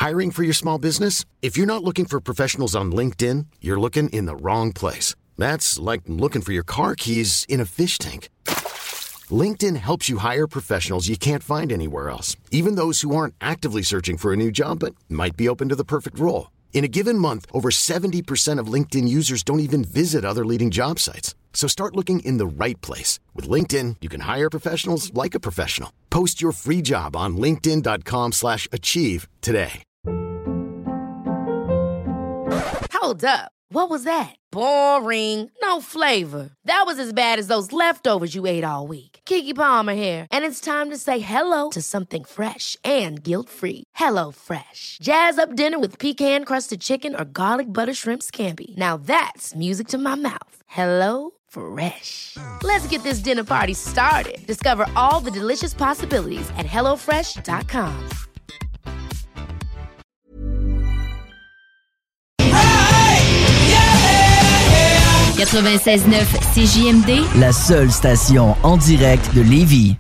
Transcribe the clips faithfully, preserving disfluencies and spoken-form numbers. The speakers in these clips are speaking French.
Hiring for your small business? If you're not looking for professionals on LinkedIn, you're looking in the wrong place. That's like looking for your car keys in a fish tank. LinkedIn helps you hire professionals you can't find anywhere else, even those who aren't actively searching for a new job but might be open to the perfect role. In a given month, over seventy percent of LinkedIn users don't even visit other leading job sites. So start looking in the right place. With LinkedIn, you can hire professionals like a professional. Post your free job on linkedin.com slash achieve today. Hold up. What was that? Boring. No flavor. That was as bad as those leftovers you ate all week. Keke Palmer here. And it's time to say hello to something fresh and guilt-free. Hello Fresh. Jazz up dinner with pecan-crusted chicken or garlic butter shrimp scampi. Now that's music to my mouth. Hello Fresh. Let's get this dinner party started. Discover all the delicious possibilities at hello fresh dot com. quatre-vingt-seize neuf C J M D, la seule station en direct de Lévis.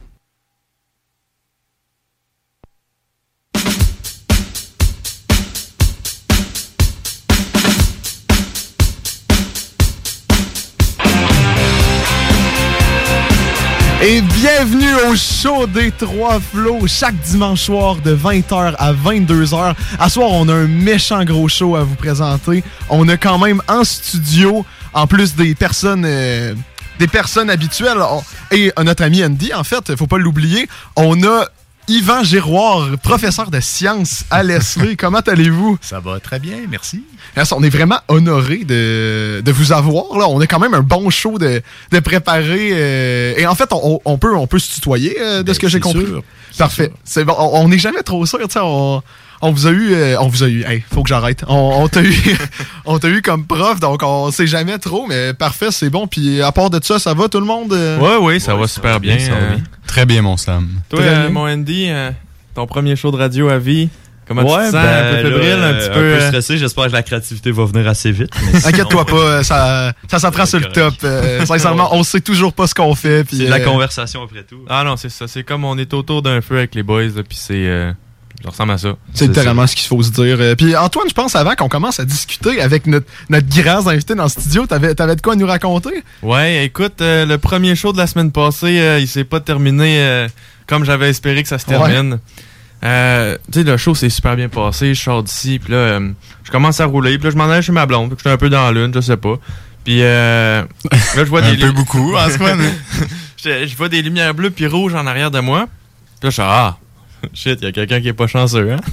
Et bienvenue au show des Trois Flots, chaque dimanche soir de vingt heures à vingt-deux heures. À soir, on a un méchant gros show à vous présenter. On a quand même en studio, en plus des personnes... Euh, des personnes habituelles, on, et euh, notre ami Andy, en fait, faut pas l'oublier, on a Yvan Giroir, professeur de sciences à Leslie. Comment allez-vous? Ça va très bien, merci. On est vraiment honorés de, de vous avoir. Là. On a quand même un bon show de, de préparer. Euh, et en fait, on, on, peut, on peut se tutoyer euh, de ben, ce que j'ai compris. Sûr, Parfait. C'est, c'est bon. On n'est jamais trop sûr. On, on vous a eu... Euh, on vous a eu... Hey, faut que j'arrête. On, on, t'a eu, on t'a eu comme prof, donc on sait jamais trop, mais parfait, c'est bon. Puis à part de ça, ça va tout le monde? Euh... Oui, oui, ça ouais, va ça super va bien. bien, ça va bien. Très bien, mon Sam. Toi, euh, mon Andy, euh, ton premier show de radio à vie, comment ouais, tu te sens? Ben, un peu fébrile, là, un petit un peu... Un peu stressé. J'espère que la créativité va venir assez vite. Inquiète-toi pas, ça, ça s'en prend sur le top. Euh, sincèrement, on sait toujours pas ce qu'on fait. Puis, c'est de euh... la conversation après tout. Ah non, c'est ça. C'est comme on est autour d'un feu avec les boys, là, puis c'est... Euh, ça ressemble à ça. C'est, c'est littéralement ça. Ce qu'il faut se dire. Euh, puis Antoine, je pense, avant qu'on commence à discuter avec notre, notre grand invité dans le studio, t'avais, t'avais de quoi nous raconter? Ouais, écoute, euh, le premier show de la semaine passée, euh, il s'est pas terminé euh, comme j'avais espéré que ça se termine. Ouais. Euh, tu sais, le show s'est super bien passé, je sors d'ici, puis là, euh, je commence à rouler, puis là, je m'en allais chez ma blonde, puis j'étais un peu dans la lune, je sais pas. Puis euh, là, je vois des... un peu beaucoup, en ce moment. je, je vois des lumières bleues puis rouges en arrière de moi. Puis là, je suis ah, shit, il y a quelqu'un qui est pas chanceux, hein?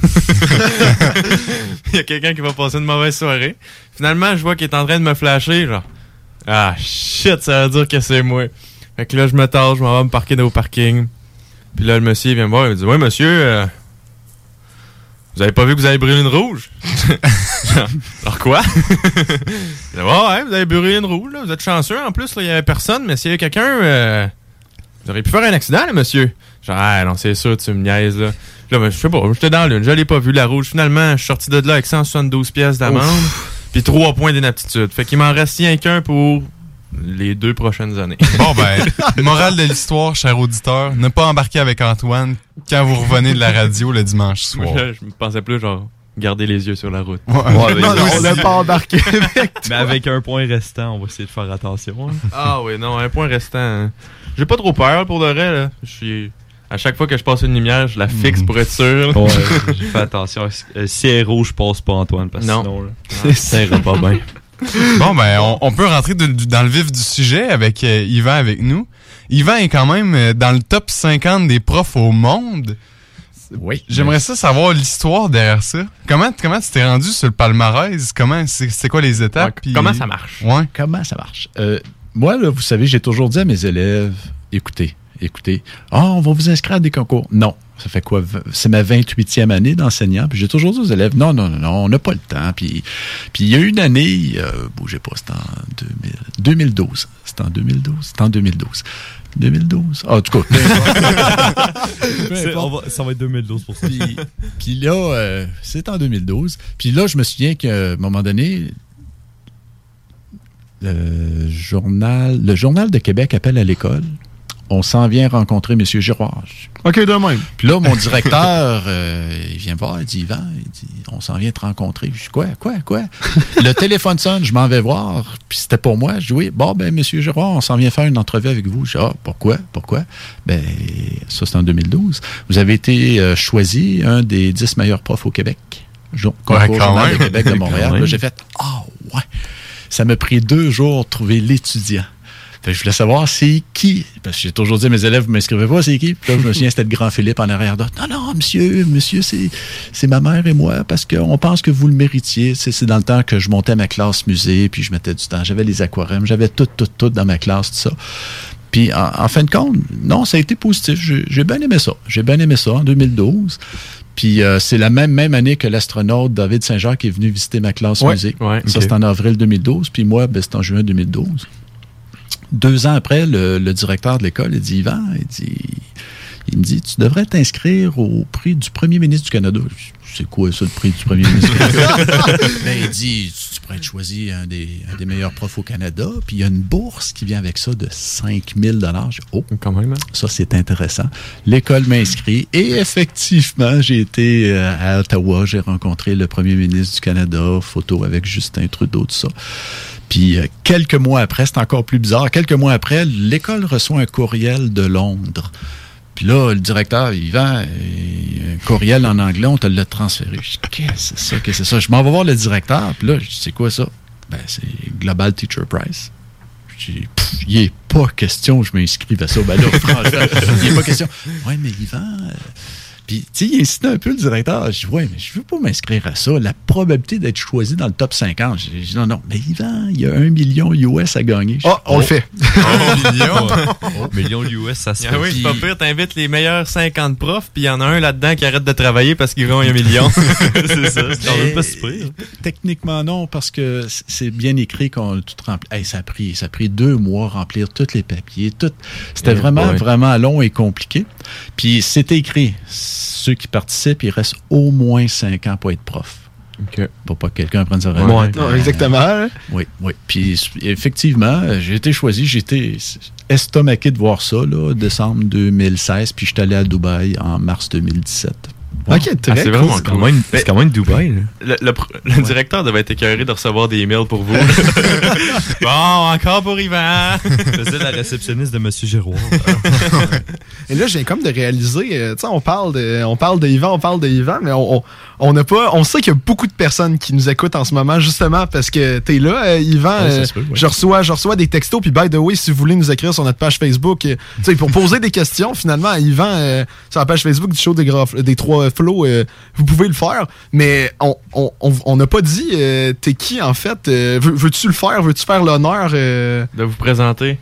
Il y a quelqu'un qui va passer une mauvaise soirée. Finalement, je vois qu'il est en train de me flasher, genre, ah, shit, ça veut dire que c'est moi. Fait que là, je me tâche, je m'en vais me parquer dans le parking. Puis là, le monsieur, il vient me voir, il me dit, ouais, monsieur, euh, vous avez pas vu que vous avez brûlé une rouge? Alors quoi? Je dis, ouais, ouais, vous avez brûlé une rouge, là. Vous êtes chanceux, en plus, il y avait personne, mais s'il y avait quelqu'un, euh, vous auriez pu faire un accident, là, monsieur. Genre, ah, non, c'est sûr, tu me niaises, là. Là, ben, je sais pas, j'étais dans l'une, je l'ai pas vu, la rouge. Finalement, je suis sorti de là avec cent soixante-douze pièces d'amende, puis trois points d'inaptitude. Fait qu'il m'en reste rien qu'un pour les deux prochaines années. Bon, ben, morale de l'histoire, cher auditeur, ne pas embarquer avec Antoine quand vous revenez de la radio le dimanche soir. Je, je me pensais plus, genre, garder les yeux sur la route. Ouais, ouais, non, non, on n'a pas embarqué avec toi. Mais avec un point restant, on va essayer de faire attention. Hein. Ah oui, non, un point restant. Hein. J'ai pas trop peur pour le vrai, là. Je suis... À chaque fois que je passe une lumière, je la fixe mmh. pour être sûr. Ouais, je fais attention. Si elle est rouge, je passe pas, Antoine, parce que non. sinon, là, ça ira pas bien. Bon, ben, on, on peut rentrer de, de, dans le vif du sujet avec euh, Yvan avec nous. Yvan est quand même euh, dans le top cinquante des profs au monde. Oui. J'aimerais ça savoir l'histoire derrière ça. Comment, comment tu t'es rendu sur le palmarès? Comment, c'est, c'est quoi les étapes? Ouais, pis... Comment ça marche? Ouais. Comment ça marche? Euh, moi, là, vous savez, j'ai toujours dit à mes élèves, écoutez, écoutez, ah, oh, on va vous inscrire à des concours. Non. Ça fait quoi? C'est ma vingt-huitième année d'enseignant. Puis j'ai toujours dit aux élèves, non, non, non, non, on n'a pas le temps. Puis puis il y a eu une année, euh, bougez pas, c'était en deux mille douze. C'était en deux mille douze? C'était en deux mille douze. deux mille douze? Ah, en tout cas. on va, ça va être deux mille douze pour ça. Puis, puis là, euh, c'est en deux mille douze. Puis là, je me souviens qu'à un moment donné, le journal, le journal de Québec appelle à l'école. on s'en vient rencontrer M. Giroir. OK, de même. Puis là, mon directeur, euh, il vient me voir, il dit, Yvan, il dit, on s'en vient te rencontrer. Je dis, quoi, quoi, quoi? Le téléphone sonne, je m'en vais voir, puis c'était pour moi. Je dis, oui, bon, ben, M. Giroir, on s'en vient faire une entrevue avec vous. Je dis, ah, pourquoi, pourquoi? Ben, ça, c'est en deux mille douze. Vous avez été euh, choisi un des dix meilleurs profs au Québec. Concours ouais, Journal de Québec de Montréal. Là, j'ai fait, ah, oh, ouais. Ça m'a pris deux jours de trouver l'étudiant. Fait que je voulais savoir c'est qui. Parce que j'ai toujours dit à mes élèves, vous ne m'inscrivez pas, c'est qui? Puis là, je me souviens, c'était le grand Philippe en arrière d'autre. Non, non, monsieur, monsieur, c'est, c'est ma mère et moi, parce qu'on pense que vous le méritiez. C'est, c'est dans le temps que je montais ma classe musée, puis je mettais du temps. J'avais les aquarelles, j'avais tout, tout, tout dans ma classe, tout ça. Puis, en, en fin de compte, non, ça a été positif. J'ai, j'ai bien aimé ça. J'ai bien aimé ça en deux mille douze. Puis, euh, c'est la même, même année que l'astronaute David Saint-Jacques qui est venu visiter ma classe ouais, musée. Ouais, ça, okay. c'est en avril deux mille douze. Puis moi, ben, c'est en juin deux mille douze. Deux ans après, le, le directeur de l'école, il dit, Yvan, il dit, il me dit, tu devrais t'inscrire au prix du premier ministre du Canada. Je dis, c'est quoi ça, le prix du premier ministre du Canada? Ben, il dit, tu pourrais être choisi un des, un des meilleurs profs au Canada, puis il y a une bourse qui vient avec ça de cinq mille dollars. Oh, quand même, hein? Ça, c'est intéressant. L'école m'inscrit et effectivement, j'ai été à Ottawa, j'ai rencontré le premier ministre du Canada, photo avec Justin Trudeau, tout ça. Puis euh, quelques mois après, c'est encore plus bizarre, quelques mois après, l'école reçoit un courriel de Londres. Puis là, le directeur, il vend un courriel en anglais, on te l'a transféré. Je dis, qu'est-ce que c'est ça, qu'est-ce que c'est ça? Je m'en vais voir le directeur, puis là, je dis, c'est quoi ça? Ben, c'est Global Teacher Prize. Je dis, il n'est pas question, je m'inscrive à ça. Ben là, franchement, il n'est pas question. Ouais, mais Yvan... Euh... Puis, tu sais, il incitait un peu le directeur. Je dis, ouais, mais je veux pas m'inscrire à ça. La probabilité d'être choisi dans le top cinquante. Je dis, non, non, mais Yvan, il y a un million U S à gagner. Oh, on oh. le fait. Un million? Oh, million U S, ça se fait. Ah oui, c'est pas pire. T'invites les meilleurs cinquante profs, puis il y en a un là-dedans qui arrête de travailler parce qu'il gagne un million. C'est ça. C'est quand même pas si pire. Techniquement, non, parce que c'est bien écrit qu'on a tout rempli. Hey, ça a pris, ça a pris deux mois remplir tous les papiers. Tout. C'était yeah, vraiment, ouais. vraiment long et compliqué. Puis, c'était écrit. Ceux qui participent, il reste au moins cinq ans pour être prof. Okay. Pour pas que quelqu'un prenne sa retraite. Ouais, non, exactement. Hein? Oui, oui. Puis effectivement, j'ai été choisi, j'ai été estomaqué de voir ça, là, décembre deux mille seize, puis je suis allé à Dubaï en mars deux mille dix-sept. Ouais. Ok, très ah, c'est cool. vraiment c'est cool. quand même, c'est quand même Dubaï. Là. Le, le, le ouais. directeur devait être écœuré de recevoir des emails pour vous. Bon, encore pour Yvan. Je faisais la réceptionniste de M. Giroir. Et là, j'ai comme de réaliser, euh, tu sais, on parle de, on parle de Yvan, on parle de Yvan, mais on, on, on n'a pas, on sait qu'il y a beaucoup de personnes qui nous écoutent en ce moment, justement parce que t'es là, euh, Yvan. Ouais, euh, peut, ouais. Je reçois, je reçois des textos, puis by the way, si vous voulez nous écrire sur notre page Facebook, euh, tu sais, pour poser des questions, finalement, Yvan, euh, sur la page Facebook du show des, gras, des trois flots, euh, vous pouvez le faire, mais on on on n'a pas dit euh, t'es qui en fait. Euh, veux, veux-tu le faire, veux-tu faire l'honneur euh... de vous présenter?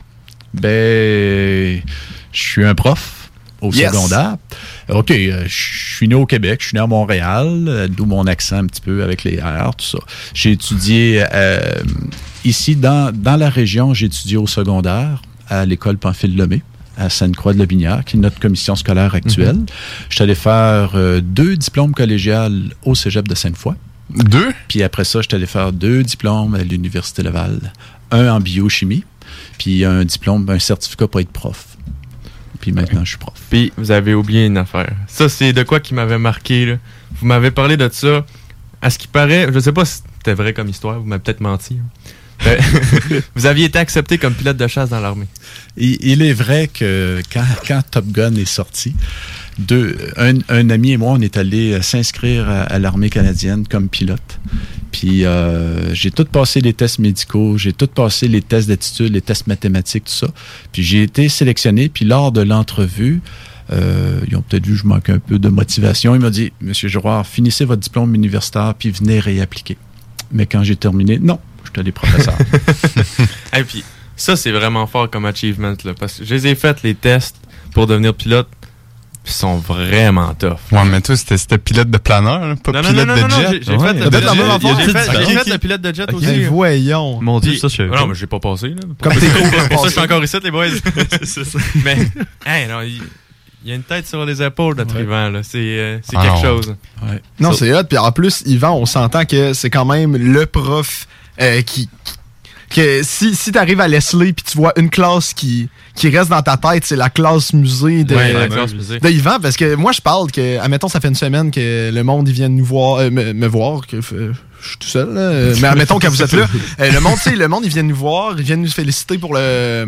Ben, je suis un prof au yes. secondaire. OK, euh, je suis né au Québec, je suis né à Montréal, euh, d'où mon accent un petit peu avec les R, tout ça. J'ai étudié euh, ici, dans, dans la région, j'ai étudié au secondaire à l'école Pamphile-Lemay, à Sainte-Croix-de-Lobinière, qui est notre commission scolaire actuelle. Mm-hmm. Je suis allé faire euh, deux diplômes collégiales au cégep de Sainte-Foy. Deux? Puis après ça, je suis allé faire deux diplômes à l'Université Laval. Un en biochimie, puis un diplôme, un certificat pour être prof. Puis maintenant, je suis prof. Puis, vous avez oublié une affaire. Ça, c'est de quoi qui m'avait marqué, là. Vous m'avez parlé de ça. À ce qui paraît, je sais pas si c'était vrai comme histoire, vous m'avez peut-être menti. Hein. Vous aviez été accepté comme pilote de chasse dans l'armée. Il, il est vrai que quand, quand Top Gun est sorti, deux, un, un ami et moi, on est allé s'inscrire à, à l'armée canadienne comme pilote. Puis euh, j'ai tout passé les tests médicaux, j'ai tout passé les tests d'attitude, les tests mathématiques, tout ça. Puis j'ai été sélectionné. Puis lors de l'entrevue, euh, ils ont peut-être vu que je manque un peu de motivation. Il m'a dit, Monsieur Giroir, finissez votre diplôme universitaire puis venez réappliquer. Mais quand j'ai terminé, non, je suis allé professeur. Et puis ça, c'est vraiment fort comme achievement, là, parce que je les ai fait les tests pour devenir pilote. Ils sont vraiment tough. Ouais, mais toi, c'était, c'était pilote de planeur, là, pas non, pilote non, non, de non, jet. J'ai, j'ai ouais, fait, le, fait la même affaire. J'ai fait, Okay. j'ai fait le pilote de jet okay. aussi. Ben, voyons. Mon Dieu, Puis, ça, je non, mais j'ai pas passé. Là, comme t'es cool. Pour ça, je suis encore ici, les boys. C'est ça. Mais, hey, non, il y a une tête sur les épaules, notre ouais. Yvan, là. C'est, euh, c'est ah quelque non. chose. Ouais. Non, ça, c'est hot. Puis en plus, Yvan, on s'entend que c'est quand même le prof euh, qui... que si, si t'arrives à Leslie puis tu vois une classe qui, qui reste dans ta tête, c'est la classe musée de, ouais, la classe musée. de Yvan, parce que moi je parle que, admettons, ça fait une semaine que le monde ils viennent nous voir, euh, me, me voir, que euh, je suis tout seul, là, mais admettons quand vous êtes là, euh, le monde, tu sais, le monde ils viennent nous voir, ils viennent nous féliciter pour le,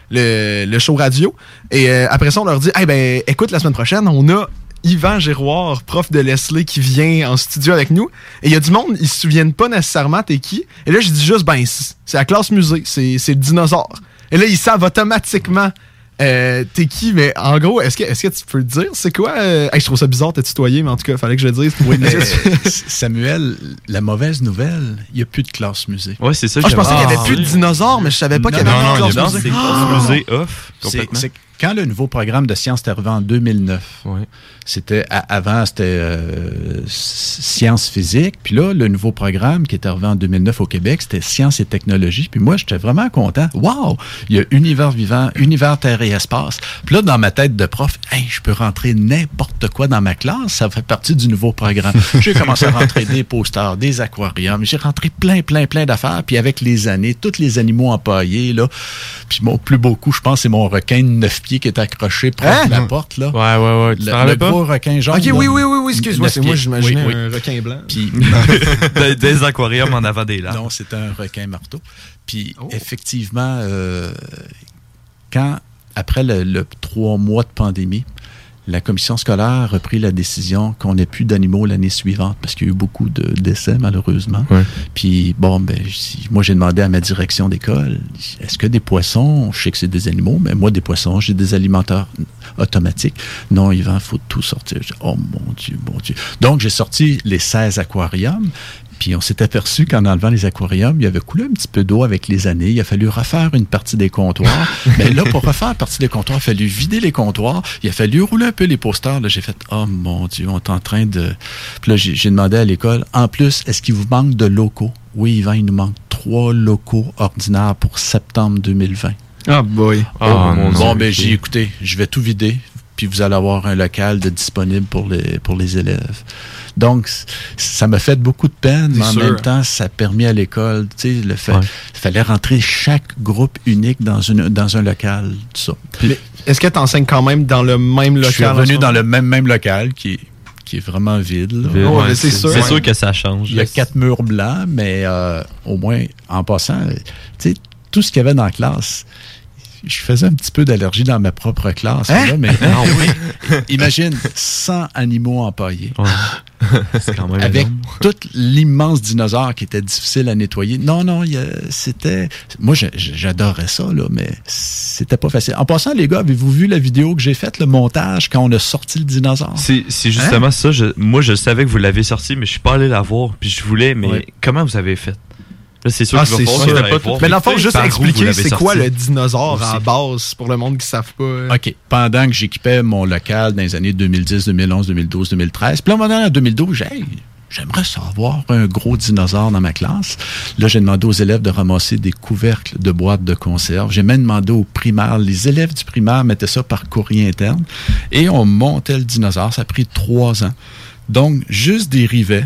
le, le show radio, et euh, après ça on leur dit, hey ben écoute, la semaine prochaine on a Yvan Giroir, prof de Leslie, qui vient en studio avec nous. Et il y a du monde, ils se souviennent pas nécessairement t'es qui. Et là, je dis juste, ben, c'est la classe musée, c'est le dinosaure. Et là, ils savent automatiquement euh, t'es qui. Mais en gros, est-ce que, est-ce que tu peux le dire? C'est quoi? Euh... Hey, je trouve ça bizarre de tutoyer, mais en tout cas, il fallait que je le dise. Oui, mais Samuel, la mauvaise nouvelle, il n'y a plus de classe musée. Ouais, c'est ça. Ah, je pensais qu'il y avait ah, plus oui. de dinosaures, mais je savais pas qu'il y avait non, plus non, de classe il y a musée. C'est classe musée off, complètement. C'est quand le nouveau programme de sciences est arrivé en deux mille neuf. Ouais. C'était à, avant c'était euh, sciences physiques, puis là le nouveau programme qui est arrivé en deux mille neuf au Québec, c'était sciences et technologies. Puis moi j'étais vraiment content. Waouh, il y a univers vivant, univers terre et espace. Puis là dans ma tête de prof, hey, je peux rentrer n'importe quoi dans ma classe, ça fait partie du nouveau programme. J'ai commencé à rentrer des posters, des aquariums, j'ai rentré plein plein plein d'affaires. Puis avec les années, tous les animaux empaillés là. Puis mon plus beau coup, je pense, c'est mon requin de neuf pieds qui est accroché proche Hein? de la porte là. Ouais, ouais, ouais. Tu Le, t'en rappelles le pas? gros requin jaune. Ok, là. oui, oui, oui, oui, excuse-moi, Neuf c'est moi, pieds. j'imaginais Oui, oui. un requin blanc. Puis des, des aquariums en avant des lacs. non, c'est un requin marteau. Puis Oh. effectivement, euh, quand après le, le trois mois de pandémie, la commission scolaire a pris la décision qu'on n'ait plus d'animaux l'année suivante parce qu'il y a eu beaucoup de décès, malheureusement. Ouais. Puis, bon, ben, si- moi, j'ai demandé à ma direction d'école, est-ce que des poissons, je sais que c'est des animaux, mais moi, des poissons, j'ai des alimenteurs automatiques. Non, Yvan, il faut tout sortir. J'ai dit, oh mon Dieu, mon Dieu. Donc, j'ai sorti les seize aquariums. Puis on s'est aperçu qu'en enlevant les aquariums, il y avait coulé un petit peu d'eau avec les années. Il a fallu refaire une partie des comptoirs. Mais là, pour refaire une partie des comptoirs, il a fallu vider les comptoirs. Il a fallu rouler un peu les posters. Là, j'ai fait, oh mon Dieu, on est en train de... Puis là, j'ai, j'ai demandé à l'école, en plus, est-ce qu'il vous manque de locaux? Oui, Yvan, il nous manque trois locaux ordinaires pour septembre deux mille vingt. Ah, boy. Oh, Bon, mon Dieu. ben, j'ai écouté, je vais tout vider. Puis vous allez avoir un local de disponible pour les, pour les élèves. Donc, c- ça m'a fait beaucoup de peine, mais en sûr. même temps, ça a permis à l'école, tu sais, le fait, Ouais. il fallait rentrer chaque groupe unique dans, une, dans un local, tout ça. Mais est-ce que tu enseignes quand même dans le même local? Je suis revenu dans le même, même local qui est, qui est vraiment vide. là. Vide. Oh, Ouais, mais c'est c'est- sûr. C'est Ouais. sûr que ça change. Il y a quatre murs blancs, mais euh, au moins, en passant, tu sais, tout ce qu'il y avait dans la classe, je faisais un petit peu d'allergie dans ma propre classe. Hein? Là, mais non, oui. Imagine cent animaux empaillés. Ouais. C'est quand même Avec énorme. tout l'immense dinosaure qui était difficile à nettoyer. Non, non, il y a- c'était... Moi, je- je- j'adorais ça, là, mais c'était pas facile. En passant, les gars, avez-vous vu la vidéo que j'ai faite, le montage, quand on a sorti le dinosaure? C'est c'est justement ça. Je- moi, je savais que vous l'avez sorti, mais je suis pas allé la voir. Puis je voulais, mais Ouais. comment vous avez fait? Là, c'est sûr Ah, qu'il va c'est falloir sûr. que j'aille voir. Mais dans le fond, juste Par où vous expliquer l'avez c'est quoi sorti. le dinosaure Aussi. à base pour le monde qui ne savent pas. OK. Pendant que j'équipais mon local dans les années deux mille dix, deux mille onze, deux mille douze, deux mille treize, puis là, maintenant, en deux mille douze, j'ai hey, j'aimerais savoir un gros dinosaure dans ma classe. Là, j'ai demandé aux élèves de ramasser des couvercles de boîtes de conserve. J'ai même demandé aux primaires. Les élèves du primaire mettaient ça par courrier interne et on montait le dinosaure. Ça a pris trois ans. Donc, juste des rivets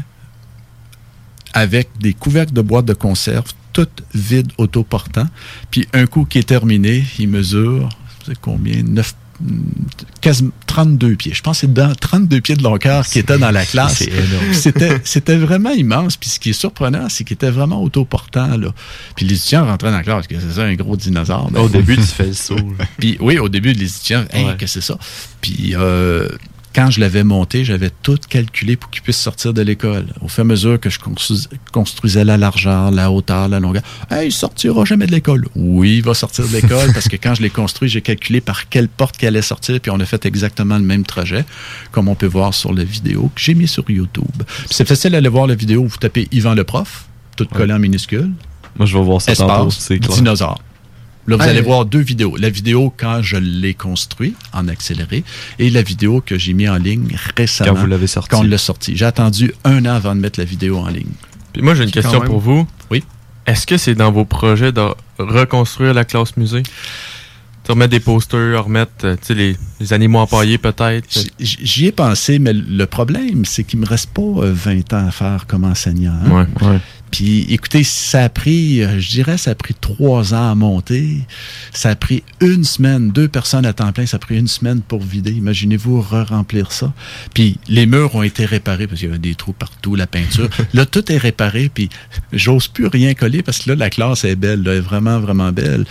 avec des couvercles de boîtes de conserve, toutes vides, autoportants. Puis un coup qui est terminé, il mesure, c'est combien? neuf, quasiment trente-deux pieds. Je pense que c'est dans trente-deux pieds de longueur qui était dans la classe. C'est énorme. C'était, c'était vraiment immense. Puis ce qui est surprenant, c'est qu'il était vraiment autoportant. Là. Puis les étudiants rentraient dans la classe, que c'est ça, un gros dinosaure. Ben, Au début, tu fais le saut. là. puis oui, au début, les étudiants, hey, Ouais. qu'est-ce que c'est ça? Puis euh, quand je l'avais monté, j'avais tout calculé pour qu'il puisse sortir de l'école. Au fur et à mesure que je construis- construisais la largeur, la hauteur, la longueur, hey, il sortira jamais de l'école. Oui, il va sortir de l'école parce que quand je l'ai construit, j'ai calculé par quelle porte qu'il allait sortir, puis on a fait exactement le même trajet, comme on peut voir sur la vidéo que j'ai mis sur YouTube. Puis c'est facile d'aller voir la vidéo, vous tapez Yvan le prof, tout collé en minuscule, Moi, je vais voir ça tantôt, espace, c'est clair. dinosaure. Là, vous Ah, allez euh, voir deux vidéos. La vidéo quand je l'ai construit en accéléré et la vidéo que j'ai mis en ligne récemment Quand vous l'avez sorti. quand on l'a sorti. J'ai attendu un an avant de mettre la vidéo en ligne. Puis moi, j'ai une Puis quand question même. pour vous. Oui. Est-ce que c'est dans vos projets de reconstruire la classe musée? Tu remettre des posters, remettre euh, tu sais, les, les animaux empaillés peut-être? J- J'y ai pensé, mais le problème, c'est qu'il me reste pas euh, vingt ans à faire comme enseignant. hein. Ouais, ouais. Puis, écoutez, ça a pris, euh, je dirais, ça a pris trois ans à monter. Ça a pris une semaine, deux personnes à temps plein, ça a pris une semaine pour vider. Imaginez-vous re-remplir ça. Puis, les murs ont été réparés parce qu'il y avait des trous partout, la peinture. Là, tout est réparé, puis j'ose plus rien coller parce que là, la classe est belle, là, elle est vraiment, vraiment belle.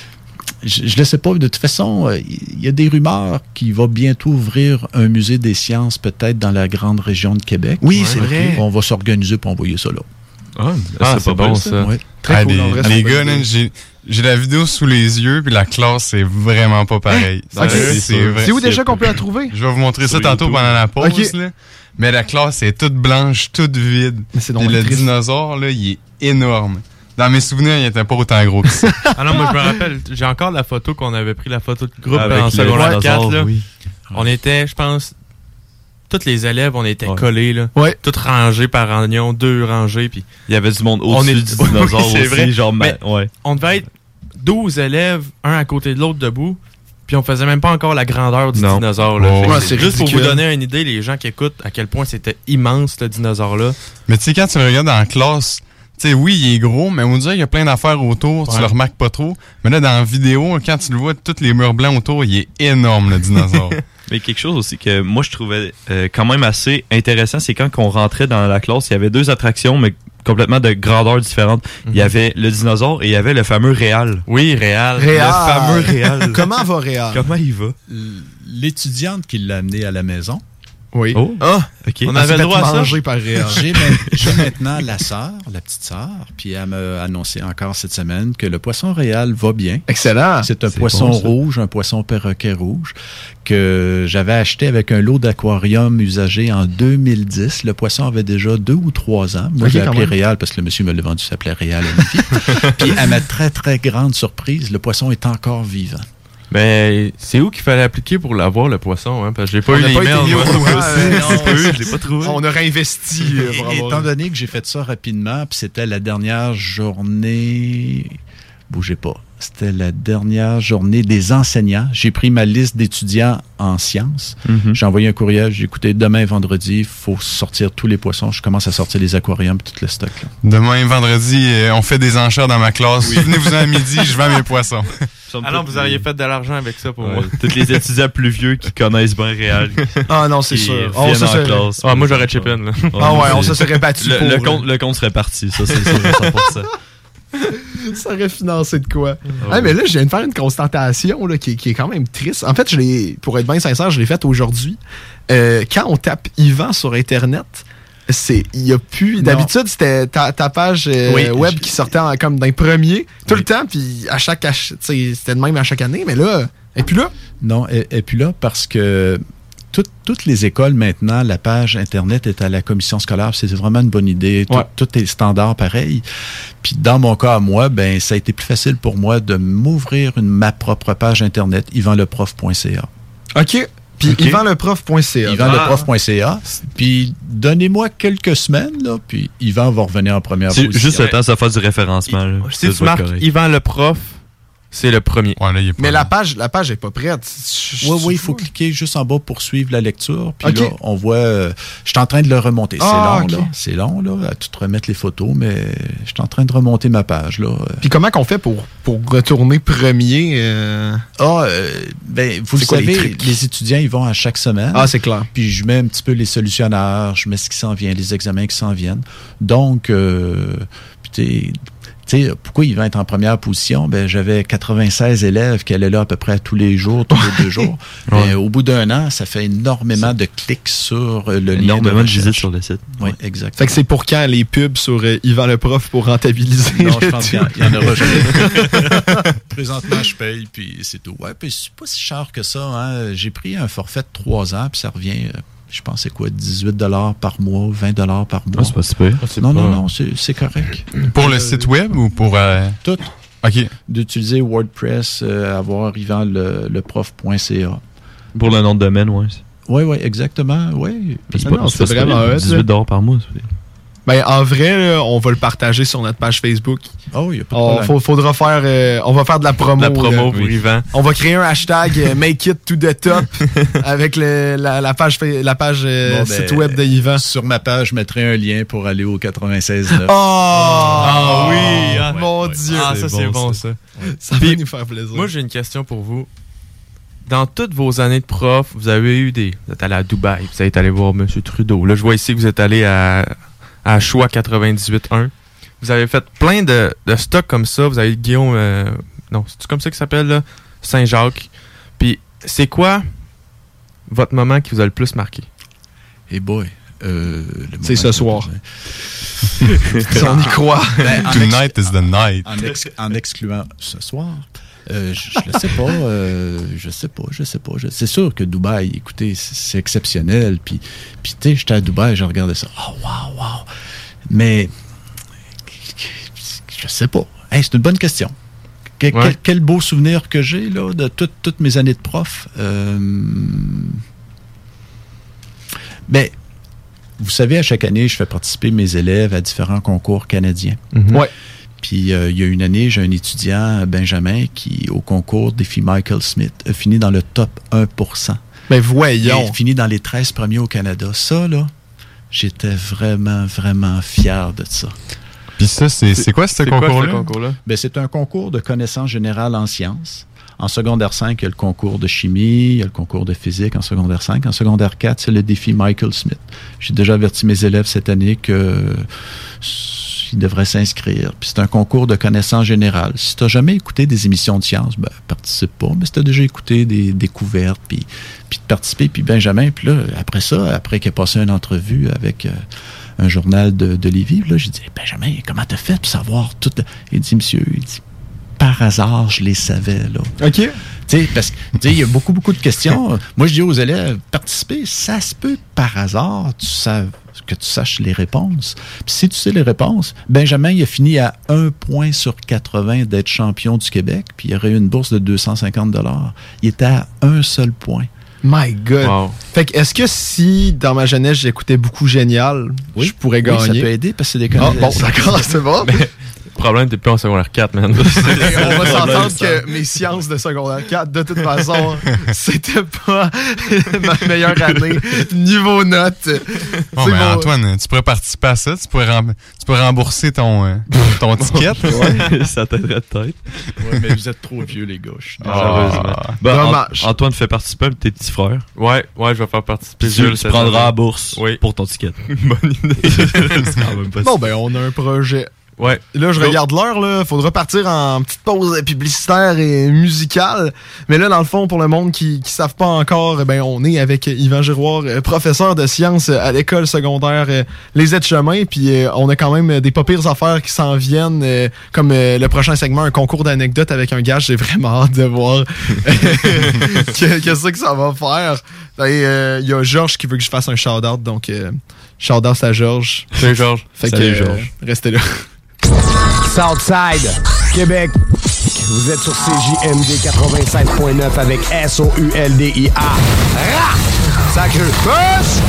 Je ne le sais pas. De toute façon, il euh, y a des rumeurs qu'il va bientôt ouvrir un musée des sciences, peut-être dans la grande région de Québec. Oui, ouais, c'est okay. vrai. On va s'organiser pour envoyer ça là. Ah, ah c'est, c'est pas bon, ça. ça. Ouais. Très ah, cool. Les, les gars, là, j'ai, j'ai la vidéo sous les yeux, puis la classe, c'est vraiment pas pareil. Hein? Okay. C'est, c'est, vrai. C'est où déjà qu'on peut la trouver? Je vais vous montrer ça tantôt YouTube. Pendant la pause. Okay. Là. Mais la classe est toute blanche, toute vide. Mais c'est puis le triste. Dinosaure, là, il est énorme. Dans mes souvenirs, il était pas autant gros que ça. Ah non, moi je me rappelle, j'ai encore la photo qu'on avait pris, la photo de groupe en secondaire quatre. Là. Oui. On était, je pense, tous les élèves, on était ouais. collés, là. Ouais. Tous rangés par rangons, deux rangées. Puis il y avait du monde au-dessus est... du dinosaure oui, c'est aussi. Vrai. Genre, mais ouais. On devait être douze élèves, un à côté de l'autre debout. Puis on faisait même pas encore la grandeur du non. dinosaure. Là. Oh. Ouais, c'est juste ridicule. Pour vous donner une idée, les gens qui écoutent, à quel point c'était immense, ce dinosaure-là. Mais tu sais, quand tu le regardes en classe... Tu sais, oui, il est gros, mais on dirait qu'il y a plein d'affaires autour, ouais. Tu le remarques pas trop. Mais là, dans la vidéo, quand tu le vois, tous les murs blancs autour, il est énorme, le dinosaure. Mais quelque chose aussi que moi, je trouvais euh, quand même assez intéressant, c'est quand on rentrait dans la classe, il y avait deux attractions, mais complètement de grandeur différentes. Mm-hmm. Il y avait le dinosaure et il y avait le fameux Réal. Oui, Réal. Réal. Le fameux Réal. Comment va Réal? Comment il va? L'étudiante qui l'a amené à la maison. Oui. Oh. Ah, okay. On avait le droit à ça. Par Réal. J'ai, j'ai maintenant la sœur, la petite sœur, puis elle m'a annoncé encore cette semaine que le poisson Réal va bien. Excellent. C'est un C'est poisson bon, rouge, un poisson perroquet rouge, que j'avais acheté avec un lot d'aquarium usagé en deux mille dix. Le poisson avait déjà deux ou trois ans. Moi, okay, j'ai appelé Réal parce que le monsieur me l'a vendu, s'appelait Réal à Lévis. Puis à ma très, très grande surprise, le poisson est encore vivant. Mais c'est où qu'il fallait appliquer pour l'avoir, le poisson? Hein? Parce que j'ai pas on eu l'email. Je l'ai pas trouvé. On a réinvesti. Euh, pour et, avoir... Étant donné que j'ai fait ça rapidement, puis c'était la dernière journée... Bougez pas. C'était la dernière journée des enseignants. J'ai pris ma liste d'étudiants en sciences. Mm-hmm. J'ai envoyé un courriel. J'ai écouté demain, vendredi, il faut sortir tous les poissons. Je commence à sortir les aquariums et tout le stock. Là. Demain, vendredi, on fait des enchères dans ma classe. Oui. Venez-vous à midi, je vends mes poissons. Alors, vous auriez fait de l'argent avec ça pour ouais. moi. Tous les étudiants plus vieux qui connaissent bien Réal. Ah non, c'est sûr. On se serait... classe, ah, moi, j'aurais chip in. Là. Ah ouais, on se serait battu le, pour. Le compte, le compte serait parti, ça, c'est sûr, cent pour cent. Ça aurait financé de quoi? Oh. Ah, mais là, je viens de faire une constatation là, qui, qui est quand même triste. En fait, je l'ai, pour être bien sincère, je l'ai faite aujourd'hui. Euh, quand on tape Yvan sur Internet, c'est il y a plus non. D'habitude c'était ta, ta page euh, oui, web je... qui sortait en, comme d'un premier tout oui. le temps puis à chaque tu sais c'était de même à chaque année mais là et puis là non et, et puis là parce que tout, toutes les écoles maintenant la page internet est à la commission scolaire c'est vraiment une bonne idée tout, ouais. tout est standard pareil puis dans mon cas à moi ben ça a été plus facile pour moi de m'ouvrir une ma propre page internet yvan le prof point c a. OK. Puis okay. yvan le prof point c a. yvan le prof point c a. Puis donnez-moi quelques semaines, là, puis Yvan va revenir en première c'est position. Juste le temps, ça fait du référencement. Là. Si tu marques Yvan le prof, c'est le premier. Ouais, là, il est mais la page, la page est pas prête. Oui, oui, il faut cliquer juste en bas pour suivre la lecture. Puis okay. là, on voit... Euh, je suis en train de le remonter. C'est ah, long, okay. là. C'est long, là, à tout remettre les photos, mais je suis en train de remonter ma page, là. Puis comment qu'on fait pour, pour retourner premier? Euh... Ah, euh, ben, vous c'est le quoi, savez, les, les étudiants, ils vont à chaque semaine. Ah, c'est clair. Puis je mets un petit peu les solutionnaires, je mets ce qui s'en vient, les examens qui s'en viennent. Donc, euh, puis t'es... Tu sais, pourquoi il va être en première position? Ben, j'avais quatre-vingt-seize élèves qui allaient là à peu près tous les jours, tous les deux jours. Ouais. Mais au bout d'un an, ça fait énormément c'est... de clics sur le lien. Énormément de visites sur le site. Oui, ouais. Exactement. Fait que c'est pour quand les pubs sur euh, Yvan le prof pour rentabiliser? Non, je pense qu'il y en aura jamais. Présentement, je paye, puis c'est tout. Ouais, puis c'est pas si cher que ça. Hein. J'ai pris un forfait de trois ans, puis ça revient... Euh, je pense c'est quoi, dix-huit dollars par mois, vingt dollars par mois. Ah, c'est pas si pire. Ah, c'est non, pas... non, non, c'est, c'est correct. Pour le euh, site web ou pour... Euh... Tout. OK. D'utiliser WordPress, euh, avoir Yvan le, le prof point c a. Pour le nom de domaine, oui. Oui, oui, exactement, oui. C'est, pas, non, c'est, c'est vraiment hot. dix-huit dollars par mois. Ben, en vrai, là, on va le partager sur notre page Facebook. Oh, il n'y a pas de On, problème. faut- faudra faire, euh, on va faire de la promo. La promo là. pour Oui. Yvan. On va créer un hashtag euh, Make It to the Top avec le- la, la page, fa- la page euh, Bon, ben, site web de Yvan. Sur ma page, je mettrai un lien pour aller au quatre-vingt-seize neuf. Oh! Ah oui, ah, mon ouais, Dieu! Ah, ça, c'est bon, ça. Ça va Puis, nous faire plaisir. Moi, j'ai une question pour vous. Dans toutes vos années de prof, vous avez eu des... Vous êtes allé à Dubaï, vous êtes allé voir M. Trudeau. Là, je vois ici que vous êtes allé à, à Choix quatre-vingt-dix-huit un. Vous avez fait plein de, de stocks comme ça. Vous avez Guillaume... euh, non, c'est comme ça qu'il s'appelle, là? Saint-Jacques. Puis, c'est quoi votre moment qui vous a le plus marqué? Hey boy. Euh, le C'est moment- ce soir. Si on y croit. Ben, en Tonight is the night. En, ex- en excluant ce soir, euh, je je le sais pas, euh, je sais pas, je sais pas. je- C'est sûr que Dubaï, écoutez, c'est c'est exceptionnel. Puis, puis tu sais, j'étais à Dubaï, je regardais ça. Oh, wow, wow. Mais, je sais pas. Hey, c'est une bonne question. Que- Ouais. quel, quel beau souvenir que j'ai là de tout- toutes mes années de prof. Euh, ben, vous savez, à chaque année, je fais participer mes élèves à différents concours canadiens. Ouais. Puis euh, il y a une année, j'ai un étudiant, Benjamin, qui, au concours défi Michael Smith, a fini dans le top un pour cent. Ben Il voyons. a fini dans les treize premiers au Canada. Ça, là, j'étais vraiment, vraiment fier de ça. Puis ça, c'est c'est quoi ce C'est quoi, ce concours-là? concours-là? Ben, c'est un concours de connaissances générales en sciences. En secondaire cinq, il y a le concours de chimie, il y a le concours de physique en secondaire cinq. En secondaire quatre, c'est le défi Michael Smith. J'ai déjà averti mes élèves cette année que ils devraient s'inscrire. Puis c'est un concours de connaissances générales. Si tu n'as jamais écouté des émissions de sciences, ben, participe pas. Mais si tu as déjà écouté des découvertes, puis, puis de participer, puis Benjamin, puis là, après ça, après qu'il a passé une entrevue avec... Euh, un journal de, de Lévis, là, j'ai dit, Benjamin, comment t'as fait pour savoir tout? Il dit, monsieur, il dit, par hasard, je les savais, là. OK. Tu sais, parce que, tu sais, il y a beaucoup, beaucoup de questions. Moi, je dis aux élèves, participer, ça se peut par hasard, tu sais, que tu saches les réponses. Puis si tu sais les réponses, Benjamin, il a fini à un point sur quatre-vingts d'être champion du Québec, puis il aurait eu une bourse de deux cent cinquante dollars. Il était à un seul point. My God. Wow. Fait que est-ce que si, dans ma jeunesse, j'écoutais beaucoup Génial, je pourrais Oui, ça peut gagner? aider, parce que c'est des Ah, connaissances. bon, d'accord, c'est bon. Le problème, t'es plus en secondaire quatre, man. Et on va s'entendre que mes sciences de secondaire quatre, de toute façon, c'était pas ma meilleure année. Niveau notes. Bon, C'est ben, bon. Antoine, tu pourrais participer à ça. Tu pourrais, rem- tu pourrais rembourser ton, euh, ton ticket. Ouais, ça t'aiderait peut-être. Ouais, mais vous êtes trop vieux, les gars. Je suis désolé. Malheureusement. Ben, An- Dommage. Antoine fait participer avec tes petits frères. Ouais, ouais, je vais faire participer Puis tu, Jules tu cette prendras année. la bourse Oui. pour ton ticket. Bonne idée. C'est quand même pas Bon, ben, on a un projet. Ouais. Là, je Go. regarde l'heure, là. Faudra partir en petite pause publicitaire et musicale. Mais là, dans le fond, pour le monde qui ne savent pas encore, eh ben, on est avec Yvan Giroir, euh, professeur de sciences à l'école secondaire euh, Les Aides-Chemins. Puis euh, on a quand même des pas pires affaires qui s'en viennent, euh, comme euh, le prochain segment, un concours d'anecdotes avec un gage. J'ai vraiment hâte de voir que- qu'est-ce que ça va faire. Et euh, il y a Georges qui veut que je fasse un shout-out. Donc, euh, shout-out à Georges. Salut, Georges. Fait Salut, que, euh, Georges. restez là. Southside, Québec. Vous êtes sur C J M D quatre-vingt-seize point neuf avec S O U L D I A. Ra! Sacré push!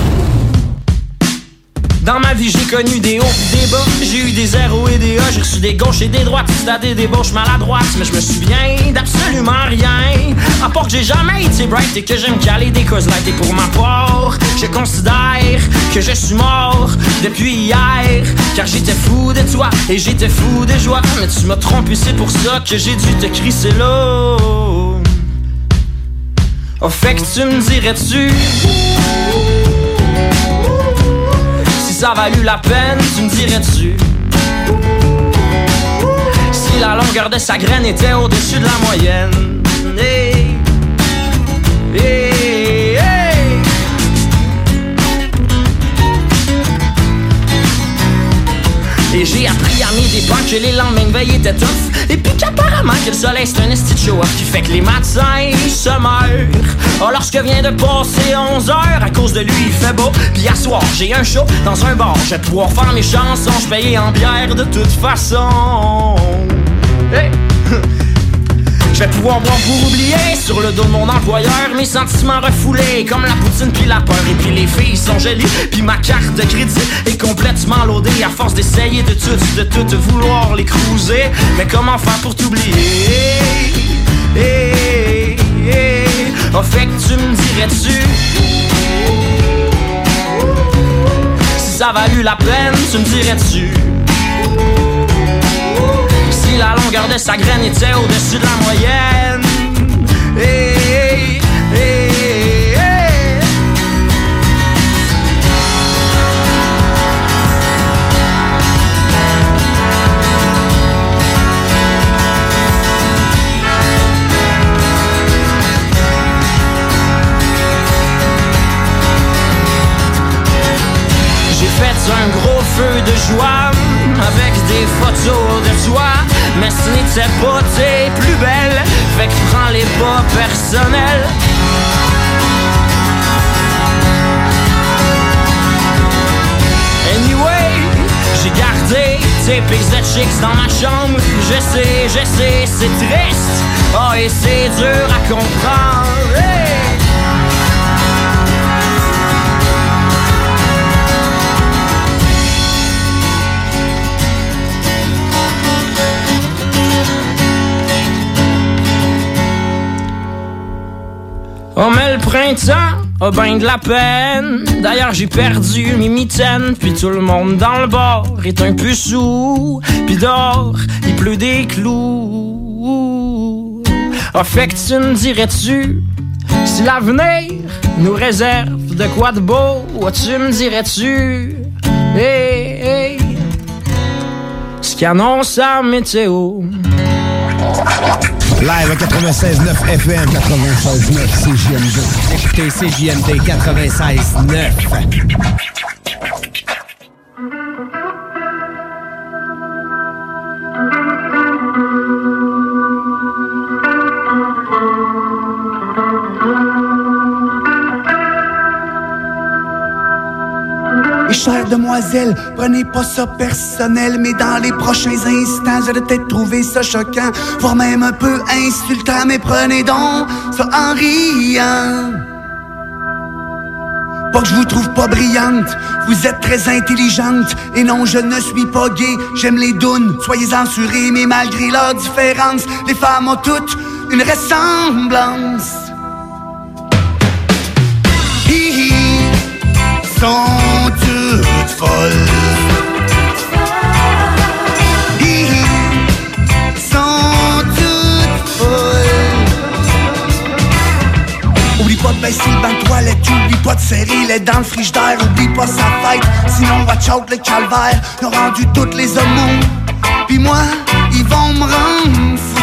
Dans ma vie, j'ai connu des hauts pis des bas. J'ai eu des zéros et des A. J'ai reçu des gauches et des droites. C'était des débauches maladroites. Mais je me souviens d'absolument rien. À part que j'ai jamais été bright et que j'aime caler des causes light. Et pour ma part, je considère que je suis mort depuis hier. Car j'étais fou de toi et j'étais fou de joie. Mais tu m'as trompé, c'est pour ça que j'ai dû te crisser là. Oh, fait que tu me dirais-tu ça a valu la peine, tu me dirais-tu? Si la longueur de sa graine était au-dessus de la moyenne. Hey, hey, hey. Et j'ai appris à mes dépens que les lendemains de veille étaient tough. Et puis qu'apparemment que le soleil c'est un esti de show-off qui fait que les matins se meurent. Oh, lorsque vient de passer onze heures, à cause de lui il fait beau. Puis à soir j'ai un show dans un bar. Je vais pouvoir faire mes chansons, je paye en bière de toute façon. Hey! Je vais pouvoir boire pour oublier sur le dos de mon employeur mes sentiments refoulés comme la poutine puis la peur. Et puis les filles sont jolies puis ma carte de crédit est complètement loadée à force d'essayer de tout, de tout vouloir les cruiser. Mais comment faire pour t'oublier? Hey, hey, oh, fait que tu me dirais-tu si ça valut la peine, tu me dirais-tu si la longueur de sa graine était au-dessus de la moyenne? Hey, hey, hey, hey. J'ai fait un gros feu de joie avec des photos de toi, mais ce n'était pas tes plus belles, fait que prends-les pas personnels. Anyway, j'ai gardé tes pics de chicks dans ma chambre. Je sais, je sais, c'est triste, oh et c'est dur à comprendre. Hey! Oh mais le printemps a ben de la peine. D'ailleurs j'ai perdu mes mitaines. Puis tout le monde dans le bar est un peu sous. Puis dehors il pleut des clous. Oh fait que tu me dirais-tu si l'avenir nous réserve de quoi de beau? Oh tu me dirais-tu hey, hey, ce qu'annonce la météo? Live à quatre-vingt-seize neuf F M, quatre-vingt-seize neuf C J M D. Écoutez C J M D quatre-vingt-seize neuf. Et chère demoiselle, prenez pas ça personnel, mais dans les prochains instants, vous allez peut-être trouver ça choquant, voire même un peu insultant, mais prenez donc ça en riant. Pas que je vous trouve pas brillante, vous êtes très intelligente, et non je ne suis pas gay, j'aime les dounes, soyez assurés, mais malgré leurs différences, les femmes ont toutes une ressemblance. Hi hi, sont toutes folles. Hi hi, sont toutes folles. Oublie pas de baisser le banc de toilette, oublie pas de serrer les dents le frigidaire, oublie pas sa fête, sinon watch out le calvaire. Ils ont rendu toutes les homos, pis moi, ils vont me rendre fou.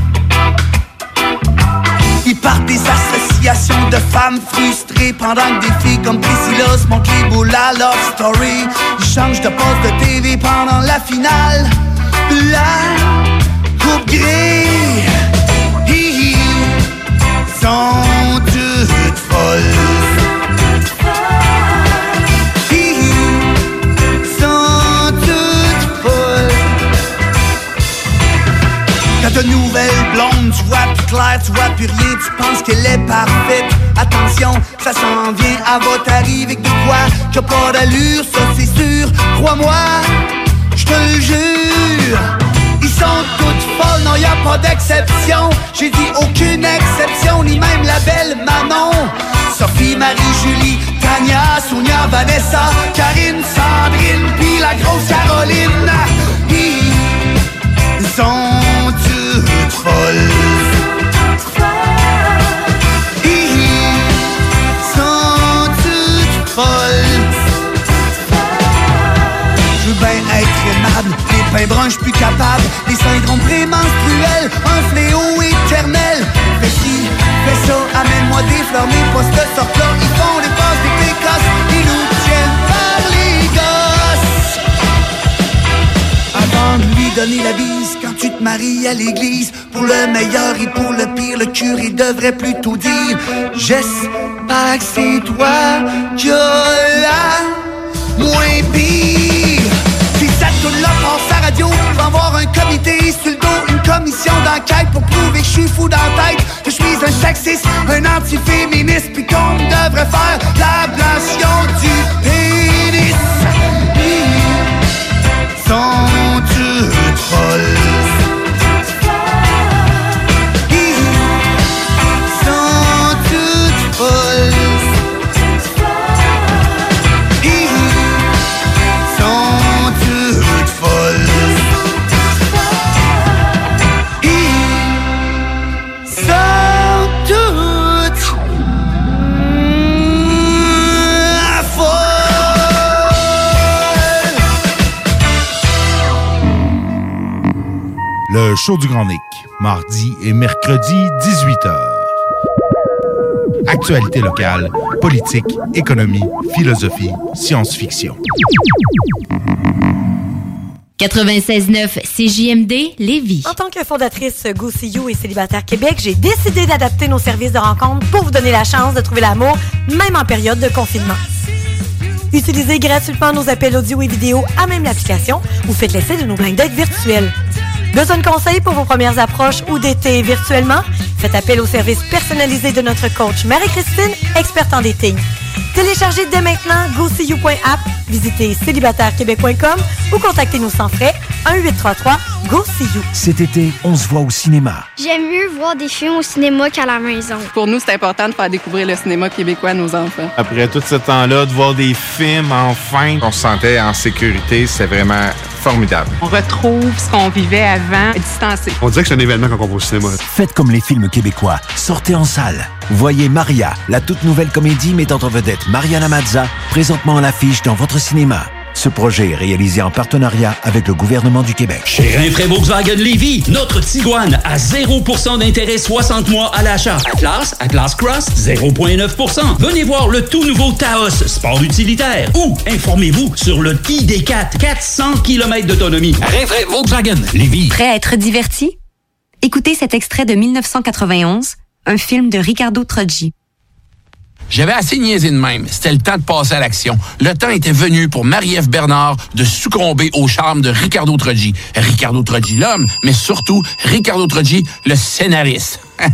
Ils partent des associations de femmes frustrées pendant que des filles comme Priscilla se montrent les boules à Love Story. Ils changent de poste de T V pendant la finale de la Coupe Grey. Hi hi, sont toutes folles. Hi hi, sont toutes folles. Quand de nouvelles blondes, tu vois plus clair, tu vois plus rien, tu penses qu'elle est parfaite. Attention, ça s'en vient, elle va t'arriver avec de quoi qu'a pas d'allure, ça c'est sûr. Crois-moi, je te le jure. Ils sont toutes folles, non y'a pas d'exception. J'ai dit aucune exception, ni même la belle Manon. Sophie, Marie, Julie, Tania, Sonia, Vanessa, Karine, Sandrine, puis la grosse Caroline. Ils sont toutes folles. Ils sont toutes folles. Je veux bien être aimable, les pains bruns, j'suis plus capable. Les syndromes prémenstruels, un fléau éternel. Fais ci, fais ça, amène-moi des fleurs, mais pas de cette sorte-là. Ils font des passes, des pécosses, ils nous tiennent par les gosses. Avant de lui donner la bise, quand tu te maries à l'église, pour le meilleur et pour le pire, le curé devrait plutôt dire: j'espère que c'est toi qui as la moins pire. Si cette toune-là passe à radio, je vais avoir un comité sur le dos, une commission d'enquête pour prouver que je suis fou sexiste, un anti-féministe, pis qu'on devrait faire l'ablation du pénis. Ils sont toutes folles. Ils sont toutes folles. Le show du Grand Nick, mardi et mercredi, dix-huit heures. Actualité locale, politique, économie, philosophie, science-fiction. quatre-vingt-seize neuf C J M D Lévis. En tant que fondatrice Go See You et Célibataire Québec, j'ai décidé d'adapter nos services de rencontre pour vous donner la chance de trouver l'amour, même en période de confinement. Utilisez gratuitement nos appels audio et vidéo à même l'application ou faites l'essai de nos blind dates virtuels. Besoin de conseils pour vos premières approches ou d'été virtuellement? Faites appel au service personnalisé de notre coach Marie-Christine, experte en dating. Téléchargez dès maintenant go see you point app, visitez célibataire québec point com ou contactez-nous sans frais un huit trois trois go see you. Cet été, on se voit au cinéma. J'aime mieux voir des films au cinéma qu'à la maison. Pour nous, c'est important de faire découvrir le cinéma québécois à nos enfants. Après tout ce temps-là, de voir des films, enfin, on se sentait en sécurité, c'est vraiment formidable. On retrouve ce qu'on vivait avant, distancé. On dirait que c'est un événement quand on va au cinéma. Faites comme les films québécois. Sortez en salle. Voyez Maria, la toute nouvelle comédie mettant en vedette Mariana Mazza, présentement à l'affiche dans votre cinéma. Ce projet est réalisé en partenariat avec le gouvernement du Québec. Chez Rinfraie Volkswagen Lévis, notre Tiguan à zéro pour cent d'intérêt soixante mois à l'achat. Atlas, Atlas Cross, zéro virgule neuf pour cent. Venez voir le tout nouveau Taos, sport utilitaire. Ou informez-vous sur le I D quatre, quatre cents kilomètres d'autonomie. Rinfraie Volkswagen Lévis. Prêt à être diverti? Écoutez cet extrait de mille neuf cent quatre-vingt-onze, un film de Riccardo Troggi. J'avais assez niaisé de même. C'était le temps de passer à l'action. Le temps était venu pour Marie-Ève Bernard de succomber au charme de Riccardo Troggi. Riccardo Troggi, l'homme, mais surtout Riccardo Troggi, le scénariste.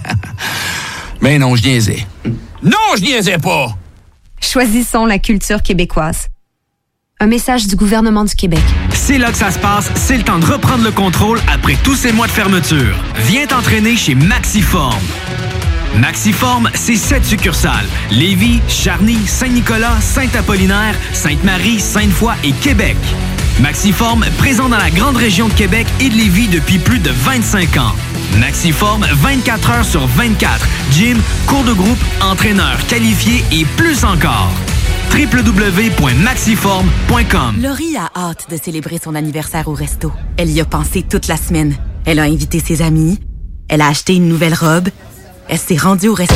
Ben non, je niaisais. Non, je niaisais pas! Choisissons la culture québécoise. Un message du gouvernement du Québec. C'est là que ça se passe. C'est le temps de reprendre le contrôle après tous ces mois de fermeture. Viens t'entraîner chez Maxiform. Maxiform, c'est sept succursales. Lévis, Charny, Saint-Nicolas, Saint-Apollinaire, Sainte-Marie, Sainte-Foy et Québec. Maxiform, présent dans la grande région de Québec et de Lévis depuis plus de vingt-cinq ans. Maxiform, vingt-quatre heures sur vingt-quatre. Gym, cours de groupe, entraîneur qualifié et plus encore. w w w point maxiform point com. Laurie a hâte de célébrer son anniversaire au resto. Elle y a pensé toute la semaine. Elle a invité ses amis. Elle a acheté une nouvelle robe. Elle s'est rendue au resto.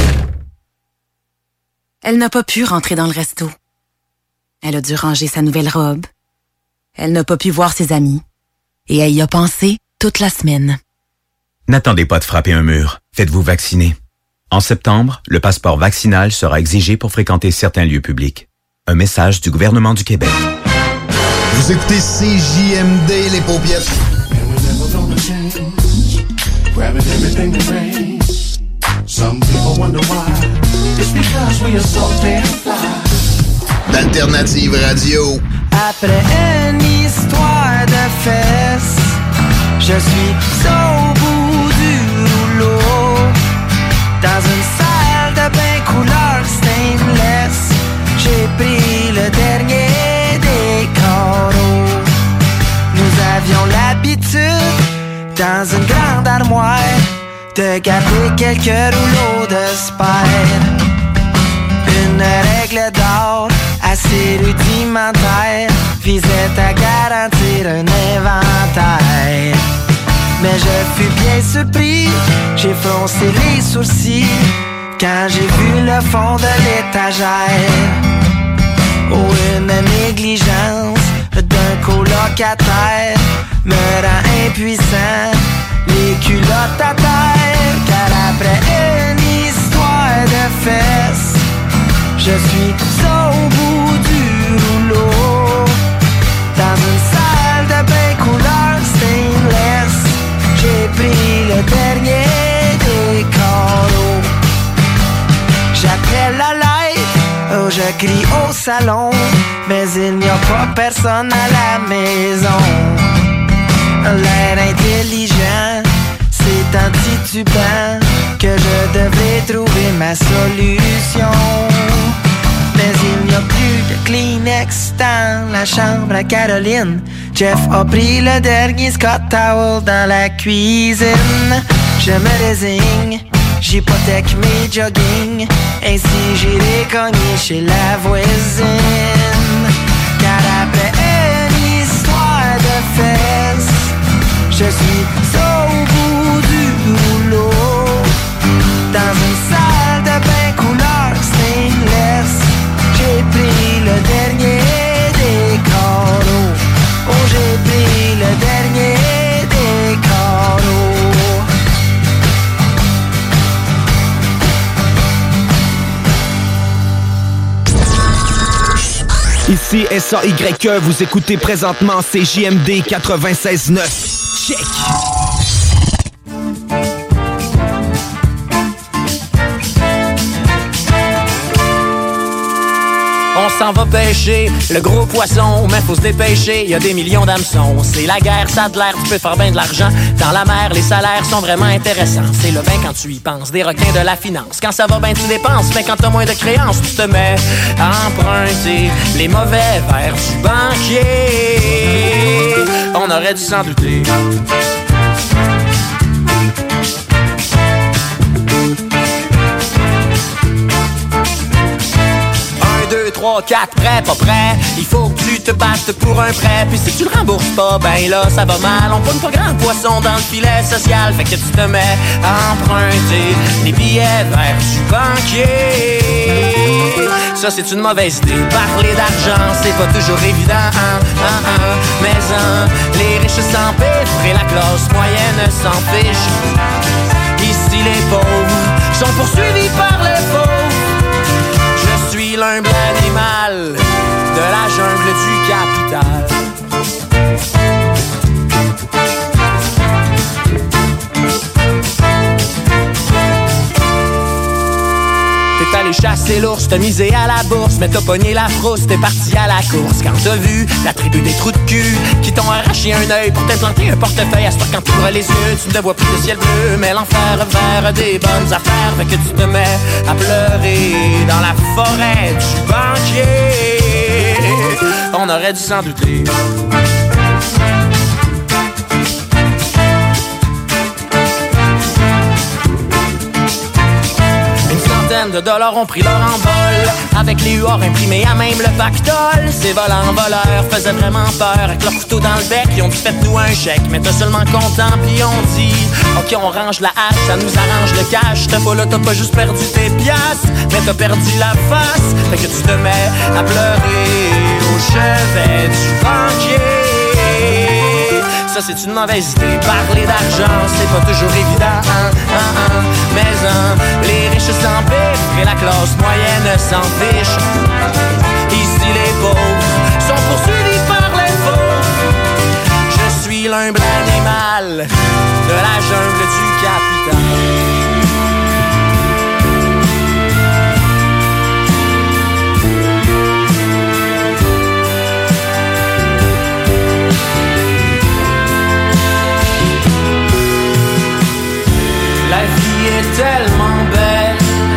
Elle n'a pas pu rentrer dans le resto. Elle a dû ranger sa nouvelle robe. Elle n'a pas pu voir ses amis. Et elle y a pensé toute la semaine. N'attendez pas de frapper un mur. Faites-vous vacciner. En septembre, le passeport vaccinal sera exigé pour fréquenter certains lieux publics. Un message du gouvernement du Québec. Vous écoutez C J M D, les paupiètes. D'Alternative Radio. Après une histoire de fesses, je suis au bout du rouleau. Dans une salle de bain couleur stainless, j'ai pris le dernier des carreaux. Nous avions l'habitude, dans une grande armoire, de garder quelques rouleaux de spare. Une règle d'or assez rudimentaire visait à garantir un inventaire. Mais je fus bien surpris, j'ai froncé les sourcils quand j'ai vu le fond de l'étagère. Oh, une négligence d'un colocataire me rend impuissant, les culottes à terre. Car après une histoire de fesses, je suis au bout du rouleau. Dans une salle de bain couleur stainless, j'ai pris le dernier des carreaux. crie au salon, mais il n'y a pas personne à la maison. L'air intelligent, c'est en titubant que je devrais trouver ma solution. Mais il n'y a plus de Kleenex dans la chambre à Caroline. Jeff a pris le dernier Scott Towel dans la cuisine. Je me résigne, j'hypothèque mes jogging. Ainsi j'irai cogner chez la voisine. Car après une histoire de fesses, je suis au bout du rouleau. Dans une salle de bain couleur stainless, j'ai pris le dernier des carreaux. Oh, j'ai pris le dernier des carreaux. Ici S A Y E, vous écoutez présentement C J M D quatre-vingt-seize neuf. Check! On s'en va pêcher le gros poisson, mais faut se dépêcher, y a des millions d'hameçons. C'est la guerre, ça a de l'air, tu peux faire bien de l'argent. Dans la mer, les salaires sont vraiment intéressants. C'est le vin quand tu y penses, des requins de la finance. Quand ça va bien, tu dépenses, mais quand t'as moins de créances, tu te mets à emprunter les mauvais vers du banquier. On aurait dû s'en douter. trois, quatre, prêt, pas prêt. Il faut que tu te battes pour un prêt. Puis si tu le rembourses pas, ben là, ça va mal. On pogne pas grand poisson dans le filet social. Fait que tu te mets à emprunter des billets vers du banquier. Ça, c'est une mauvaise idée. Parler d'argent, c'est pas toujours évident. Hein, hein, hein. Mais hein, les riches s'empiffrent et la classe moyenne s'en fiche. Ici, les pauvres sont poursuivis par les pauvres. Je suis l'humble animal de la jungle du capital. T'es allé chasser l'ours, t'as misé à la bourse, mais t'as pogné la frousse, t'es parti à la course. Quand t'as vu la tribu des trous de cul qui t'ont arraché un œil pour t'implanter un portefeuille, à ce temps quand tu ouvres les yeux, tu ne vois plus le ciel bleu, mais l'enfer vers des bonnes affaires. Fait que tu te mets à pleurer dans la forêt du banquier. On aurait dû s'en douter. De dollars ont pris leur envol avec les huards imprimés à même le pactole. Ces volants voleurs faisaient vraiment peur. Avec leur couteau dans le bec, ils ont dit faites-nous un chèque. Mais t'es seulement content pis on dit ok, on range la hache, ça nous arrange le cash. T'es pas là, t'as pas juste perdu tes piastres, mais t'as perdu la face. Fait que tu te mets à pleurer au chevet du banquier. Ça c'est une mauvaise idée. Parler d'argent, c'est pas toujours évident. Hein, hein, hein. Mais hein, les riches s'empiffrent et la classe moyenne s'en fiche. Ici les pauvres sont poursuivis par les pauvres. Je suis l'humble animal de la jungle du capital. La vie est tellement belle,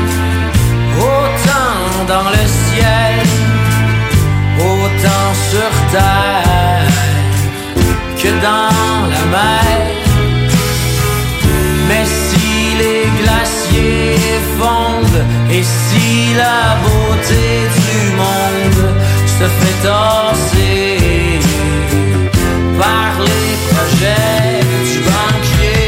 autant dans le ciel, autant sur terre que dans la mer. Mais si les glaciers fondent et si la beauté du monde se fait tasser par les projets du banquier,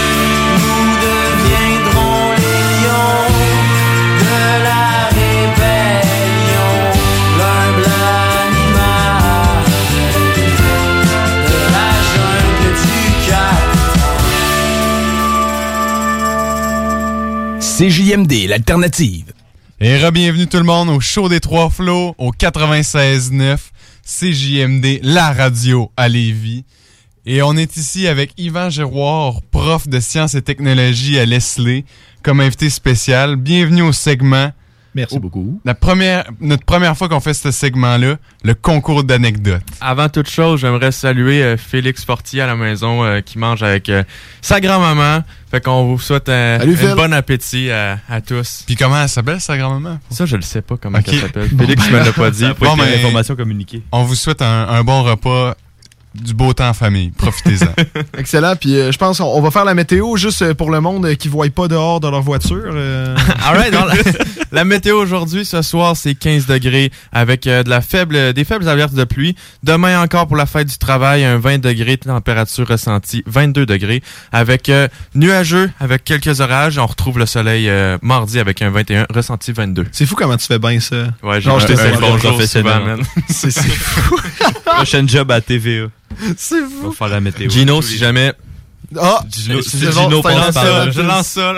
C J M D, l'alternative. Et re-bienvenue tout le monde au show des Trois Flots au quatre-vingt-seize neuf C J M D, la radio à Lévis. Et on est ici avec Yvan Giroir, prof de sciences et technologies à Leslie, comme invité spécial. Bienvenue au segment Merci oh, beaucoup. La première, notre première fois qu'on fait ce segment-là, le concours d'anecdotes. Avant toute chose, j'aimerais saluer euh, Félix Fortier à la maison euh, qui mange avec euh, sa grand-maman. Fait qu'on vous souhaite un, Salut, un bon appétit à, à tous. Puis comment elle s'appelle, sa grand-maman? Ça, je le sais pas comment okay. elle s'appelle. Félix me l'a pas dit. Bon, mais information communiquée. On vous souhaite un, un bon repas. Du beau temps en famille. Profitez-en. Excellent. Puis euh, je pense qu'on on va faire la météo juste pour le monde qui ne voit pas dehors de leur voiture. Euh... All right, la, la météo aujourd'hui, ce soir, c'est quinze degrés avec euh, de la faible, des faibles averses de pluie. Demain encore pour la fête du travail, un vingt degrés, température ressentie vingt-deux degrés avec euh, nuageux, avec quelques orages. On retrouve le soleil euh, mardi avec un vingt et un, ressenti vingt-deux. C'est fou comment tu fais bien ça. Ouais, j'ai acheté ça bon professionnel. C'est fou. Prochain job à T V A. C'est fou. On va faire la météo. Gino, si jamais. Ah! Gino, si Gino pense ça, je lance ça.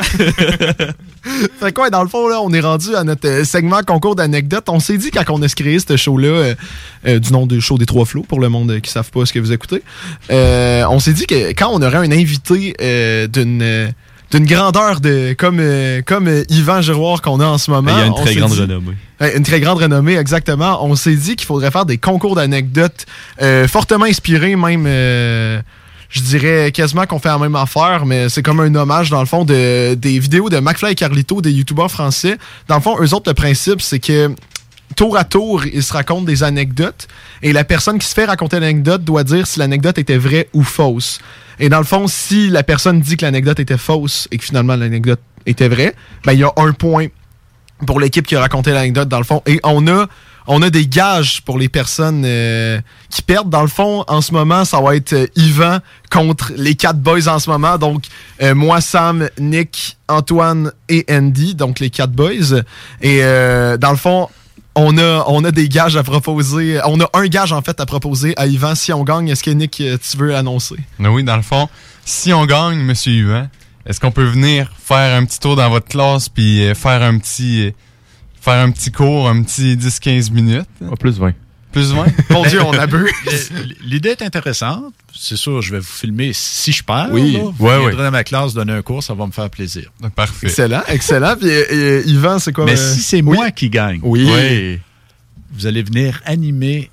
Fait quoi, dans le fond, là, on est rendu à notre euh, segment concours d'anecdotes. On s'est dit, quand on a créé ce show-là, euh, euh, du nom du show des Trois Flots, pour le monde euh, qui ne savent pas ce que vous écoutez, euh, on s'est dit que quand on aurait un invité euh, d'une... Euh, d'une grandeur de comme euh, comme euh, Yvan Giroir qu'on a en ce moment. Il y a une très grande dit, renommée. Euh, une très grande renommée, exactement. On s'est dit qu'il faudrait faire des concours d'anecdotes euh, fortement inspirés, même, euh, je dirais quasiment qu'on fait la même affaire, mais c'est comme un hommage, dans le fond, de, des vidéos de McFly et Carlito, des youtubeurs français. Dans le fond, eux autres, le principe, c'est que tour à tour, ils se racontent des anecdotes et la personne qui se fait raconter l'anecdote doit dire si l'anecdote était vraie ou fausse. Et dans le fond, si la personne dit que l'anecdote était fausse et que finalement l'anecdote était vraie, ben il y a un point pour l'équipe qui a raconté l'anecdote, dans le fond. Et on a, on a des gages pour les personnes euh, qui perdent. Dans le fond, en ce moment, ça va être euh, Yvan contre les quatre boys en ce moment. Donc, euh, moi, Sam, Nick, Antoine et Andy, donc les quatre boys. Et euh, dans le fond, On a, on a des gages à proposer. On a un gage, en fait, à proposer à Yvan. Si on gagne, est-ce que, Nick, tu veux annoncer? Oui, dans le fond, si on gagne, Monsieur Yvan, est-ce qu'on peut venir faire un petit tour dans votre classe puis euh, faire un petit euh, faire un petit cours, un petit dix à quinze minutes? Oh, plus vingt. Plus vingt? Mon Dieu, on abuse. L'idée est intéressante. C'est sûr, je vais vous filmer si je perds. Oui, là. Vous ouais, viendrez ouais. dans ma classe donner un cours, ça va me faire plaisir. Parfait. Excellent, excellent. Puis euh, Yvan, c'est quoi? Mais euh... si c'est oui. moi qui gagne, oui. oui, vous allez venir animer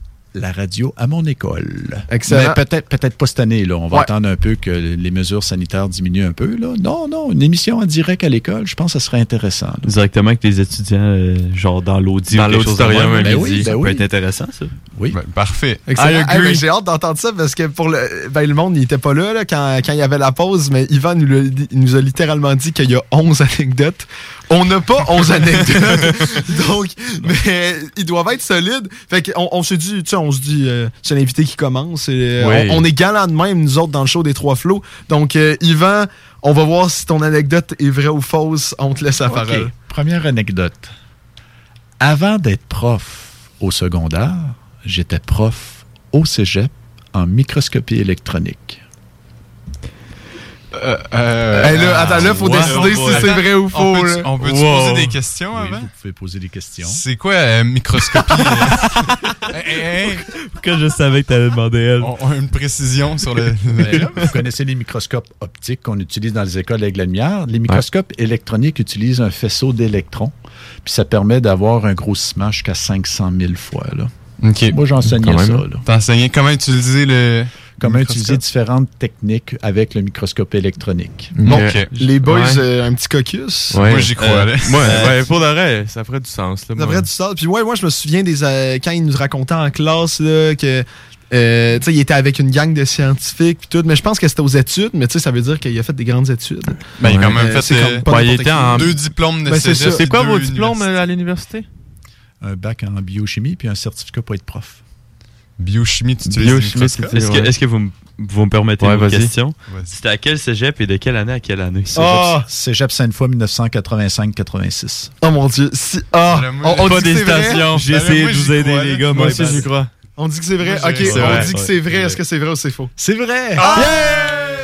la radio à mon école. Excellent. Mais peut-être, peut-être pas cette année. Là. On va ouais. attendre un peu que les mesures sanitaires diminuent un peu. Là. Non, non, une émission en direct à l'école, je pense que ça serait intéressant. Là. Directement avec les étudiants, euh, genre dans l'audi dans l'auditorium, ben ben oui, ça ben peut oui. être intéressant, ça. Oui. Ben, parfait. Excellent. Hey, ben, j'ai hâte d'entendre ça parce que pour le, ben, le monde n'était pas là, là quand, quand il y avait la pause, mais Yvan nous, le, nous a littéralement dit qu'il y a onze anecdotes. On n'a pas onze anecdotes. Donc, mais ils doivent être solides. Fait qu'on on se dit, tu sais, on se dit, euh, c'est l'invité qui commence. Et, oui. on, on est galant de même, nous autres, dans le show des Trois Flots. Donc, euh, Yvan, on va voir si ton anecdote est vraie ou fausse. On te laisse la okay. parole. Première anecdote. Avant d'être prof au secondaire, j'étais prof au cégep en microscopie électronique. Euh, euh, hey, là, attends, là, il faut wow, décider wow, si c'est attends, vrai ou faux. On peut, on peut wow. poser des questions oui, avant? Vous pouvez poser des questions. C'est quoi euh, microscopie? hey, hey, Pourquoi je savais que tu allais demander elle? On a une précision sur le... Vous connaissez les microscopes optiques qu'on utilise dans les écoles avec la lumière. Les microscopes ouais. électroniques utilisent un faisceau d'électrons, puis ça permet d'avoir un grossissement jusqu'à cinq cent mille fois. Là. Okay. Moi, j'enseignais ça. Là. T'enseignais comment utiliser le... Comment utiliser différentes techniques avec le microscope électronique. Bon, okay. Les boys, ouais. euh, un petit cocus. Ouais. Moi, j'y crois. Euh, moi, ouais, pour de vrai, ça ferait du sens. Là, ça ferait du sens. Puis ouais, moi, je me souviens des euh, quand ils nous racontaient en classe là, que euh, il était avec une gang de scientifiques puis tout, mais je pense que c'était aux études, mais ça veut dire qu'il a fait des grandes études. Ben, il a quand même euh, fait euh, comme, il était en deux diplômes de ben, cégep. C'est quoi vos diplômes à l'université? Un bac en biochimie puis un certificat pour être prof. Biochimie, tu utilises Biochimie, est-ce que, ouais. est-ce que vous, me, vous me permettez ouais, une question? Vas-y. C'était à quel cégep et de quelle année à quelle année? Cégep, oh! Cégep Sainte-Foy, dix-neuf cent quatre-vingt-cinq quatre-vingt-six. Oh mon Dieu. Si, ah! Oh, on, on pas d'hésitation. J'ai essayé de vous aider, les gars. Moi aussi, j'y crois. On dit que c'est vrai? Moi, OK, on vrai. dit que c'est vrai. Est-ce que c'est vrai ou c'est faux? C'est vrai! Ah! Yeah! On est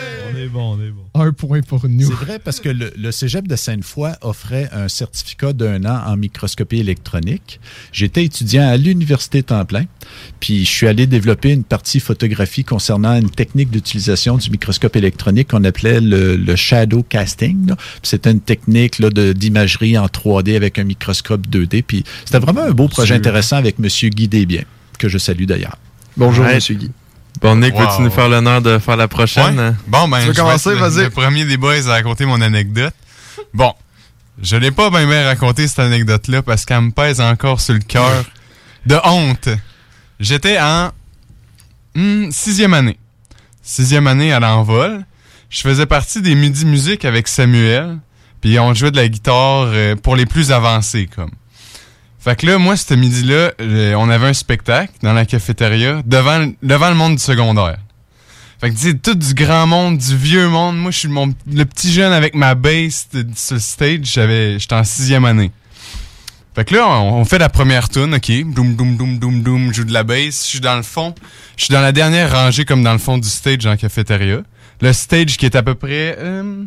est bon, on est bon. Un point pour nous. C'est vrai parce que le, le cégep de Sainte-Foy offrait un certificat d'un an en microscopie électronique. J'étais étudiant à l'Université temps plein, puis je suis allé développer une partie photographie concernant une technique d'utilisation du microscope électronique qu'on appelait le, le shadow casting. Là. C'était une technique là, de, d'imagerie en trois D avec un microscope deux D. Puis c'était vraiment un beau projet intéressant avec M. Guy Desbiens, que je salue d'ailleurs. Bonjour, ouais. M. Guy. Bon, Nick, Wow. veux-tu nous faire l'honneur de faire la prochaine? Ouais. Bon, ben, Tu veux je commencer? vais être le, Vas-y. le premier des boys à raconter mon anecdote. Bon, je l'ai pas bien bien raconté cette anecdote-là parce qu'elle me pèse encore sur le cœur de honte. J'étais en hmm, sixième année. Sixième année à l'envol. Je faisais partie des Midi Musique avec Samuel. Puis on jouait de la guitare euh, pour les plus avancés, comme. Fait que là, moi, ce midi-là, euh, on avait un spectacle dans la cafétéria devant, devant le monde du secondaire. Fait que, tu sais, tout du grand monde, du vieux monde. Moi, je suis mon, le petit jeune avec ma bass de- sur le stage. J'avais, j'étais en sixième année. Fait que là, on, on fait la première tune, OK. Doum, doum, doum, doum, doum. Je joue de la bass. Je suis dans le fond. Je suis dans la dernière rangée, comme dans le fond du stage en cafétéria. Le stage qui est à peu près euh,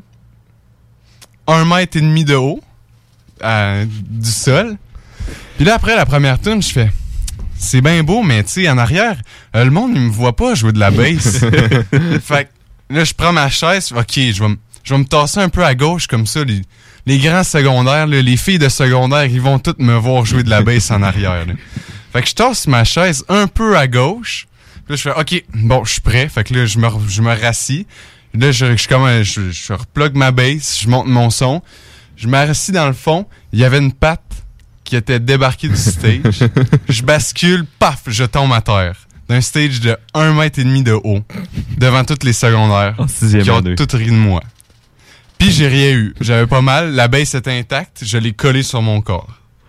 un mètre et demi de haut euh, du sol. Puis là, après la première tune, je fais... C'est bien beau, mais tu sais, en arrière, euh, le monde, il me voit pas jouer de la bass. Fait que là, je prends ma chaise. OK, je vais me je vais me tasser un peu à gauche, comme ça. Les, les grands secondaires, là, les filles de secondaire, ils vont toutes me voir jouer de la bass en arrière. Là. Fait que je tasse ma chaise un peu à gauche. Puis là, je fais OK, bon, je suis prêt. Fait que là, je me, je me rassis. Là, je, je, comme, je, je replogue ma bass, je monte mon son. Je m'assis dans le fond. Il y avait une patte qui était débarquée du stage. Je bascule, paf, je tombe à terre. D'un stage de un mètre et demi de haut. Devant toutes les secondaires. En sixième qui ont année. toutes ri de moi. Puis j'ai rien eu. J'avais pas mal. La baisse était intacte. Je l'ai collée sur mon corps.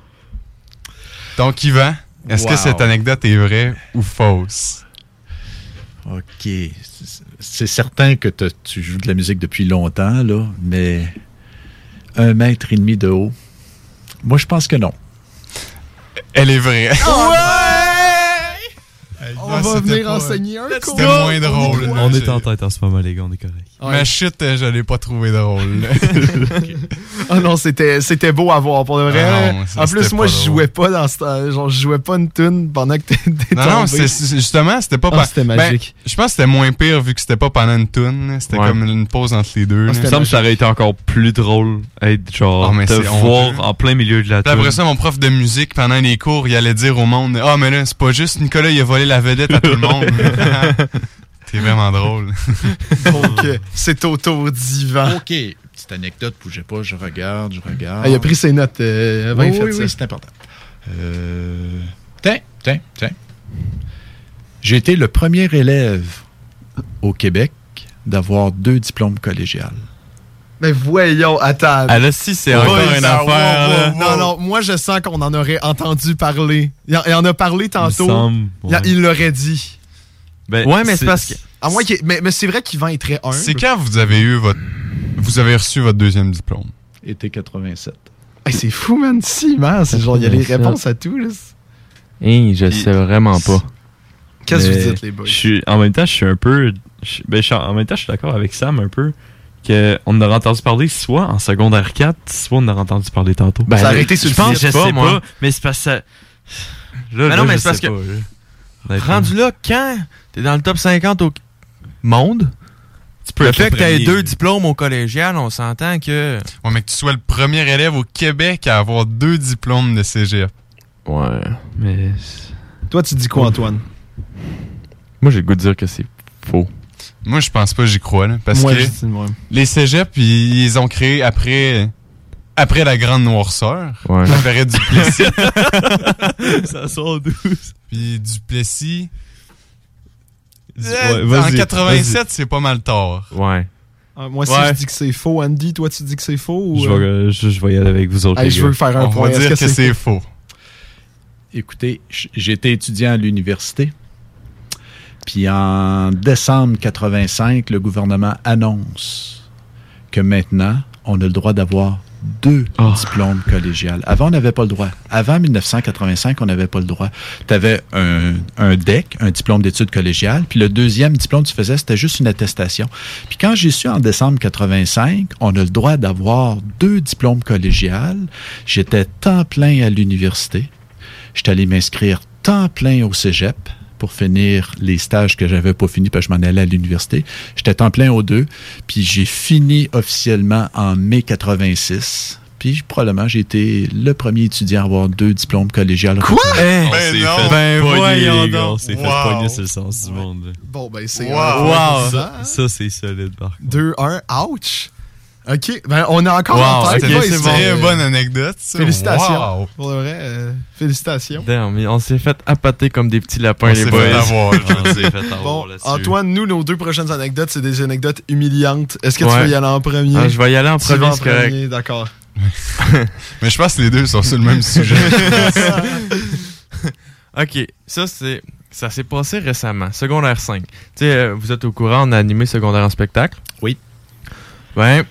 Donc, Yvan, est-ce Wow. que cette anecdote est vraie ou fausse? OK. C'est- C'est certain que t'as- tu joues de la musique depuis longtemps, là, mais un mètre et demi de haut, moi, je pense que non. Elle est vraie. On Ah, va c'était venir pas- enseigner un cours. C'était moins drôle. On est en tête en ce moment, les gars, on est correct. Ma chute, euh, je l'ai pas trouvé drôle. Ah non, c'était, c'était beau à voir, pour de vrai. Ah non, ça, en plus, c'était moi, pas je drôle. jouais pas dans ce genre, je jouais pas une tune pendant que t'étais Non, non, c'est, c'est- justement, c'était pas... Ah, pa- c'était Ben, magique. je pense que c'était moins pire vu que c'était pas pendant une tune. C'était Ouais. comme une pause entre les deux. Il là. me semble que ça aurait été encore plus drôle être genre Ah, mais te c'est voir honteux. en plein milieu de la Puis après tune. ça, mon prof de musique, pendant les cours, il allait dire au monde « Ah, mais là, c'est pas juste Nicolas, il a volé la vedette à tout le monde. » T'es vraiment drôle. Donc, euh, c'est au tour d'Yvan. OK. Petite anecdote, bougez pas, je regarde, je regarde. Ah, il a pris ses notes euh, avant Oui, il fait oui, ça. oui, c'est important. Euh... Tiens, tiens, tiens. J'ai été le premier élève au Québec d'avoir deux diplômes collégiales. Mais voyons, attends. Ah là, si, c'est encore Oui, une ça, affaire, wow, wow. là. Non, non, moi, je sens qu'on en aurait entendu parler. Il en, il en a parlé tantôt. semble, Il, a- ouais. il l'aurait dit. Ben, Ouais, mais c'est parce que... À moins qu'il- mais, mais c'est vrai qu'Yvan est très humble. C'est quand vous avez eu votre... Vous avez reçu votre deuxième diplôme? Été quatre-vingt-sept. Hey, c'est fou, man. Si, man. C'est genre, il y a les quatre-vingt-sept. réponses à tout, là. Hey, je sais vraiment pas. Qu'est-ce que Mais vous dites, les boys? je suis- en même temps, je suis un peu. je- ben, je suis- en même temps, je suis d'accord avec Sam un peu. Que on en a entendu parler soit en secondaire quatre, soit on en a entendu parler tantôt. Ben, ça a arrêté sur je le pense, site, je pas, sais moi. pas, mais c'est parce que ça. Là, Mais là, non, mais je c'est parce sais que- pas, là. Rendu là, quand t'es dans le top cinquante au monde, Tu peux le être fait le que t'aies premier. deux diplômes au collégial, on s'entend que... Ouais, mais que tu sois le premier élève au Québec à avoir deux diplômes de cégep. Ouais. Mais. Toi, tu dis quoi, Antoine? Moi, j'ai le goût de dire que c'est faux. Moi, je pense pas, j'y crois, là, parce Moi, que je dis de même. les cégeps, ils les ont créés après, après la Grande Noirceur. Ouais. La période du Plessis. Ça sort douce. Puis du Ouais, Euh, vas-y, en quatre-vingt-sept, c'est pas mal tard. Ouais. Ah, moi, si Ouais. je dis que c'est faux, Andy, toi, tu dis que c'est faux? Ou, Je euh? vais, euh, je, je vais y aller avec vous autres. Hey, les je gars. veux faire un On point. va Est-ce dire que c'est faux. Écoutez, j- j'étais étudiant à l'université. Puis en décembre quatre-vingt-cinq, le gouvernement annonce que maintenant, on a le droit d'avoir deux Oh. diplômes collégiales. Avant, on n'avait pas le droit. Avant dix-neuf cent quatre-vingt-cinq, on n'avait pas le droit. Tu avais un, un D E C, un diplôme d'études collégiales, puis le deuxième diplôme que tu faisais, c'était juste une attestation. Puis quand j'ai su en décembre quatre-vingt-cinq, on a le droit d'avoir deux diplômes collégiales. J'étais temps plein à l'université. J'étais allé m'inscrire temps plein au cégep pour finir les stages que j'avais pas finis parce que je m'en allais à l'université. J'étais temps plein aux deux, puis j'ai fini officiellement en mai quatre-vingt-six. Puis probablement, j'ai été le premier étudiant à avoir deux diplômes collégiales. Quoi? Eh, Ben on s'est non. fait Ben pogner, voyons les gars. donc. On s'est Wow. fait pogner sur le sens du monde. là. Bon, ben, c'est Wow. un Wow. ça. Ça, c'est solide, par contre. deux un, ouch! OK, ben, on a encore Wow, en tête. ok, boys. c'est une très bonne anecdote, ça. Félicitations. Wow. Pour le vrai, euh, félicitations. Damn, mais on s'est fait appâter comme des petits lapins, On les s'est boys. fait avoir, On s'est fait avoir Bon, là-dessus. Antoine, nous, nos deux prochaines anecdotes, c'est des anecdotes humiliantes. Est-ce que tu Ouais. veux y aller en premier? Ah, je vais y aller en Tu vas premier, en c'est correct. premier, d'accord. Mais je pense que les deux sont sur le même sujet. OK, ça, c'est... Ça s'est passé récemment, secondaire cinq. Tu sais, euh, vous êtes au courant, on a animé secondaire en spectacle. Oui. Ben...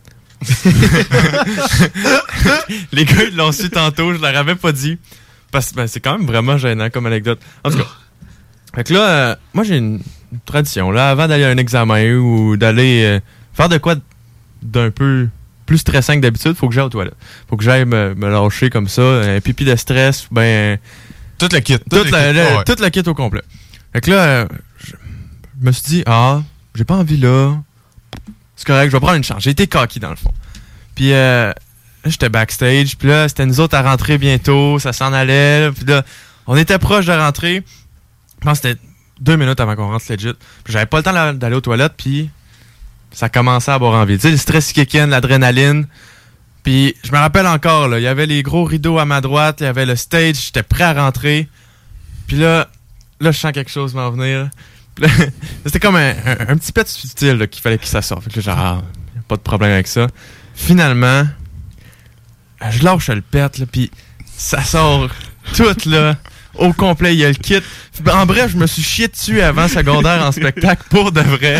Les gars, ils l'ont su tantôt, je leur avais pas dit. Parce que ben, c'est quand même vraiment gênant comme anecdote. En tout cas, fait que là, euh, moi j'ai une tradition. Là, avant d'aller à un examen ou d'aller euh, faire de quoi d'un peu plus stressant que d'habitude, faut que j'aille aux toilettes. Faut que j'aille me, me lâcher comme ça, un pipi de stress, ben... Tout le kit. Tout, le la, kit. le, Ah ouais. tout le kit au complet. Fait que là, euh, je je me suis dit, ah, j'ai pas envie là. C'est correct, je vais prendre une chance. J'ai été cocky dans le fond. Puis euh, là, j'étais backstage, puis là, c'était nous autres à rentrer bientôt, ça s'en allait. Là, puis là, on était proche de rentrer. Je pense que c'était deux minutes avant qu'on rentre legit. Puis j'avais pas le temps d'aller aux toilettes, puis ça commençait à avoir envie. Tu sais, le stress qui kick in, l'adrénaline. Puis je me rappelle encore, là, il y avait les gros rideaux à ma droite, il y avait le stage, j'étais prêt à rentrer. Puis là, là, je sens quelque chose m'en venir. Puis là, c'était comme un, un, un petit pet subtil là, qu'il fallait qu'il s'assorte. Fait que là, genre, ah, pas de problème avec ça. Finalement, je lâche le pet, là, puis ça sort tout, là, au complet. Il y a le kit. En bref, je me suis chié dessus avant secondaire en spectacle, pour de vrai.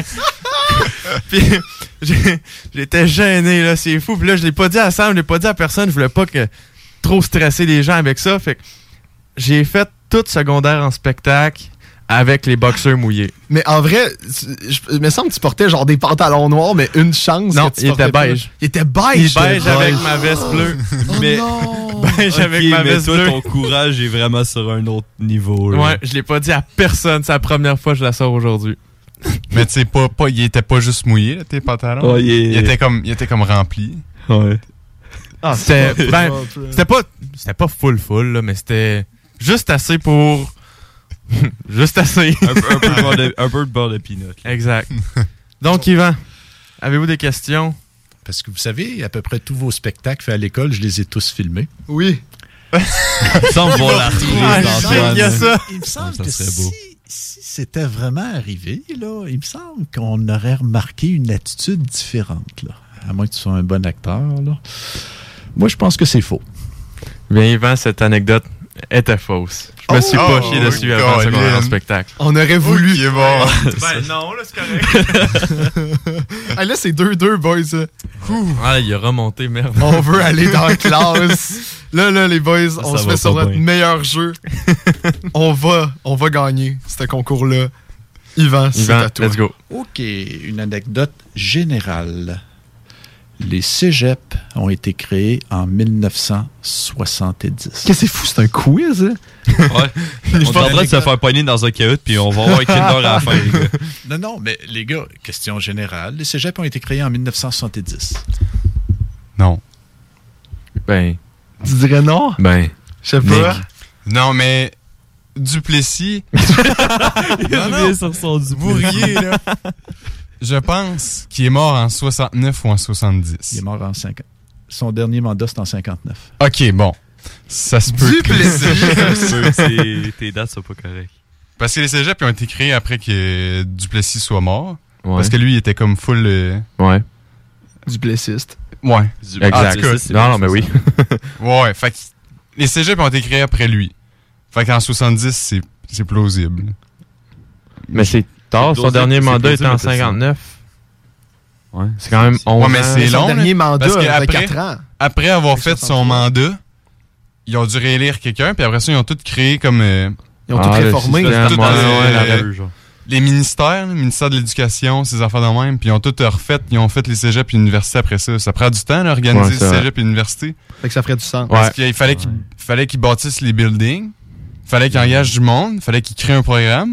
Puis j'ai- j'étais gêné, là, c'est fou. Puis là, je l'ai pas dit à Sam, je l'ai pas dit à personne. Je voulais pas que trop stresser les gens avec ça. Fait que j'ai fait tout secondaire en spectacle avec les boxeurs mouillés. Mais en vrai, je- il me semble que tu portais genre des pantalons noirs, mais une chance. Non, que tu il était portais pas. beige. Il était beige. Il est beige le avec beige. ma veste bleue. Mais, Beige avec Ok, ma mais veste toi, bleue. ton courage est vraiment sur un autre niveau. Là. Ouais, je l'ai pas dit à personne. C'est la première fois que je la sors aujourd'hui. Mais tu sais, pas, pas, il était pas juste mouillé, là, tes pantalons. Ouais, il est- il, était comme, il était comme rempli. Ouais. Ah, c'était ben, c'était pas c'était pas full full là, mais c'était juste assez pour juste assez. un, peu, un, peu de beurre de, un peu de beurre de peanut. là. Exact. Donc Yvan, avez-vous des questions? Parce que vous savez, à peu près tous vos spectacles faits à l'école, je les ai tous filmés. Oui. Ça, on va la retrouver Ah, dans je sais Antoine. qu'il y a ça. Il me semble Ça que serait si, beau. si c'était vraiment arrivé, là, il me semble qu'on aurait remarqué une attitude différente. Là. À moins que tu sois un bon acteur. Là. Moi, je pense que c'est faux. Bien Yvan, cette anecdote était fausse. Je me Oh! suis pas Oh, chié dessus avant Colin. le secondaire en spectacle. On aurait voulu. Il est bon. Ben non, là c'est correct. Ah, là, c'est deux deux, boys. là. Ah, il a remonté, merde. On veut aller dans la classe. Là, là, les boys, Ça, on ça se va met sur pas notre bien. meilleur jeu. on va, on va gagner ce concours-là. Yvan, c'est Yvan, à toi. let's go. OK, une anecdote générale. Les cégeps ont été créés en mille neuf cent soixante-dix. Qu'est-ce que c'est fou, c'est un quiz, hein? Ouais. On est en train de se faire pogner dans un caout, puis on va avoir un Kinder à la fin, les gars. Non, non, mais les gars, question générale. Les cégeps ont été créés en mille neuf cent soixante-dix. Non. Ben, Tu dirais non? ben. Je sais pas. Non, mais Duplessis. Non, non. Sur son Vous riez, là. Je pense qu'il est mort en soixante-neuf ou en soixante-dix. Il est mort en cinquante. Son dernier mandat, c'est en cinquante-neuf. OK, bon. Ça se peut. Duplessis. C'est- Tes dates sont pas correctes. Parce que les cégeps ils ont été créés après que Duplessis soit mort. Ouais. Parce que lui, il était comme full... euh, Ouais. Duplessiste. Ouais. Exact. En tout cas, c'est non, bon, non, mais ça, oui. Ouais, fait que les cégeps ont été créés après lui. Fait qu'en soixante-dix, c'est, c'est plausible. Mais c'est tard, son plausible, dernier c'est mandat était plausible, en mais c'est ça. cinquante-neuf. Ouais, c'est quand même onze Ouais, mais c'est Son long. dernier là, mandat parce que avait après, quatre ans. après avoir fait son mandat, ils ont dû réélire quelqu'un, puis après ça, ils ont tout créé comme... euh, Ils ont tout Ah, le réformé. système, tout, ouais, euh, ouais, la euh, rue, genre. les ministères, le ministère de l'Éducation, ces affaires de même, puis ils ont tout refait, ils ont fait les cégeps et l'université après ça. Ça prend du temps, là, organiser Ouais, le c'est vrai. cégep et l'université. Fait que ça ferait du sens. Parce qu'il fallait qu'ils fallait qu'ils bâtissent les buildings, fallait qu'ils engagent du monde, fallait qu'ils créent un programme.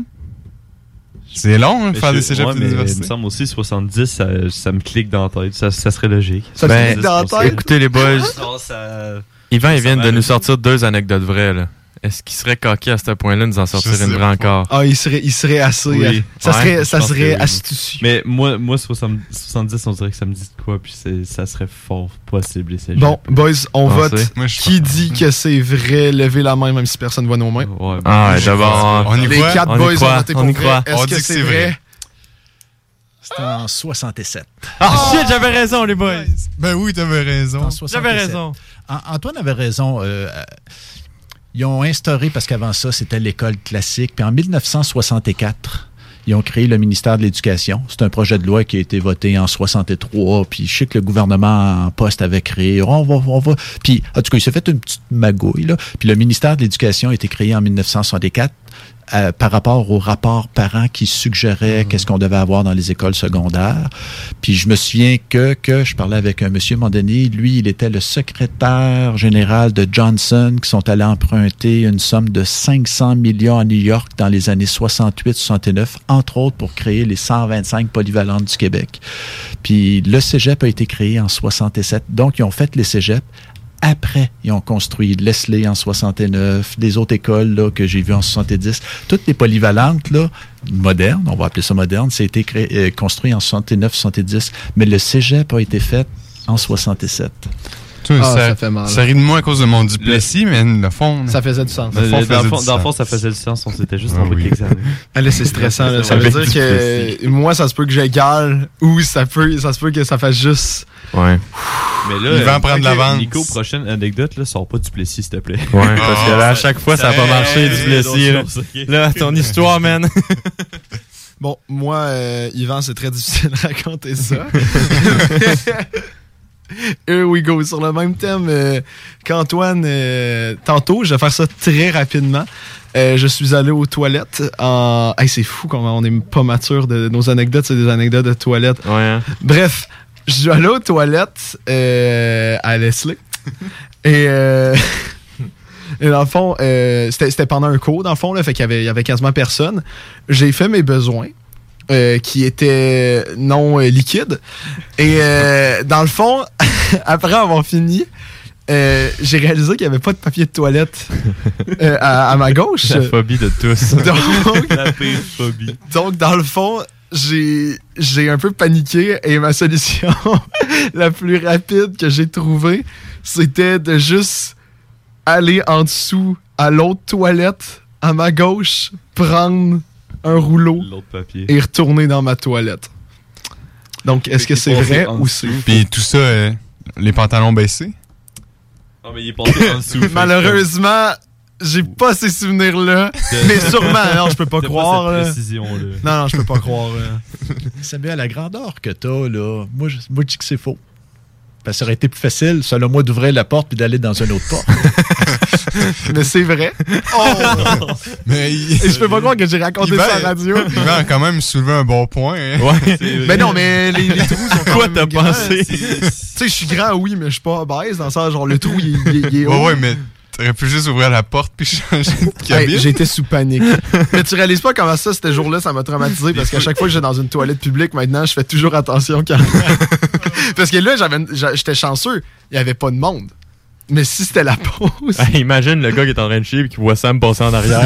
C'est long, hein, Mais faire je- des cégeps ouais, et mais il l'université. me semble aussi soixante-dix, ça, ça me clique dans la tête. Ça, ça serait logique. Ça te Ben, clique dans la pour tête? Écoutez, les boys, Non, ça- Yvan, il vient ça de va, nous là. sortir deux anecdotes vraies, là. Est-ce qu'il serait coquet à ce point-là de nous en sortir Je sais une vraie pas. encore? Ah, il serait, il serait assez. Oui. euh, Ça Ouais, serait, je ça pense que serait oui. astucieux. Mais moi, moi soixante soixante-dix, on dirait que ça me dit de quoi, puis c'est- ça serait fort possible. les cégeps. Bon, boys, on Ah, vote. c'est- Moi, je Qui dit que c'est vrai? Levez la main, même si personne voit nos mains. Ouais, Ah, ouais, d'abord, On y Les croit? quatre on y boys croit, ont voté on pour y vrai. croit. Est-ce On que dit que c'est c'est vrai? vrai. C'était en soixante-sept. Ah, shit, j'avais raison, les boys! Ben oui, t'avais raison. En J'avais soixante-sept. raison. An- Antoine avait raison. euh, euh, ils ont instauré, parce qu'avant ça, c'était l'école classique. Puis en mille neuf cent soixante-quatre, ils ont créé le ministère de l'Éducation. C'est un projet de loi qui a été voté en soixante-trois. Puis je sais que le gouvernement en poste avait créé. On va, on va. Puis, en tout cas, il s'est fait une petite magouille, là. Puis le ministère de l'Éducation a été créé en mille neuf cent soixante-quatre. Euh, par rapport au rapport parents qui suggérait qu'est-ce qu'on devait avoir dans les écoles secondaires. Puis je me souviens que, que je parlais avec un monsieur à un moment donné, lui, il était le secrétaire général de Johnson, qui sont allés emprunter une somme de cinq cents millions à New York dans les années soixante-huit soixante-neuf, entre autres pour créer les cent vingt-cinq polyvalentes du Québec. Puis le cégep a été créé en soixante-sept. Donc, ils ont fait les cégeps. Après, ils ont construit Leslie en soixante-neuf, des autres écoles là, que j'ai vues en soixante-dix. Toutes les polyvalentes, là, modernes, on va appeler ça moderne, ça a été créé, euh, construit en soixante-neuf soixante-dix. Mais le cégep a été fait en soixante-sept. Toi, Ah, ça, ça fait mal. ça rit de moi à cause de mon Duplessis, mais le fond... Ça faisait du sens. Le fond Dans le faisait fond- du dans le fond, sens. ça faisait du sens. On s'était juste Ah envoyé oui. quelques années. Ah, là, c'est stressant. Là. Ça veut Avec dire du que Duplessis. moi, ça se peut que j'égale ou ça peut, ça se peut que ça fasse juste. Ouais. Mais là, Il va en prendre ok, l'avance. Nico, prochaine anecdote, là, sors pas du Plessis, s'il te plaît. Ouais, parce que là, à chaque fois, ça n'a pas marché, du Plessis. Là. D'autres choses, ok. Là, ton histoire, man. Bon, moi, euh, Yvan, c'est très difficile de raconter ça. Here we go. Sur le même thème euh, qu'Antoine, euh, tantôt, je vais faire ça très rapidement. Euh, je suis allé aux toilettes en... Hey, c'est fou comment on est pas mature de nos anecdotes, c'est des anecdotes de toilettes. Ouais, hein. Bref, je suis allé aux toilettes euh, à Leslie. Et, euh, et dans le fond, euh, c'était c'était pendant un cours, dans le fond, là, fait qu'il y avait, il y avait quasiment personne. J'ai fait mes besoins. Euh, qui étaient non euh, liquides. Et euh, dans le fond, après avoir fini, euh, j'ai réalisé qu'il n'y avait pas de papier de toilette euh, à, à ma gauche. La phobie de tous. Donc, La pire phobie. donc, dans le fond, j'ai j'ai un peu paniqué et ma solution la plus rapide que j'ai trouvée, c'était de juste aller en dessous à l'autre toilette, à ma gauche, prendre un rouleau L'autre papier. et retourner dans ma toilette. Donc, est-ce que Fait qu'il c'est est passé vrai en ou dessous. c'est Puis tout ça, euh, les pantalons baissés. Non, mais il est passé en dessous. fait que Malheureusement, j'ai pas ces souvenirs-là. De- Mais sûrement, non, je peux pas T'as croire. cette là. précision-là. Non, non, je peux pas croire. là. Samuel, à la grandeur que t'as, là, moi, je, moi, je dis que c'est faux. Parce que ça aurait été plus facile, selon moi, d'ouvrir la porte puis d'aller dans une autre porte. Mais c'est vrai. Oh! Mais il- Et je peux pas croire que j'ai raconté Yvan- ça à la radio. Yvan a quand même soulevé un bon point. hein. Ouais. Mais non, mais les, les trous sont quand Quoi même t'as grands. pensé? Tu sais, je suis grand, oui, mais je suis pas obèse. Dans le sens, genre, le trou, il, il- il est Ouais, haut. ouais, mais t'aurais pu juste ouvrir la porte puis changer de Hey, cabine. j'étais sous panique. Mais tu réalises pas comment ça, ce jour-là, ça m'a traumatisé parce qu'à chaque fois que j'ai dans une toilette publique, maintenant, je fais toujours attention quand. Parce que là, j'avais, j'a- j'étais chanceux. Il y avait pas de monde. Mais si c'était la pause. Ah, imagine le gars qui est en train de chier et qui voit Sam passer en arrière.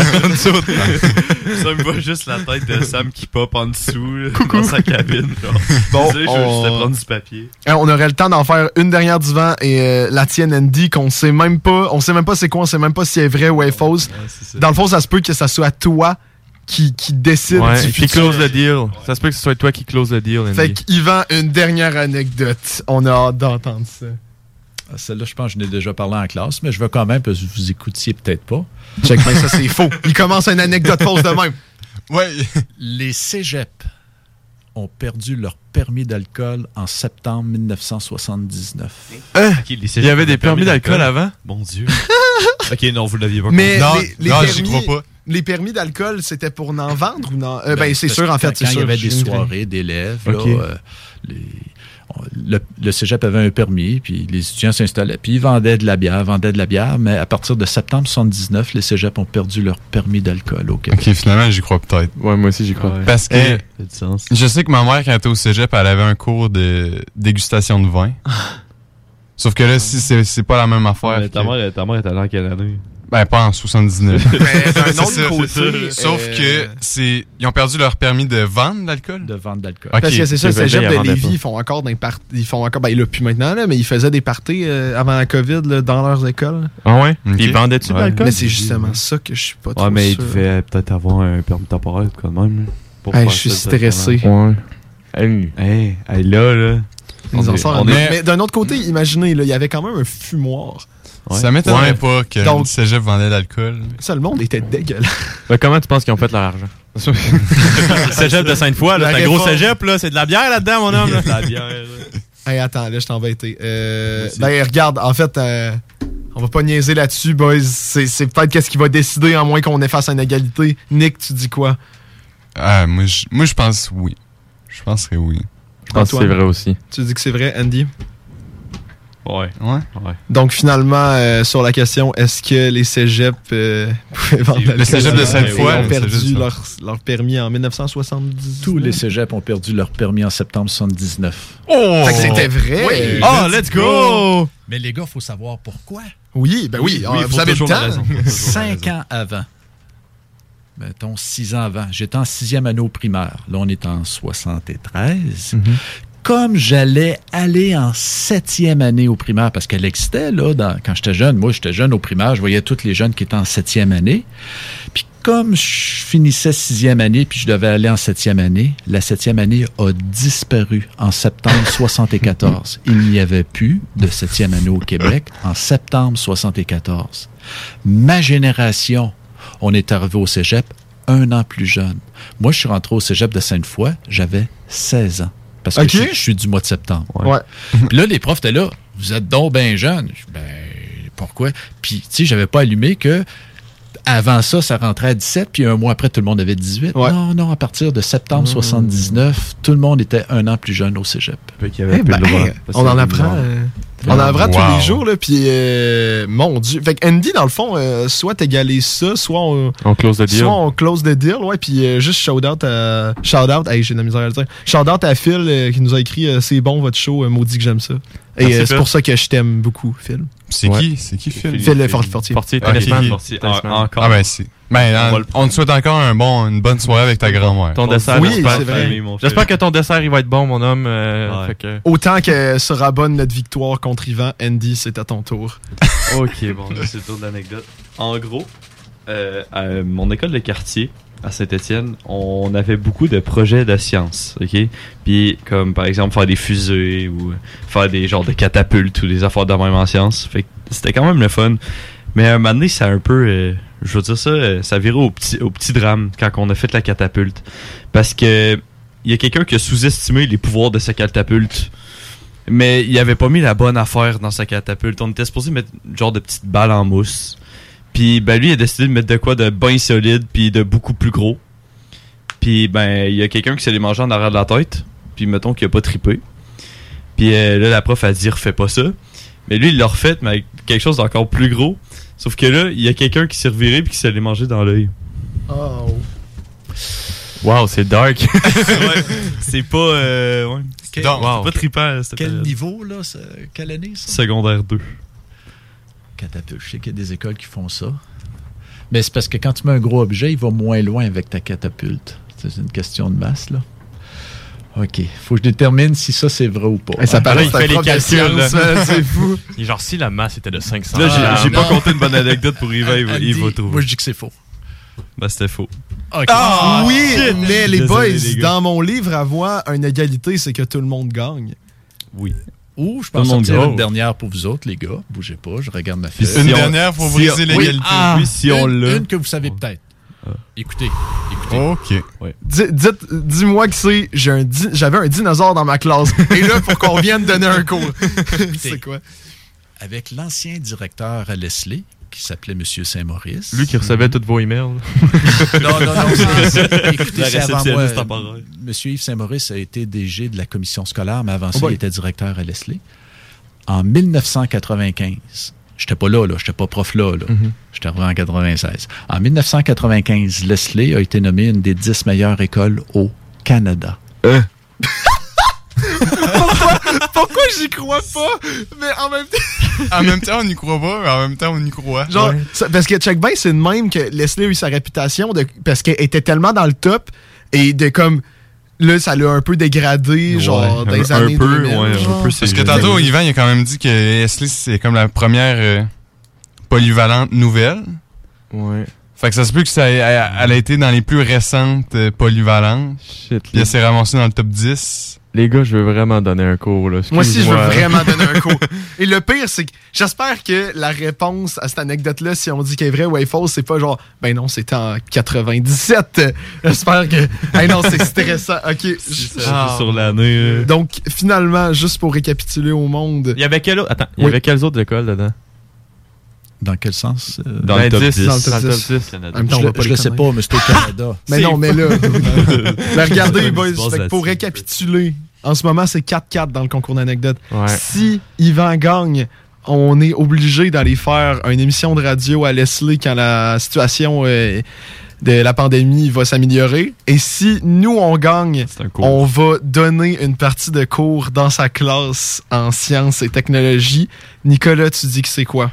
Ça me voit juste la tête de Sam qui pop en dessous là, dans sa cabine. Genre. Bon, Désolé, je veux on- juste te prendre du papier. Hein, on aurait le temps d'en faire une dernière du vent et euh, la tienne Andy qu'on sait même pas, on sait même pas c'est quoi, on sait même pas si elle est vraie ou elle est fausse. Ouais, c'est ça. Dans le fond, ça se peut que ça soit toi qui, qui décide Ouais, du qui futur. close le deal. Ça se peut que ce soit toi qui close le deal, Andy. Fait qu'Yvan, une dernière anecdote. On a hâte d'entendre ça. Ah, celle-là, je pense que je n'ai déjà parlé en classe, mais je veux quand même, parce que vous écoutiez peut-être pas. Check, mais ça c'est faux. Il commence une anecdote fausse de même. Ouais. Les cégeps ont perdu leur permis d'alcool en septembre dix-neuf cent soixante-dix-neuf. Hein? Okay, il y avait des permis d'alcool avant? Mon Dieu. OK, non, vous l'aviez pas. Mais non, les, les non permis, j'y crois pas. Les permis d'alcool, c'était pour n'en vendre ou non? Euh, ben, Ben, c'est parce sûr, en que fait, quand, c'est quand sûr. il y avait des j'imagine. soirées d'élèves, là, Ok. euh, les- on- le, le cégep avait un permis, puis les étudiants s'installaient, puis ils vendaient de la bière, vendaient de la bière, mais à partir de septembre soixante-dix-neuf, les cégeps ont perdu leur permis d'alcool au Québec. Ok, finalement, j'y crois peut-être. Ouais, moi aussi, j'y crois. Ouais. Parce que Ça fait du sens. je sais que ma mère, quand elle était au cégep, elle avait un cours de dégustation de vin. Sauf que là, si c'est c'est pas la même affaire. Mais ta, que- mère, ta mère est allée en quelle année? Ben, pas en soixante-dix-neuf. Mais d'un C'est autre ça, côté, c'est ça. Sauf euh, que c'est ils ont perdu leur permis de vendre de l'alcool. De vendre d'alcool. Ok. Parce que c'est ça, le c'est vrai, cégep ils en de vendaient Lévis, pas. ils font encore des parties. Ils font encore. Ben, là, plus maintenant, là, mais ils faisaient des parties euh, avant la COVID là, dans leurs écoles. Ah ouais? Ok. Ils vendaient-tu de Ouais. l'alcool? Mais c'est justement ça que je suis pas trop Ouais, mais il sûr. devait peut-être avoir un permis temporaire quand même. Pour Hey, faire je suis ça stressé. directement. Ouais. Hey. Hey, hey, là, là. Ils nous en On est- sortent. on mais est- mais d'un autre côté, imaginez, là, il y avait quand même un fumoir. Ouais. Ça m'étonnerait Ouais. pas que Donc- le cégep vendait de l'alcool. Ça, le monde était dégueulasse. Ben, comment tu penses qu'ils ont fait leur argent? Cégep de Sainte-Foy, là, La c'est un gros réforme. cégep, là. C'est de la bière là-dedans, mon homme. là. La bière, là. Hey, attends, là, je t'ai embêté. Euh, Moi aussi. ben, regarde, en fait, euh, on va pas niaiser là-dessus, boys. C'est c'est peut-être qu'est-ce qui va décider, à moins qu'on ait face à une égalité. Nick, tu dis quoi? Ah, moi, je moi, je pense oui. Je penserais oui. Je pense que c'est vrai aussi. Tu dis que c'est vrai, Andy? Ouais. Ouais. Ouais. Donc, finalement, euh, sur la question, est-ce que les cégeps euh, pouvaient vendre Le l'alcool? cégep de Sainte-Foy, Ils ont le perdu cégep de- leur, leur permis en dix-neuf cent soixante-dix. Tous les cégeps ont perdu leur permis en septembre soixante-dix-neuf. Oh! Fait que c'était vrai. Oui. Oh, let's go! Mais les gars, il faut savoir pourquoi. Oui, ben oui, Oui, euh, vous faut avez le toujours la temps. raison. Faut toujours la Cinq raison. ans avant. Mettons six ans avant. J'étais en sixième année au primaire. Là, on est en soixante-treize. Comme j'allais aller en septième année au primaire, parce qu'elle existait, là, dans- quand j'étais jeune. Moi, j'étais jeune au primaire, je voyais tous les jeunes qui étaient en septième année. Puis comme je finissais sixième année, puis je devais aller en septième année, la septième année a disparu en septembre soixante-quatorze. Il n'y avait plus de septième année au Québec en septembre soixante-quatorze. Ma génération, on est arrivé au cégep un an plus jeune. Moi, je suis rentré au cégep de Sainte-Foy, j'avais seize ans. Parce que Ok. je, je suis du mois de septembre. Ouais. Puis là, les profs étaient là. Vous êtes donc bien jeunes. Je dis, ben, pourquoi? Puis, tu sais, j'avais pas allumé que avant ça, ça rentrait à dix-sept, puis un mois après, tout le monde avait dix-huit. Ouais. Non, non, à partir de septembre soixante-dix-neuf, tout le monde était un an plus jeune au cégep. Fait qu'il y avait Eh plus ben, le droit. on en apprend. euh, on en apprend tous Wow. les jours, là, puis euh, mon Dieu. Fait que Andy, dans le fond, euh, soit t'égaler ça, soit on, On close the deal. soit on close the deal, ouais, puis euh, juste shout-out à... Shout-out, hey, j'ai de la misère à le dire. Shout-out à Phil euh, qui nous a écrit euh, c'est bon votre show, euh, maudit que j'aime ça. Et Merci, euh, c'est Phil. pour ça que je t'aime beaucoup, Phil. C'est Ouais. qui? C'est qui Phil? Phil euh, Fort- Fortier. Fortier, Ok. talisman. Fortier. Talisman. En- encore. Ah ben c'est. Ben, On on, va le on te souhaite encore un bon, une bonne soirée avec ta grand-mère. Ton dessert, Oui, j'espère. c'est vrai. Famille, mon J'espère Phil. que ton dessert, il va être bon, mon homme. euh, Ouais. fait que- Autant que sera bonne notre victoire contre Yvan, Andy, c'est à ton tour. Ok, bon, là, c'est le tour d'anecdote. En gros, euh, à mon école de quartier, à Saint-Étienne, on avait beaucoup de projets de sciences, ok? Puis, comme par exemple, faire des fusées ou faire des genres de catapultes ou des affaires de même en sciences. Fait que c'était quand même le fun. Mais à un moment donné, ça a un peu, euh, je veux dire ça, euh, ça virait au petit, au petit drame quand on a fait la catapulte. Parce que il y a quelqu'un qui a sous-estimé les pouvoirs de sa catapulte. Mais il avait pas mis la bonne affaire dans sa catapulte. On était supposé mettre genre de petites balles en mousse. Puis ben lui il a décidé de mettre de quoi de bien solide puis de beaucoup plus gros. Puis ben il y a quelqu'un qui s'est les mangé en arrière de la tête. Puis mettons qu'il a pas trippé. Puis euh, là la prof a dit refais pas ça. Mais lui il l'a refait mais avec quelque chose d'encore plus gros. Sauf que là il y a quelqu'un qui s'est reviré puis qui s'est les mangé dans l'œil. Oh. Wow, c'est dark. Ouais, c'est pas euh, ouais. Quel, Donc, C'est pas trippant cette quel période. niveau, là? ça- Quelle année, ça? Secondaire deux. Catapulte. Je sais qu'il y a des écoles qui font ça. Mais c'est parce que quand tu mets un gros objet, il va moins loin avec ta catapulte. C'est une question de masse, là. OK. Faut que je détermine si ça, c'est vrai ou pas. Hey, ça Hein? paraît il que c'est fait un les prof de calculs, là. science, man, c'est fou. Et genre, si la masse était de cinq cents. Là, j'ai Ah, j'ai pas non. compté une bonne anecdote pour Yvan, il, va- il Andy, va trouver. Moi, je dis que c'est faux. Ben, c'était faux. OK. Ah, oui, mais les Désolé, boys, les gars. dans mon livre à voix, une égalité, c'est que tout le monde gagne. Oui. Ou je Tout le pense monde sortir gagne. une dernière pour vous autres, les gars. Bougez pas, je regarde ma feuille. Une Si on- dernière pour si briser on- l'égalité. Oui, ah, oui, si on une, l'a. une que vous savez peut-être. Écoutez, écoutez. OK. Ouais. Dis, dites, dis-moi que c'est. J'ai un di- j'avais un dinosaure dans ma classe. Et là, pour qu'on vienne donner un cours. C'est quoi? Avec l'ancien directeur à Leslie, qui s'appelait M. Saint-Maurice. Lui qui recevait toutes vos emails. non, non, non. c'est- c'est- écoutez, La c'est avant moi. réceptionniste temporaire. M. Yves Saint-Maurice a été D G de la commission scolaire, mais avant Oh ça, boy. il était directeur à Leslie. En dix-neuf cent quatre-vingt-quinze, j'étais pas là, là, j'étais pas prof là, là. Mhm. J'étais arrivé en quatre-vingt-seize. En dix-neuf cent quatre-vingt-quinze, Leslie a été nommée une des dix meilleures écoles au Canada. Hein? Pourquoi, pourquoi j'y crois pas? Mais en même temps. En même temps, on n'y croit pas, mais en même temps, on y croit. Genre, ça- parce que check bien, c'est de même que Leslie a eu sa réputation de, parce qu'elle était tellement dans le top et de comme. Là, ça l'a un peu dégradé, Ouais, genre, dans un- les un années peu, deux mille. ouais, un genre. peu, Parce que tantôt, Yvan, il a quand même dit que Leslie, c'est comme la première euh, polyvalente nouvelle. Ouais. Fait que ça se peut que ça ait- elle, elle a été dans les plus récentes euh, polyvalentes. Shit. Puis elle s'est ramassée dans le top dix. Les gars, je veux vraiment donner un cours, là. Moi aussi, je veux Excuse-moi. vraiment donner un cours. Et le pire, c'est que j'espère que la réponse à cette anecdote-là, si on dit qu'elle est vraie ou elle est fausse, c'est pas genre, ben non, c'était en quatre-vingt-dix-sept. J'espère que. Hey non, c'est stressant. Ok. Ah. Sur l'année. euh. Donc, finalement, juste pour récapituler au monde. Il y avait quel autre. Attends, il y Oui. avait quelles autres écoles dedans? Dans quel sens? euh, Dans le top dix, dix. Dans le top Dans le dix. top dix. Canada. En même temps, on je va pas je les le sais connaître. pas, mais c'est au Canada. Mais non, mais là. là, regardez, C'est boys, une base fait que pour là-dessus. récapituler, en ce moment, c'est quatre quatre dans le concours d'anecdotes. Ouais. Si Yvan gagne, on est obligé d'aller faire une émission de radio à Leslie quand la situation euh, de la pandémie va s'améliorer. Et si nous, on gagne, un cours. on va donner une partie de cours dans sa classe en sciences et technologies. Nicolas, tu dis que c'est quoi?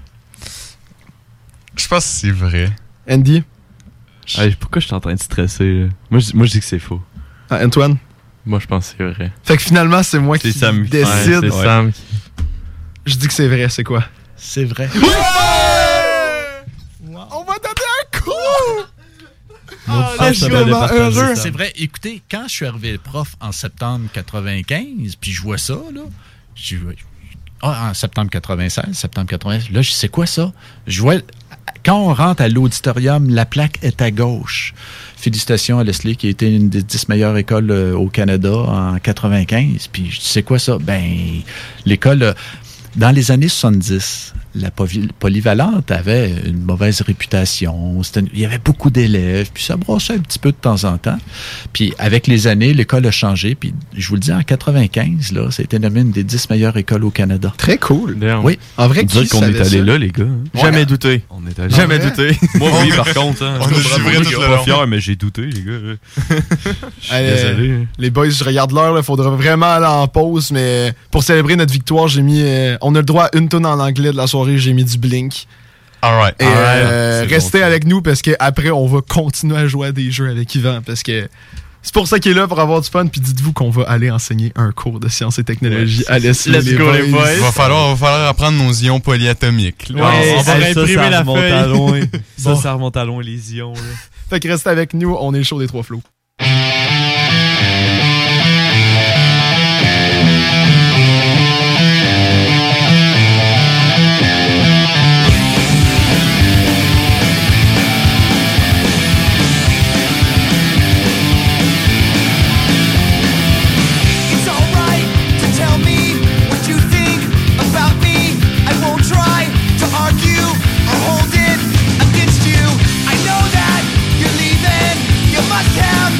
Je pense que c'est vrai. Andy? Hey, pourquoi je suis en train de stresser? Là? Moi, je, moi, je dis que c'est faux. Ah, Antoine? Moi, je pense que c'est vrai. Fait que finalement, c'est moi qui C'est Sam qui- décide. Ouais, c'est Sam qui. Je dis que c'est vrai, c'est quoi? C'est vrai. On va donner un coup! Ah, là, je suis ça va tellement départager heureux. ça. C'est vrai. Écoutez, quand je suis arrivé prof en septembre quatre-vingt-quinze, puis je vois ça, là, je ah, en septembre quatre-vingt-seize, septembre quatre-vingt-seize, là, je sais quoi ça? Je vois, quand on rentre à l'auditorium, la plaque est à gauche. Félicitations à Leslie, qui a été une des dix meilleures écoles euh, au Canada en quatre-vingt-quinze. Puis, je sais quoi ça? Ben, l'école, euh, dans les années soixante-dix, la poly- polyvalente avait une mauvaise réputation. C'était une- il y avait beaucoup d'élèves, puis ça brossait un petit peu de temps en temps. Puis avec les années, l'école a changé. Puis je vous le dis, en quatre-vingt-quinze, là, ça a été nommé une des dix meilleures écoles au Canada. Très cool. Damn. Oui. En vrai, Dire qui qu'on est savait allé ça? là, les gars. hein? Jamais douté. On est allé Jamais vrai? douté. Moi, oui, par contre. Hein, On a je givré comprends pas, tout je suis le pas long. fier, mais j'ai douté, les gars. là. Je suis Allez, désolé. Les boys, je regarde l'heure, il faudra vraiment aller en pause, mais pour célébrer notre victoire, j'ai mis. euh, on a le droit à une tonne en anglais de la soirée, j'ai mis du Blink. Alright. Et Alright. euh, c'est restez bon, ça. avec nous parce qu'après, on va continuer à jouer à des jeux avec Yvan parce que. C'est pour ça qu'il est là, pour avoir du fun. Puis dites-vous qu'on va aller enseigner un cours de sciences et technologies à Leslie. Let's go, les boys. Il va falloir, va falloir apprendre nos ions polyatomiques. là. Ouais, on va hey, ça, réimprimer ça la remonte feuille. à loin. Ça, Bon. ça remonte à loin, les ions. Là. Fait que restez avec nous, on est le show des trois flots. It's alright to tell me what you think about me. I won't try to argue or hold it against you. I know that you're leaving. You must have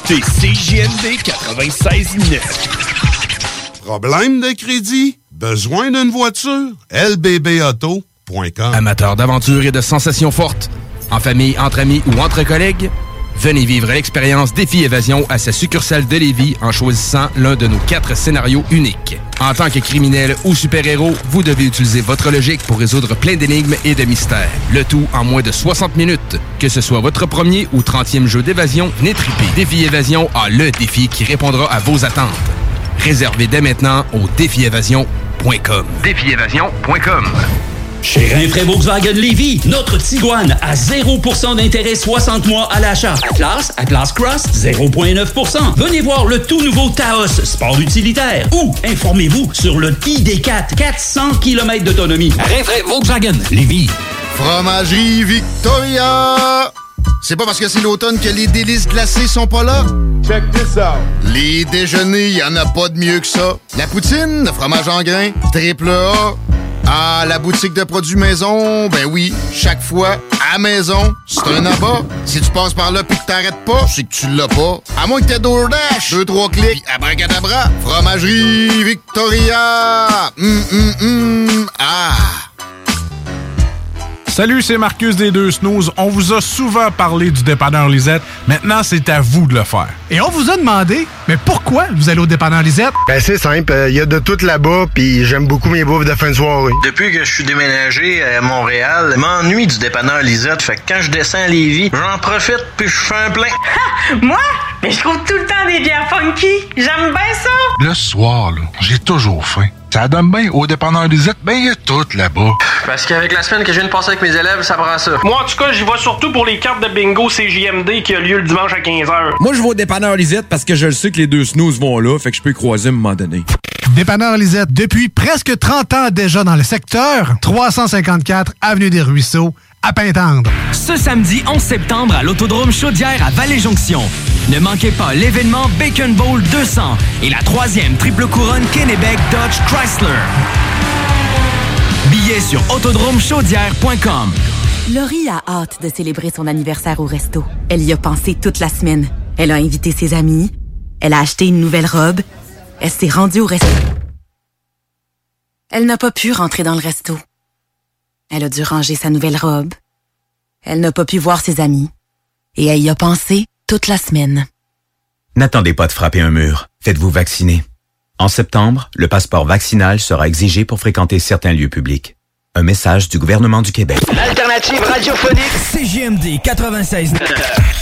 écoutez C J M D quatre-vingt-seize neuf. Problème de crédit? Besoin d'une voiture? L B B auto point com. Amateur d'aventure et de sensations fortes, en famille, entre amis ou entre collègues, venez vivre l'expérience Défi Évasion à sa succursale de Lévis en choisissant l'un de nos quatre scénarios uniques. En tant que criminel ou super-héros, vous devez utiliser votre logique pour résoudre plein d'énigmes et de mystères. Le tout en moins de soixante minutes. Que ce soit votre premier ou trentième jeu d'évasion, venez triper. Défi Évasion a le défi qui répondra à vos attentes. Réservez dès maintenant au défi évasion point com. défi évasion point com. Chez Rinfraie Volkswagen Lévis, notre Tiguan à zéro pour cent d'intérêt soixante mois à l'achat. Atlas, Atlas Cross, zéro virgule neuf pour cent. Venez voir le tout nouveau Taos, sport utilitaire. Ou informez-vous sur le I D quatre, quatre cents kilomètres d'autonomie. Rinfraie Volkswagen Lévis. Fromagerie Victoria! C'est pas parce que c'est l'automne que les délices glacées sont pas là? Check this out! Les déjeuners, y en a pas de mieux que ça. La poutine, le fromage en grains, triple A. Ah, la boutique de produits maison, ben oui, chaque fois, à maison, c'est un abat. Si tu passes par là pis que t'arrêtes pas, c'est que tu l'as pas. À moins que t'aies DoorDash, deux, trois clics, pis abracadabra, Fromagerie Victoria! Hum, hum, hum, ah! Salut, c'est Marcus des Deux Snooze. On vous a souvent parlé du dépanneur Lisette. Maintenant, c'est à vous de le faire. Et on vous a demandé, mais pourquoi vous allez au dépanneur Lisette? Ben c'est simple, il y a de tout là-bas, puis j'aime beaucoup mes bouffes de fin de soirée. Depuis que je suis déménagé à Montréal, je m'ennuie du dépanneur Lisette. Fait que quand je descends à Lévis, j'en profite puis je fais un plein. Ha! Moi? Mais je trouve tout le temps des bières funky. J'aime bien ça. Le soir, là, j'ai toujours faim. Ça donne bien. Au dépanneur Lisette, ben il y a tout là-bas. Parce qu'avec la semaine que je viens de passer avec mes élèves, ça prend ça. Moi, en tout cas, j'y vais surtout pour les cartes de bingo C J M D qui a lieu le dimanche à quinze heures. Moi, je vais au dépanneur Lisette parce que je le sais que les deux snooze vont là, fait que je peux y croiser à un moment donné. Dépanneur Lisette, depuis presque trente ans déjà dans le secteur, trois cent cinquante-quatre Avenue des Ruisseaux, à Pintendre. Ce samedi onze septembre à l'Autodrome Chaudière à Vallée-Jonction. Ne manquez pas l'événement Bacon Bowl deux cents et la troisième triple couronne Kennebec Dodge Chrysler. Billets sur autodromechaudière point com. Laurie a hâte de célébrer son anniversaire au resto. Elle y a pensé toute la semaine. Elle a invité ses amis. Elle a acheté une nouvelle robe. Elle s'est rendue au resto. Elle n'a pas pu rentrer dans le resto. Elle a dû ranger sa nouvelle robe. Elle n'a pas pu voir ses amis. Et elle y a pensé toute la semaine. N'attendez pas de frapper un mur. Faites-vous vacciner. En septembre, le passeport vaccinal sera exigé pour fréquenter certains lieux publics. Un message du gouvernement du Québec. L'alternative radiophonique C J M D quatre-vingt-seize neuf.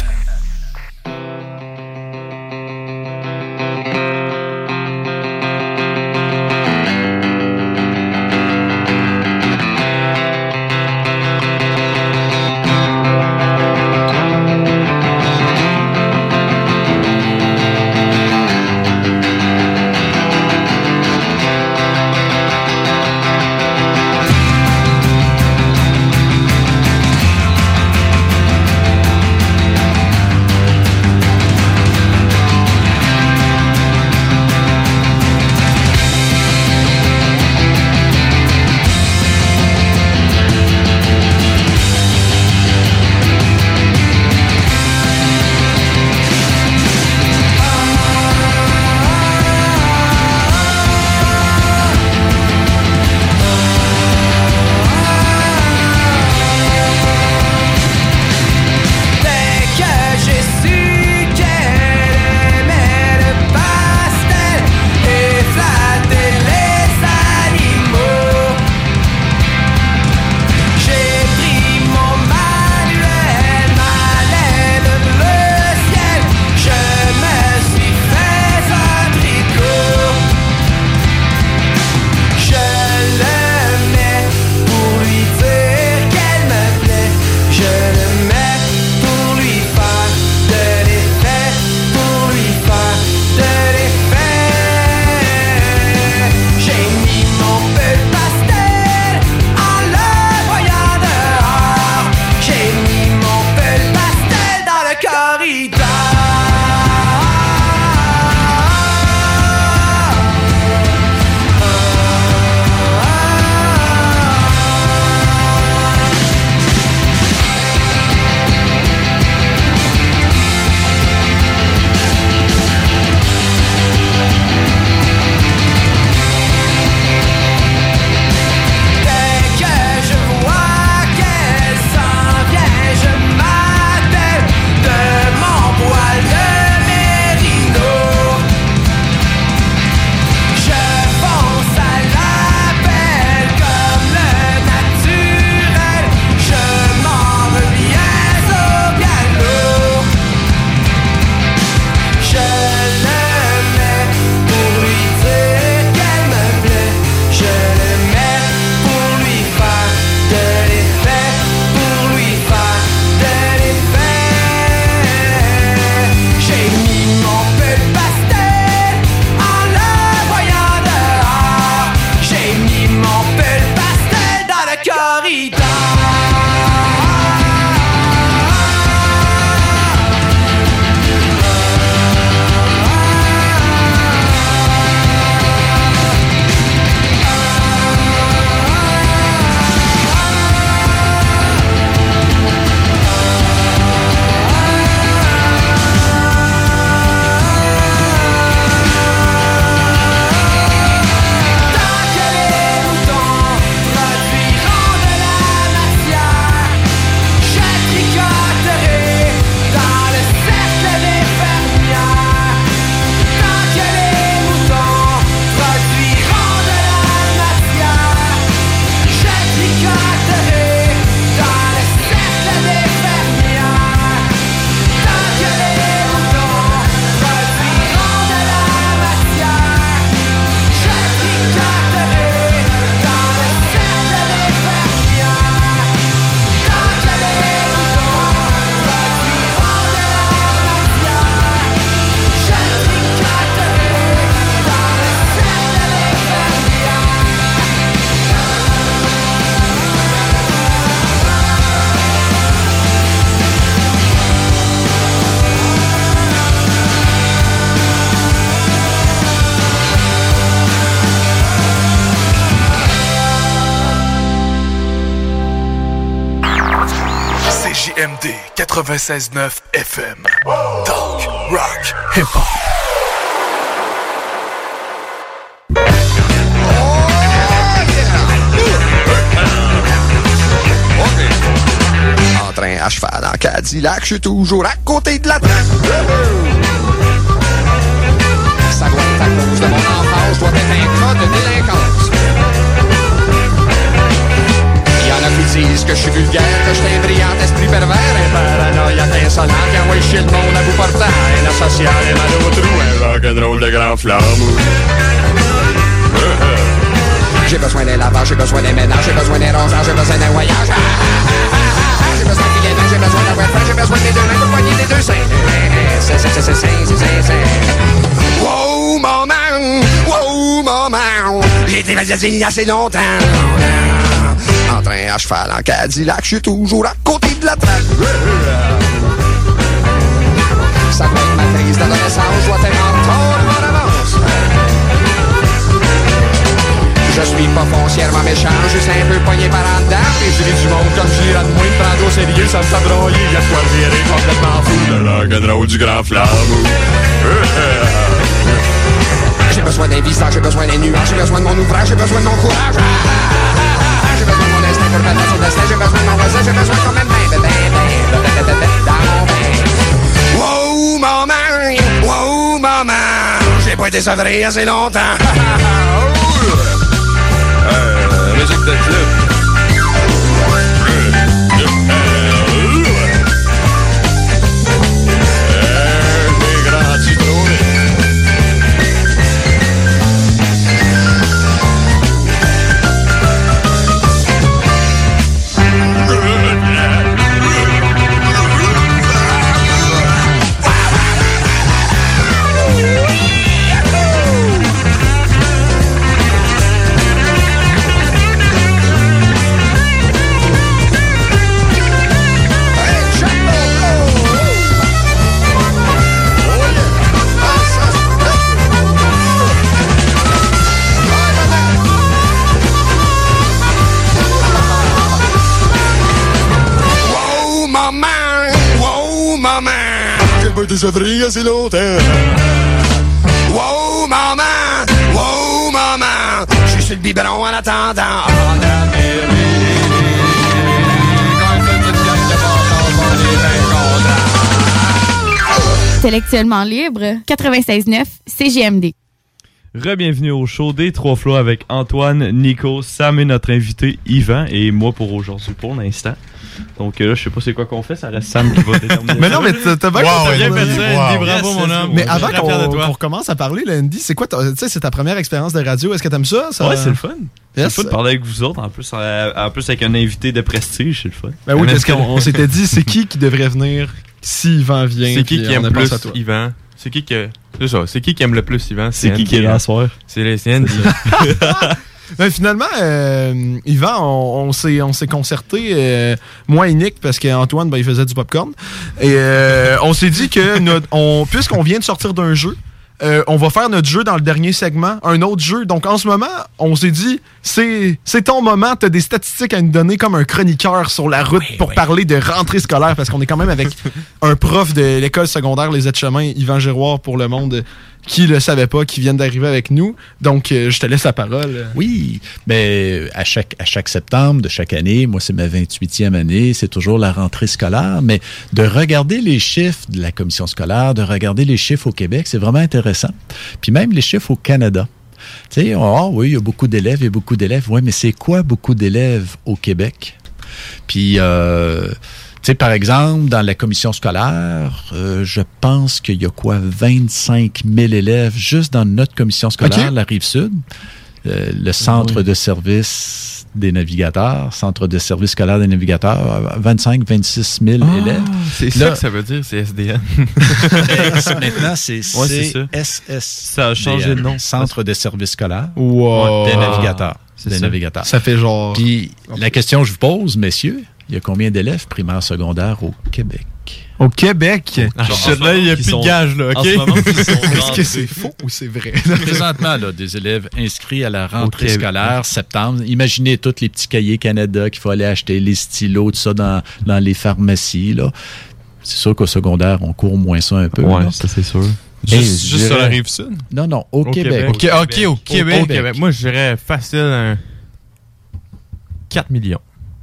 M D quatre-vingt-seize neuf F M. Talk, rock, hip-hop. En train à cheval en Cadillac, je suis toujours à côté de la traque. Ça doit être à cause de mon enfance, je dois être un cas de délinquance. Y'en a qui disent que je suis vulgaire, que je suis un brillant esprit pervers, un paranoïaque insolent qui envoie chier le monde à bout portant, un asocial et mal au trou, un rock'n'roll de grand flamme. J'ai besoin d'un lavage, j'ai besoin d'un ménage, j'ai besoin d'un rosage, j'ai besoin d'un voyage. J'ai besoin de clients, j'ai besoin d'un webfan, j'ai besoin des deux mains pour poigner les deux seins. C'est, c'est, c'est, c'est, c'est, c'est, c'est. Wow, maman, wow, maman, j'ai été magazine il y a assez longtemps. En train à cheval en Cadillac, je suis toujours à côté de la traque. Ça doit être ma crise d'adolescence, je dois être en retard en avance. Je suis pas foncièrement méchant, juste un peu pogné par en dedans. Et je dis du monde comme j'irai de moi, me prendre au sérieux, ça me fait broyer. Y'a de quoi virer complètement fou, le rock'n'roll du grand flamme. J'ai besoin d'un visage, j'ai besoin des nuages, j'ai besoin de mon ouvrage, j'ai besoin de mon courage. J'ai besoin de mon instinct pour battre son destin, j'ai besoin de mon voisin, j'ai besoin qu'on m'aime bien, bien, bien, dans mon bain. Wow, maman, wow, maman, j'ai pas été sevré assez longtemps. Euh, musique de club. J'ai grandi trop vite. J'ai pas été sevré assez longtemps. Wow, maman, wow, maman, je suis sur le biberon en attendant. Intellectuellement libre, quatre-vingt-seize neuf C G M D. Re-bienvenue au show des Trois Flots avec Antoine, Nico, Sam et notre invité Yvan et moi pour aujourd'hui pour l'instant. Donc là, je sais pas c'est quoi qu'on fait, ça reste Sam qui va déterminer. Mais non, mais t'as, t'as bien wow, fait wow, ça, Andy, bravo mon homme. Mais avant qu'on, qu'on recommence à parler, là, Andy, c'est quoi, tu sais, c'est ta première expérience de radio, est-ce que t'aimes ça? ça... Ouais, c'est le fun. Yes. C'est le fun de parler avec vous autres, en plus, en plus avec un invité de prestige, c'est le fun. Ben oui, parce qu'on on s'était dit, c'est qui qui devrait venir si Yvan vient? C'est qui qui aime plus Yvan? C'est qui que... C'est ça, c'est qui qui aime le plus Yvan? C'est, c'est qui qui est là ce soir? C'est les C N D. Ben, finalement, euh, Yvan, on, on, s'est, on s'est concerté, euh, moi et Nick, parce qu'Antoine, ben, il faisait du popcorn. Et euh, on s'est dit que, notre, on, puisqu'on vient de sortir d'un jeu, euh, on va faire notre jeu dans le dernier segment, un autre jeu. Donc en ce moment, on s'est dit, c'est, c'est ton moment, tu as des statistiques à nous donner comme un chroniqueur sur la route oui, pour oui. parler de rentrée scolaire, parce qu'on est quand même avec un prof de l'école secondaire Les Aides-Chemins, Yvan Giroir, pour le monde qui le savait pas, qui viennent d'arriver avec nous. Donc, euh, je te laisse la parole. Oui, mais à chaque, à chaque septembre de chaque année, moi, c'est ma vingt-huitième année, c'est toujours la rentrée scolaire, mais de regarder les chiffres de la commission scolaire, de regarder les chiffres au Québec, c'est vraiment intéressant. Puis même les chiffres au Canada. Tu sais, oh, oui, il y a beaucoup d'élèves, il y a beaucoup d'élèves. Oui, mais c'est quoi beaucoup d'élèves au Québec? Puis, euh, tu sais, par exemple, dans la commission scolaire, euh, je pense qu'il y a quoi, vingt-cinq mille élèves juste dans notre commission scolaire, okay. La Rive-Sud, euh, le centre oui. de service des navigateurs, centre de service scolaire des navigateurs, vingt-cinq à vingt-six mille ah, élèves. C'est Là, ça que ça veut dire, c'est S D N. Maintenant, c'est ouais, C S S. Ça a changé de nom. Centre de service scolaire wow. des navigateurs. C'est des ça. navigateurs. Ça fait genre... Puis, la question que je vous pose, messieurs, il y a combien d'élèves primaires secondaires au Québec? Québec. Au Québec? Ah, shit, là, il n'y a plus de gage, là, OK? En ce moment, ils sont Est-ce que c'est faux ou c'est vrai? Présentement, là, des élèves inscrits à la rentrée Au Québec. scolaire, septembre. Imaginez tous les petits cahiers Canada qu'il faut aller acheter, les stylos, tout ça dans, dans les pharmacies, là. C'est sûr qu'au secondaire, on court moins ça un peu. Ouais, là. ça c'est sûr. Hey, Juste, je juste sur dirais- la rive sud? Non, non, au, Au Québec. Québec. Ok, ok, au Québec. Au Québec. Moi, je dirais facile un quatre millions.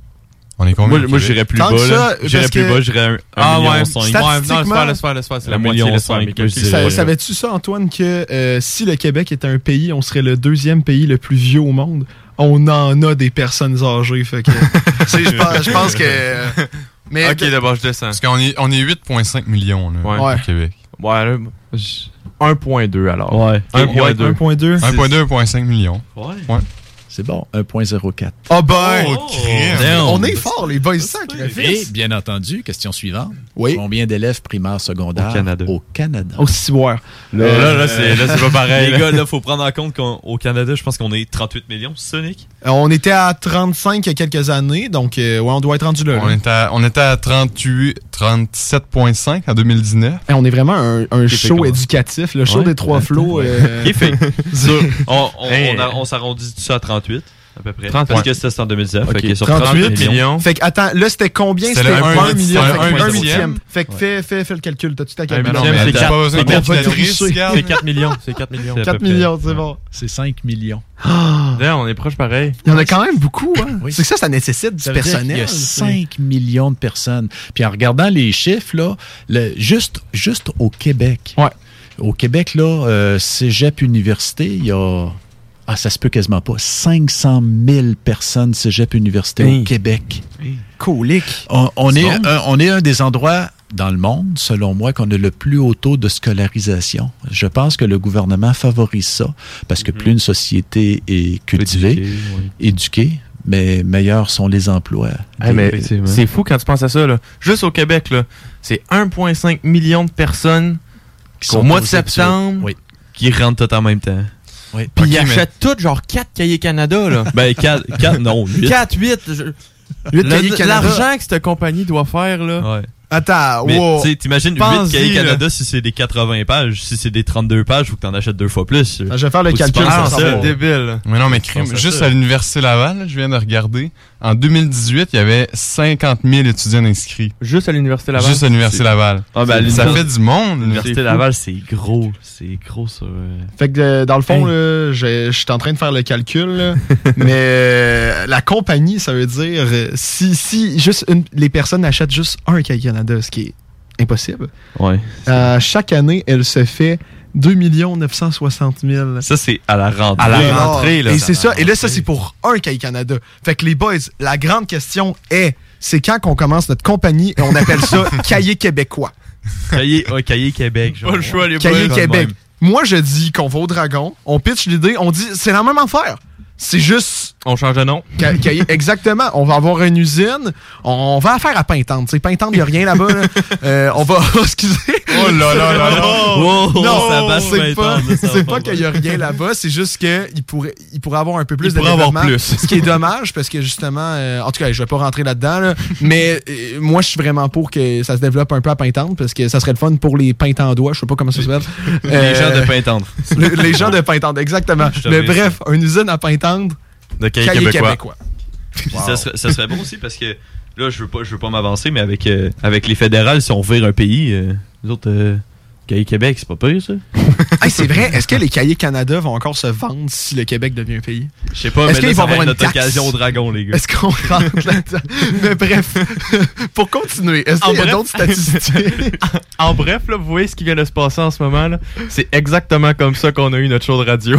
On est combien? Moi, au moi Québec? j'irais plus Tant bas. que là. ça, J'irais parce plus que- bas, j'irais un, un Ah million ouais, cinq. ouais, non, laisse Statistiquement- faire, laisse faire, laisse faire. C'est la Un moitié, million laisse faire. cinq, mes calculs. je dirais. Sa- Savais-tu ça, Antoine, que euh, si le Québec était un pays, on serait le deuxième pays le plus vieux au monde? On en a des personnes âgées, fait que... tu sais, je pense, je pense que... euh, mais Ok, d'abord, je descends. Parce qu'on est, on est huit virgule cinq millions là, Ouais. au Ouais. Québec. Ouais, là, je- un virgule deux alors. Ouais. un virgule deux. un virgule deux. un virgule deux, un virgule cinq millions. Ouais. Ouais. C'est bon, un virgule zéro quatre. Ah ben! Oh, crème. Damn. On est fort, les boys, ça, Et, bien entendu, question suivante. Oui. Combien d'élèves primaires secondaires Au Canada. au Canada? Au ciboire. Là, là, là, c'est là, c'est pas pareil. Les là. gars, là, faut prendre en compte qu'au Canada, je pense qu'on est trente-huit millions, c'est ça, Nick? Euh, On était à trente-cinq il y a quelques années, donc euh, ouais, on doit être rendu là. On là. était à, on était à trente-huit, trente-sept virgule cinq en deux mille dix-neuf. Hey, on est vraiment un, un fait show comment? éducatif, le show Ouais. des trois flots. euh, Ok, fait. Sur- on on, Hey. on, a- on s'arrondit tout ça à trente-huit, à peu près. trente-huit. Parce que c'était en deux mille dix-neuf. Ok, Fait que sur trente-huit trente-huit millions. Fait que, attends, là, c'était combien? C'était C'était le un un million. huitième. Fait que Un un huitième. huitième. Fait que fais, fais, fais le calcul. T'as-tu ta Un calcul? million, mais c'est t'as quatre- pas besoin on de va calculatrice, tricher. regarde. C'est quatre millions. C'est quatre millions. C'est à peu quatre près. millions, c'est bon. C'est cinq millions. D'ailleurs, on est proche pareil. Il y en a quand même beaucoup, hein? Oui. C'est que ça, ça nécessite du Ça veut dire personnel. qu'il y a c'est- cinq millions de personnes. Puis en regardant les chiffres, là, le- juste, juste au Québec. Ouais. Au Québec, là, euh, Cégep Université, il y a... Ah, ça se peut quasiment pas. cinq cent mille personnes Cégep Université Hey. au Québec. Colique. On, on C'est est bon. un, on est un des endroits dans le monde, selon moi, qu'on a le plus haut taux de scolarisation. Je pense que le gouvernement favorise ça parce que plus une société est cultivée, Éduqué, ouais. éduquée, mais meilleurs sont les emplois. Hey, mais Effectivement. c'est fou quand tu penses à ça. Là. Juste au Québec, là, c'est un virgule cinq million de personnes Qui au sont mois aux de septembre. études. Oui. Qui rentrent tout en même temps. Oui. Puis Ok, ils mais- achètent toutes genre quatre cahiers Canada. Là. Ben, quatre, quatre non, huit. quatre, huit. Huit cahiers Canada. L'argent que cette compagnie doit faire, là. Ouais. Attends, Mais wow. tu sais, t'imagines huit Pense-y, cahiers là. Canada si c'est des quatre-vingts pages. Si c'est des trente-deux pages, faut que t'en achètes deux fois plus. Je vais faire le Faut que tu calcul. penses Ah, à sans ça. savoir. c'est débile. là. Mais non, mais crime. pense à Juste ça. à l'Université Laval, là, je viens de regarder. En deux mille dix-huit, il y avait cinquante mille étudiants inscrits. Juste à l'Université Laval. Juste à l'Université Laval. Ah, ben, à ça l'univers- fait du monde. là. L'Université C'est fou. Laval, c'est gros. C'est gros, ça. euh. Fait que euh, dans le fond, Hey. là, je, je suis en train de faire le calcul, là, mais euh, la compagnie, ça veut dire euh, si, si juste une- les personnes achètent juste un cahier Canada, ce qui est impossible, Ouais. euh, chaque année, elle se fait deux millions neuf cent soixante mille. Ça, c'est à la rentrée. À la dollars. rentrée, là. Et c'est À la ça. Et là, ça, rentrée. c'est pour un cahier Canada. Fait que les boys, la grande question est, c'est quand qu'on commence notre compagnie et on appelle ça cahier québécois. Cahier, ouais, Cahier Québec. Genre. Pas le choix, les Cahier boys. Québec. Moi, je dis qu'on va au Dragon, on pitch l'idée, on dit, c'est la même affaire. C'est juste On change de nom. Ca- cahier- exactement. On va avoir une usine. On va faire à Pintante. Tu sais, Pintante, il n'y a rien là-bas. là. Euh, on va. Excusez. Oh là là là là. Oh, non, ça bâche c'est pas, Pintante, là, ça c'est va pas pas qu'il n'y a rien là-bas. C'est juste qu'il pourrait, il pourrait avoir un peu plus Il de pourrait avoir développement. plus. Ce qui est dommage parce que justement, euh, en tout cas, je vais pas rentrer là-dedans. là, mais euh, moi, je suis vraiment pour que ça se développe un peu à Pintante parce que ça serait le fun pour les Pintandois. Je sais pas comment ça s'appelle. Les Euh, gens de Pintendre. le- les gens de Pintante, exactement. Je te Mais remercie. bref, une usine à Pintante. De cahier Cahier québécois. québécois. Puis ça, serait, ça serait bon aussi parce que là, je veux pas, je veux pas m'avancer, mais avec, euh, avec les fédérales, si on vire un pays, euh, nous autres, euh, Cahier Québec, c'est pas pire, ça? Hey, c'est vrai, est-ce que les cahiers Canada vont encore se vendre si le Québec devient un pays? Je sais pas, Est-ce mais là, qu'ils ça vont va avoir être une notre taxe? occasion au dragon, les gars. Est-ce qu'on rentre là-dedans? Mais bref, pour continuer, est-ce En qu'il y a bref- d'autres statistiques? En bref, là, vous voyez ce qui vient de se passer en ce moment. là. C'est exactement comme ça qu'on a eu notre show de radio.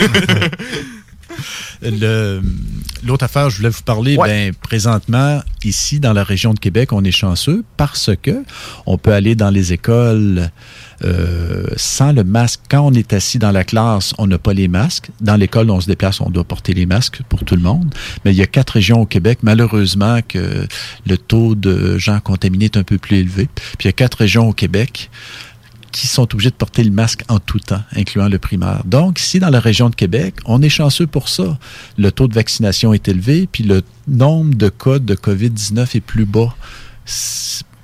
Le- L'autre affaire, je voulais vous parler, Ouais. ben, présentement, ici, dans la région de Québec, on est chanceux parce que on peut aller dans les écoles euh, sans le masque. Quand on est assis dans la classe, on n'a pas les masques. Dans l'école, on se déplace, on doit porter les masques pour tout le monde. Mais il y a quatre régions au Québec, malheureusement, que le taux de gens contaminés est un peu plus élevé. Puis il y a quatre régions au Québec qui sont obligés de porter le masque en tout temps, incluant le primaire. Donc, ici, dans la région de Québec, on est chanceux pour ça. Le taux de vaccination est élevé, puis le nombre de cas de covid dix-neuf est plus bas. C'est-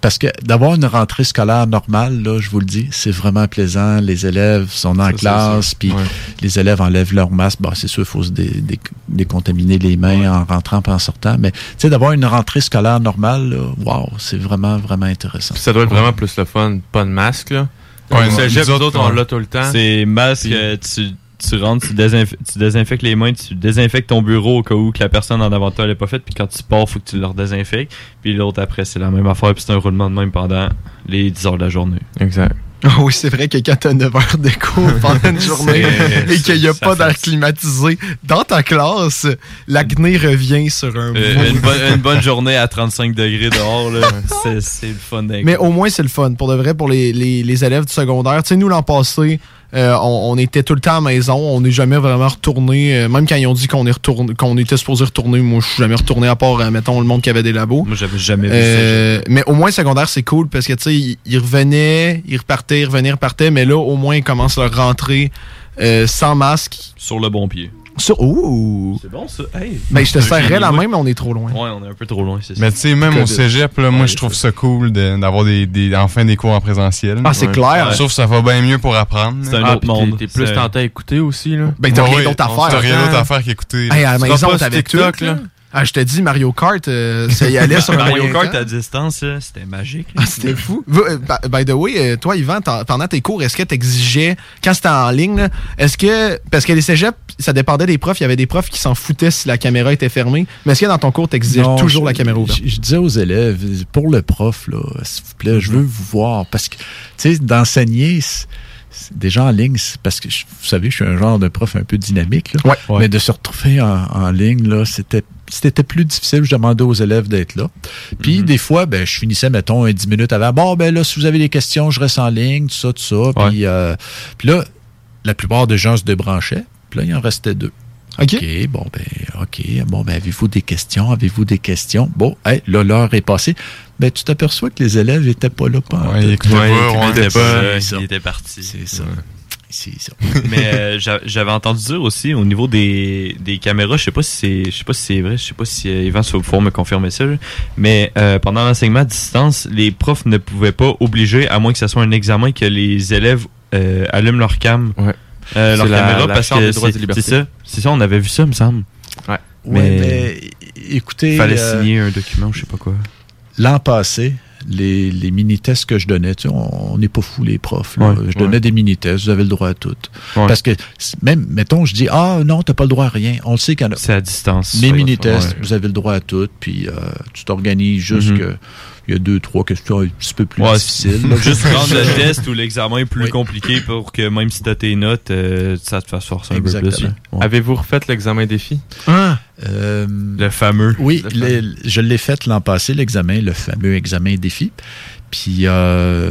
Parce que d'avoir une rentrée scolaire normale, là, je vous le dis, c'est vraiment plaisant. Les élèves sont en Ça, classe, puis ouais. les élèves enlèvent leur masque. Bon, c'est sûr, il faut se dé- dé- décontaminer les mains ouais. en rentrant et en sortant. Mais tu sais, d'avoir une rentrée scolaire normale, là, wow, c'est vraiment, vraiment intéressant. Puis ça doit être vraiment plus le fun. Pas de masque, là. Ouais, Au cégep, nous nous autres, on ouais. l'a tout le temps. C'est masque, Puis- euh, tu, tu rentres, tu, désinf- tu désinfectes les mains, tu désinfectes ton bureau au cas où que la personne en avant de toi l'ait pas fait, puis quand tu pars, faut que tu le redésinfectes. Puis l'autre après, c'est la même affaire, puis c'est un roulement de même pendant les dix heures de la journée. Exact. Oh oui, c'est vrai que quand t'as neuf heures de cours pendant une journée et qu'il n'y a pas d'air climatisé dans ta classe, l'acné revient sur un Euh, bout. une, bonne, une bonne journée à trente-cinq degrés dehors, là, c'est, c'est le fun d'un Mais coup. au moins, c'est le fun. Pour de vrai, pour les, les, les élèves du secondaire. Tu sais, nous, l'an passé, euh, on, on était tout le temps à la maison. On n'est jamais vraiment retourné. Euh, même quand ils ont dit qu'on est retourné, qu'on était supposé retourner, moi, je suis jamais retourné à part, euh, mettons, le monde qui avait des labos. Moi, j'avais jamais vu Euh, ça. mais au moins, secondaire, c'est cool parce que, tu sais, ils, ils revenaient, ils repartaient, ils revenaient, ils repartaient. Mais là, au moins, ils commencent leur rentrée euh, sans masque. Sur le bon pied. Sur, ouh! C'est bon, ça. Hey. Ben, je te Un serrais génie, la ouais. main, mais on est trop loin. Ouais, on est un peu trop loin, c'est ça. Mais tu sais, même au cégep, là, moi, je trouve ça cool de- d'avoir des, des, enfin des cours en présentiel. Ah, c'est Ouais. clair. Je trouve que ça va bien mieux pour apprendre. C'est un Ah, autre puis monde. T'es plus C'est- tenté à écouter aussi, là. Ben, t'as Ouais, rien ouais, d'autre à on- faire. T'as rien hein? d'autre à faire qu'écouter. là. Hey, à la Tu maison, seras pas t'avais sur TikTok, tout, là. là. Ah, je te dis, Mario Kart, euh, ça y allait sur un Mario moyen Kart temps. à distance, là, c'était magique. là. Ah, c'était fou. Vous, euh, by- By the way, euh, toi, Yvan, t'en- pendant tes cours, est-ce que t'exigeais, quand c'était en ligne, là, est-ce que, parce que les cégeps, ça dépendait des profs, il y avait des profs qui s'en foutaient si la caméra était fermée, mais est-ce que dans ton cours, t'exigeais Non, toujours je- la caméra ouverte? Je, je disais aux élèves, pour le prof, là, s'il vous plaît, je veux vous voir. Parce que, tu sais, d'enseigner, c'est- c'est déjà en ligne, c'est parce que, je- vous savez, je suis un genre de prof un peu dynamique. Là, Ouais. mais de se retrouver en, en ligne, là, c'était c'était plus difficile. Je demandais aux élèves d'être là. Puis, Mhm. des fois, ben, je finissais, mettons, un dix minutes avant. Bon, ben là, si vous avez des questions, je reste en ligne, tout ça, tout ça. Puis, euh, puis là, la plupart des gens se débranchaient. Puis là, il en restait deux. OK. OK, bon, ben, OK. Bon, ben, avez-vous des questions? Avez-vous des questions? Bon, hey, là, l'heure est passée. Ben, tu t'aperçois que les élèves n'étaient pas là. Pas Ouais, ils écoutaient Ouais, pas, il on était était pas, pas. là, ça. il était parti. C'est ça. C'est ça. Mais euh, j'a- j'avais entendu dire aussi au niveau des, des caméras, je sais pas si c'est je sais pas si c'est vrai, je sais pas si euh, Yvan va pouvoir me confirmer ça, là, mais euh, pendant l'enseignement à distance, les profs ne pouvaient pas obliger, à moins que ce soit un examen, que les élèves euh, allument leur cam, Ouais. euh, leur C'est la- caméra, la parce Charte que des droits et c'est des libertés. c'est ça, c'est ça, on avait vu ça, me semble. Ouais. Oui, Mais- mais, écoutez, Il fallait euh, signer un document, je sais pas quoi. l'an passé, les, les mini-tests que je donnais, tu sais, on n'est pas fous les profs. Là. Ouais, je donnais ouais. des mini-tests, vous avez le droit à tout. Ouais. Parce que c- même, mettons, je dis, ah non, t'as pas le droit à rien. On le sait qu'il y en a. C'est à distance. Les Ouais. mini-tests, Ouais. vous avez le droit à tout, puis euh, tu t'organises juste Mhm. que il y a deux, trois questions un petit peu plus Ouais, difficiles. là. Juste rendre le test ou l'examen est plus Oui. compliqué pour que même si t'as tes notes, euh, ça te fasse forcer un peu Exactement. plus. Ouais. Avez-vous refait l'examen défi? Ah. Euh, Le fameux. Oui, Le fameux. le- je l'ai fait l'an passé, l'examen, le fameux examen défi. Puis euh,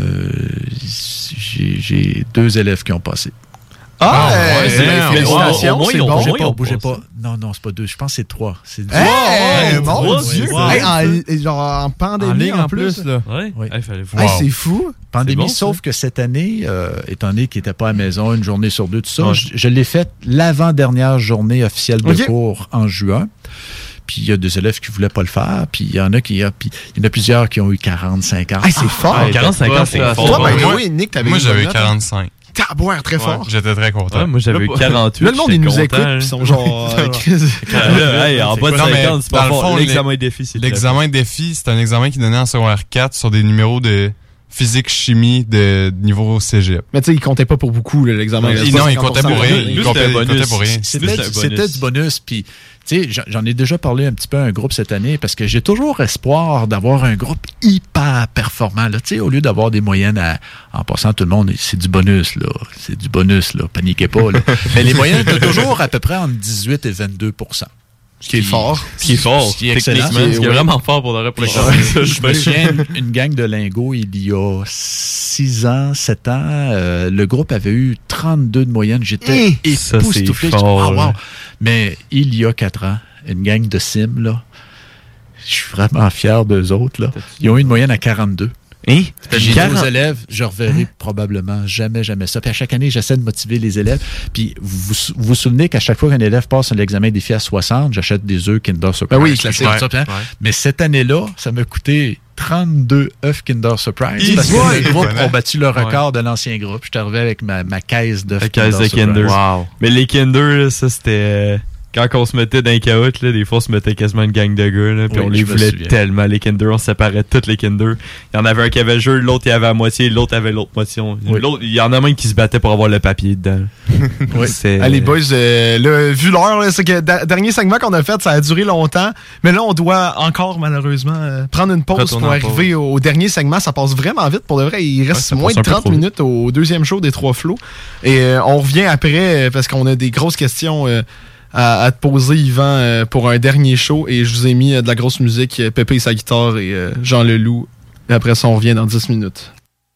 j'ai j'ai deux élèves qui ont passé. Ah, Ah, euh, ouais, c'est c'est bien, bien. félicitations, Au moins, c'est ils ont- bon. au Bougez moins, pas, ils ont bougez passé. pas. Non, non, c'est pas deux. Je pense que c'est trois. C'est Hey, Ouais, mon trois, Dieu! c'est ça. Hey, en, genre en pandémie En ligne, en en plus, là. Ouais. Oui. Hey, fallait voir. Hey, c'est fou! Pandémie, C'est bon, sauf que cette année, euh, étant donné qu'il n'était pas à la maison, une journée sur deux, tout ça, Ouais. je, je l'ai fait l'avant-dernière journée officielle de Ok. cours en juin. Puis il y a des élèves qui voulaient pas le faire. Puis il y en a qui, puis il y en a plusieurs qui ont eu quarante, cinquante. Hey, c'est fort! Ah, quarante-cinq ans, c'est Toi, fort. Toi, ben moi- oui, Nick, t'avais Moi, une j'avais bonne eu note, hein? quarante-cinq. Taboire, très fort. J'étais très content. Ouais, moi, j'avais eu Là, quarante-huit. Là, le monde, j'étais ils nous content, écoutent, hein. puis ils sont genre... euh, Chris. Ah, là, hey, en bas de Non, mais cinquante, c'est dans pas le fort. fond, L'examen défi, c'est L'examen défi, c'est un examen qui donnait en secondaire quatre sur des numéros de physique, chimie de niveau cégep. Mais tu sais, il comptait pas pour beaucoup, là, l'examen. Non, là, il- c'est non, pas il comptait pour cinquante rien. pour cent. Il Nous, comptait, c'était un il comptait bonus. pour rien. C'était C'était un c'était bonus. du bonus. Puis, tu sais, j'en- j'en ai déjà parlé un petit peu à un groupe cette année parce que j'ai toujours espoir d'avoir un groupe hyper performant. Là. Tu sais, au lieu d'avoir des moyennes à, en passant tout le monde, c'est du bonus, là. C'est du bonus, là. Paniquez pas, là. Mais les moyennes, t'as toujours à peu près entre dix-huit et vingt-deux pour cent. Ce qui est fort. Ce qui est fort. Ce qui est excellent. Techniquement, ce qui est Oui. vraiment fort pour le reste pour Je l'examen. Ça, je je me souviens, une, une gang de lingots, il y a six ans, sept ans, euh, le groupe avait eu trente-deux de moyenne. J'étais Hey! Ça, c'est époustouflé. Je dis, fort, ah, wow. là. Mais il y a quatre ans, une gang de sim, là, je suis vraiment fier d'eux autres. Là. Ils ont eu une moyenne à quarante-deux. Hein? J'ai dit aux élèves, je reverrai probablement jamais, jamais ça. Puis à chaque année, j'essaie de motiver les élèves. Puis vous vous, vous souvenez qu'à chaque fois qu'un élève passe l'examen défi à soixante, j'achète des œufs Kinder Surprise. Ben oui, Je classique. fais ça, hein. Ouais. Mais cette année-là, ça m'a coûté trente-deux œufs Kinder Surprise. Easy. Parce que Ouais. les groupes Ouais. ont battu le record Ouais. de l'ancien groupe. J'étais arrivé avec ma, ma caisse d'œufs La Kinder caisse de Surprise. Kinder. Wow. Mais les Kinder, là, ça, c'était... euh, quand on se mettait dans les caoutes, là, des fois, on se mettait quasiment une gang de gars, là, puis Oui, on les je me voulait souviens. tellement, les Kinder. On séparait toutes les Kinder. Il y en avait un qui avait le jeu, l'autre, il avait la moitié, l'autre avait l'autre moitié. Oui. L'autre, il y en a même qui se battaient pour avoir le papier dedans. Oui. C'est- Allez, boys, euh, là, vu l'heure, là, c'est que le dernier segment qu'on a fait, ça a duré longtemps. Mais là, on doit encore, malheureusement, euh, prendre une pause Retourner pour en pause. arriver au, au dernier segment. Ça passe vraiment vite. Pour de vrai, il reste ça moins passe de un peu trente trop minutes au deuxième show des Trois Flots. Et euh, on revient après euh, parce qu'on a des grosses questions euh, à, à te poser, Yvan, euh, pour un dernier show. Et je vous ai mis euh, de la grosse musique, euh, Pépé et sa guitare et euh, Jean Leloup. Et après ça, on revient dans dix minutes.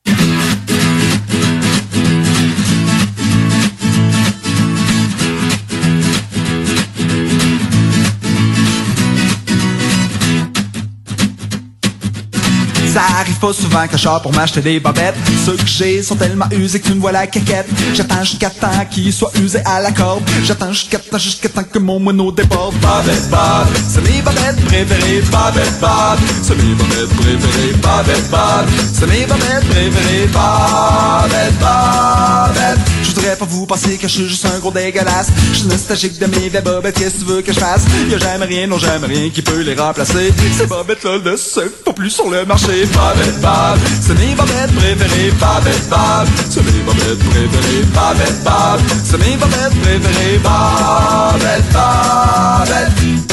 Ça arrive pas souvent que je sors pour m'acheter des bobettes. Ceux que j'ai sont tellement usés que tu me vois la caquette. J'attends jusqu'à temps qu'ils soient usés à la corde. J'attends jusqu'à temps, jusqu'à temps que mon moineau déborde. Bobette, bob, c'est mes bobettes préférées. Bobette, bob, c'est mes bobettes préférées. Bobette, bob, c'est mes bobettes préférées. Bobette, bobette. Je voudrais pas vous penser que je suis juste un gros dégueulasse. Je suis nostalgique de mes vieilles bobettes, qu'est-ce que tu veux que je fasse? Y'a jamais rien, non jamais rien qui peut les remplacer. Ces bobettes-là ne se font plus sur le marché. Bobette, bob, c'est mes bobettes préférées. Bobette, bob, c'est mes bobettes préférées. Bobette, bob, c'est mes bobettes préférées. Bobette, bobette.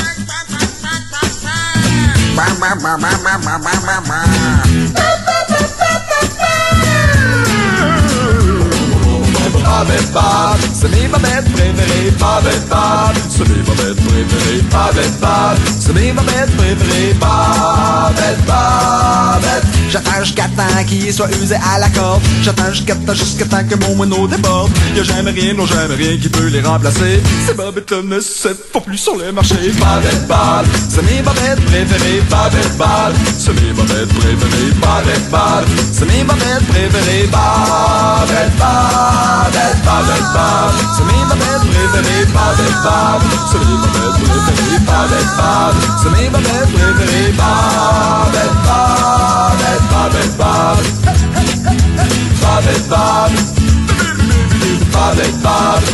Bobette, bob, c'est mes bobettes préférées. Bobette, bob, c'est mes bobettes préférées. Bobette, bob, c'est mes bobettes préférées. Bobette, bobette. J'attends jusqu'à temps qu'il soit usé à la corde. J'attends jusqu'à temps, jusqu'à temps que mon moineau déborde. Y'a jamais rien, non jamais rien qui peut les remplacer. Ces bobettes-là ne se font plus sur le marché. Bobette, bob, c'est mes bobettes préférées. Bobette, bob, c'est mes bobettes préférées. Bobette, bob, c'est mes bobettes préférées. Bobette, bobette, bobette, bob, c'est mes bobettes préférées. Bobette, bob, c'est mes bobettes préférées. Bobette, bob, c'est mes bobettes préférées. Bobette, bobette, bobette, bob, bobette, bob, bobette, bob,